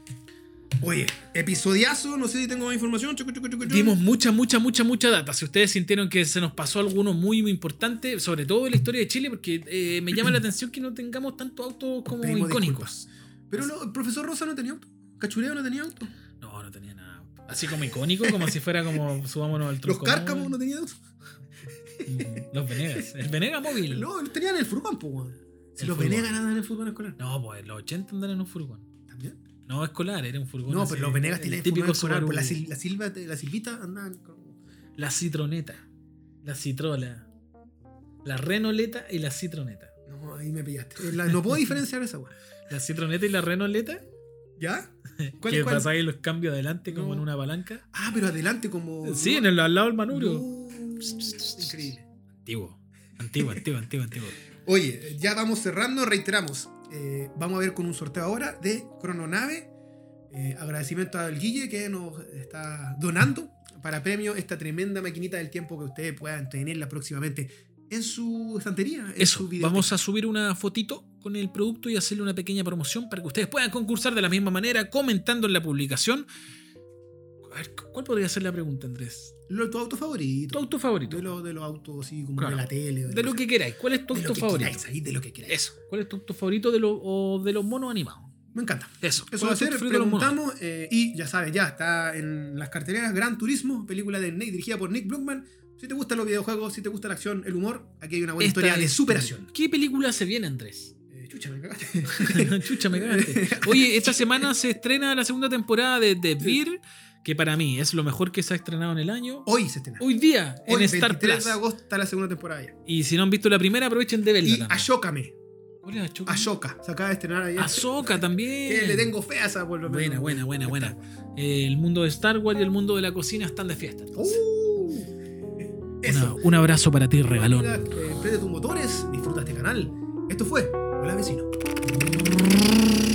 [SPEAKER 2] Oye, episodiazo, no sé si tengo más información. Chucu, chucu, chucu, chucu.
[SPEAKER 1] Dimos mucha, mucha, mucha, mucha data. Si ustedes sintieron que se nos pasó alguno muy, muy importante, sobre todo en la historia de Chile, porque eh, me llama la atención que no tengamos tantos autos como
[SPEAKER 2] Pedimos
[SPEAKER 1] icónicos.
[SPEAKER 2] Pero lo- el profesor Rosa no tenía auto. Cachureo no tenía auto.
[SPEAKER 1] No, no tenía nada. Así como icónico, como si fuera como subámonos al
[SPEAKER 2] Los
[SPEAKER 1] tronco.
[SPEAKER 2] cárcamos
[SPEAKER 1] móvil.
[SPEAKER 2] no tenían auto.
[SPEAKER 1] Mm, Los Venegas. El Venega móvil.
[SPEAKER 2] No, los tenían en el furgón, pues, weón. Si
[SPEAKER 1] El
[SPEAKER 2] los
[SPEAKER 1] furgón.
[SPEAKER 2] Venegas andan en el furgón escolar.
[SPEAKER 1] No, pues en los ochenta andan en un furgón.
[SPEAKER 2] ¿También?
[SPEAKER 1] No escolar, era un furgón.
[SPEAKER 2] No,
[SPEAKER 1] así,
[SPEAKER 2] pero los Venegas
[SPEAKER 1] el
[SPEAKER 2] tienen el
[SPEAKER 1] típico
[SPEAKER 2] furgón escolar.
[SPEAKER 1] Subaru.
[SPEAKER 2] Pues la, sil- la, silva, la silvita andaban con...
[SPEAKER 1] La citroneta, la citrola, la renoleta y la citroneta.
[SPEAKER 2] No, ahí me pillaste. Eh, la- no puedo diferenciar esa, weón.
[SPEAKER 1] La citroneta y la renoleta,
[SPEAKER 2] ¿Ya? ¿Cuál
[SPEAKER 1] que
[SPEAKER 2] es cuál?
[SPEAKER 1] pasáis los cambios adelante como
[SPEAKER 2] No.
[SPEAKER 1] en una palanca.
[SPEAKER 2] Ah, pero adelante como...
[SPEAKER 1] Sí, en el, al lado del manubrio.
[SPEAKER 2] No. Increíble.
[SPEAKER 1] Antiguo, antiguo, antiguo, antiguo, antiguo.
[SPEAKER 2] Oye, ya vamos cerrando, reiteramos. Eh, vamos a ver con un sorteo ahora de Crononave. Eh, agradecimiento al Guille que nos está donando para premio esta tremenda maquinita del tiempo que ustedes puedan tenerla próximamente en su estantería. En
[SPEAKER 1] Eso,
[SPEAKER 2] su videoteca.
[SPEAKER 1] vamos a subir una fotito con el producto y hacerle una pequeña promoción para que ustedes puedan concursar de la misma manera, comentando en la publicación. A ver, ¿cuál podría ser la pregunta, Andrés?
[SPEAKER 2] Lo- tu auto favorito.
[SPEAKER 1] ¿Tu auto favorito?
[SPEAKER 2] De, lo- de los autos así como
[SPEAKER 1] Claro.
[SPEAKER 2] de la tele.
[SPEAKER 1] De lo que queráis. ¿Cuál es tu
[SPEAKER 2] de lo
[SPEAKER 1] auto
[SPEAKER 2] que
[SPEAKER 1] favorito?
[SPEAKER 2] queráis, ahí, de lo que queráis.
[SPEAKER 1] Eso. ¿Cuál es tu auto favorito de, lo, o de los monos animados?
[SPEAKER 2] Me encanta.
[SPEAKER 1] Eso.
[SPEAKER 2] Eso
[SPEAKER 1] ¿Cuál
[SPEAKER 2] va a
[SPEAKER 1] es tu
[SPEAKER 2] ser,
[SPEAKER 1] favorito de los monos?
[SPEAKER 2] preguntamos eh, y ya sabes, ya está en las carteleras Gran Turismo, película de Nick, dirigida por Nick Blumman. Si te gustan los videojuegos, si te gusta la acción, el humor, aquí hay una buena
[SPEAKER 1] Esta
[SPEAKER 2] historia de
[SPEAKER 1] es-
[SPEAKER 2] superación.
[SPEAKER 1] ¿Qué película se viene, Andrés?
[SPEAKER 2] Eh, chucha, me cagaste.
[SPEAKER 1] Chucha, me cagaste. Oye, esta semana se estrena la segunda temporada de The Bear, que para mí es lo mejor que se ha estrenado en el año.
[SPEAKER 2] Hoy se estrena.
[SPEAKER 1] Hoy día,
[SPEAKER 2] Hoy,
[SPEAKER 1] en Star
[SPEAKER 2] veintitrés
[SPEAKER 1] Plus.
[SPEAKER 2] de agosto, está la segunda temporada ya.
[SPEAKER 1] Y si no han visto la primera, aprovechen de verla
[SPEAKER 2] Y
[SPEAKER 1] también.
[SPEAKER 2] Ashócame.
[SPEAKER 1] ¿Cuál es Ashoka?
[SPEAKER 2] Ashoka, se acaba de estrenar ayer.
[SPEAKER 1] Ahsoka también.
[SPEAKER 2] Que le tengo fe a esa, por lo menos.
[SPEAKER 1] Buena, buena, buena, buena. Eh, el mundo de Star Wars y el mundo de la cocina están de fiesta.
[SPEAKER 2] Uh,
[SPEAKER 1] Una-
[SPEAKER 2] eso.
[SPEAKER 1] un abrazo para ti, regalón.
[SPEAKER 2] Amiga, eh, prende tus motores, disfruta este canal. Esto fue Hola Vecino.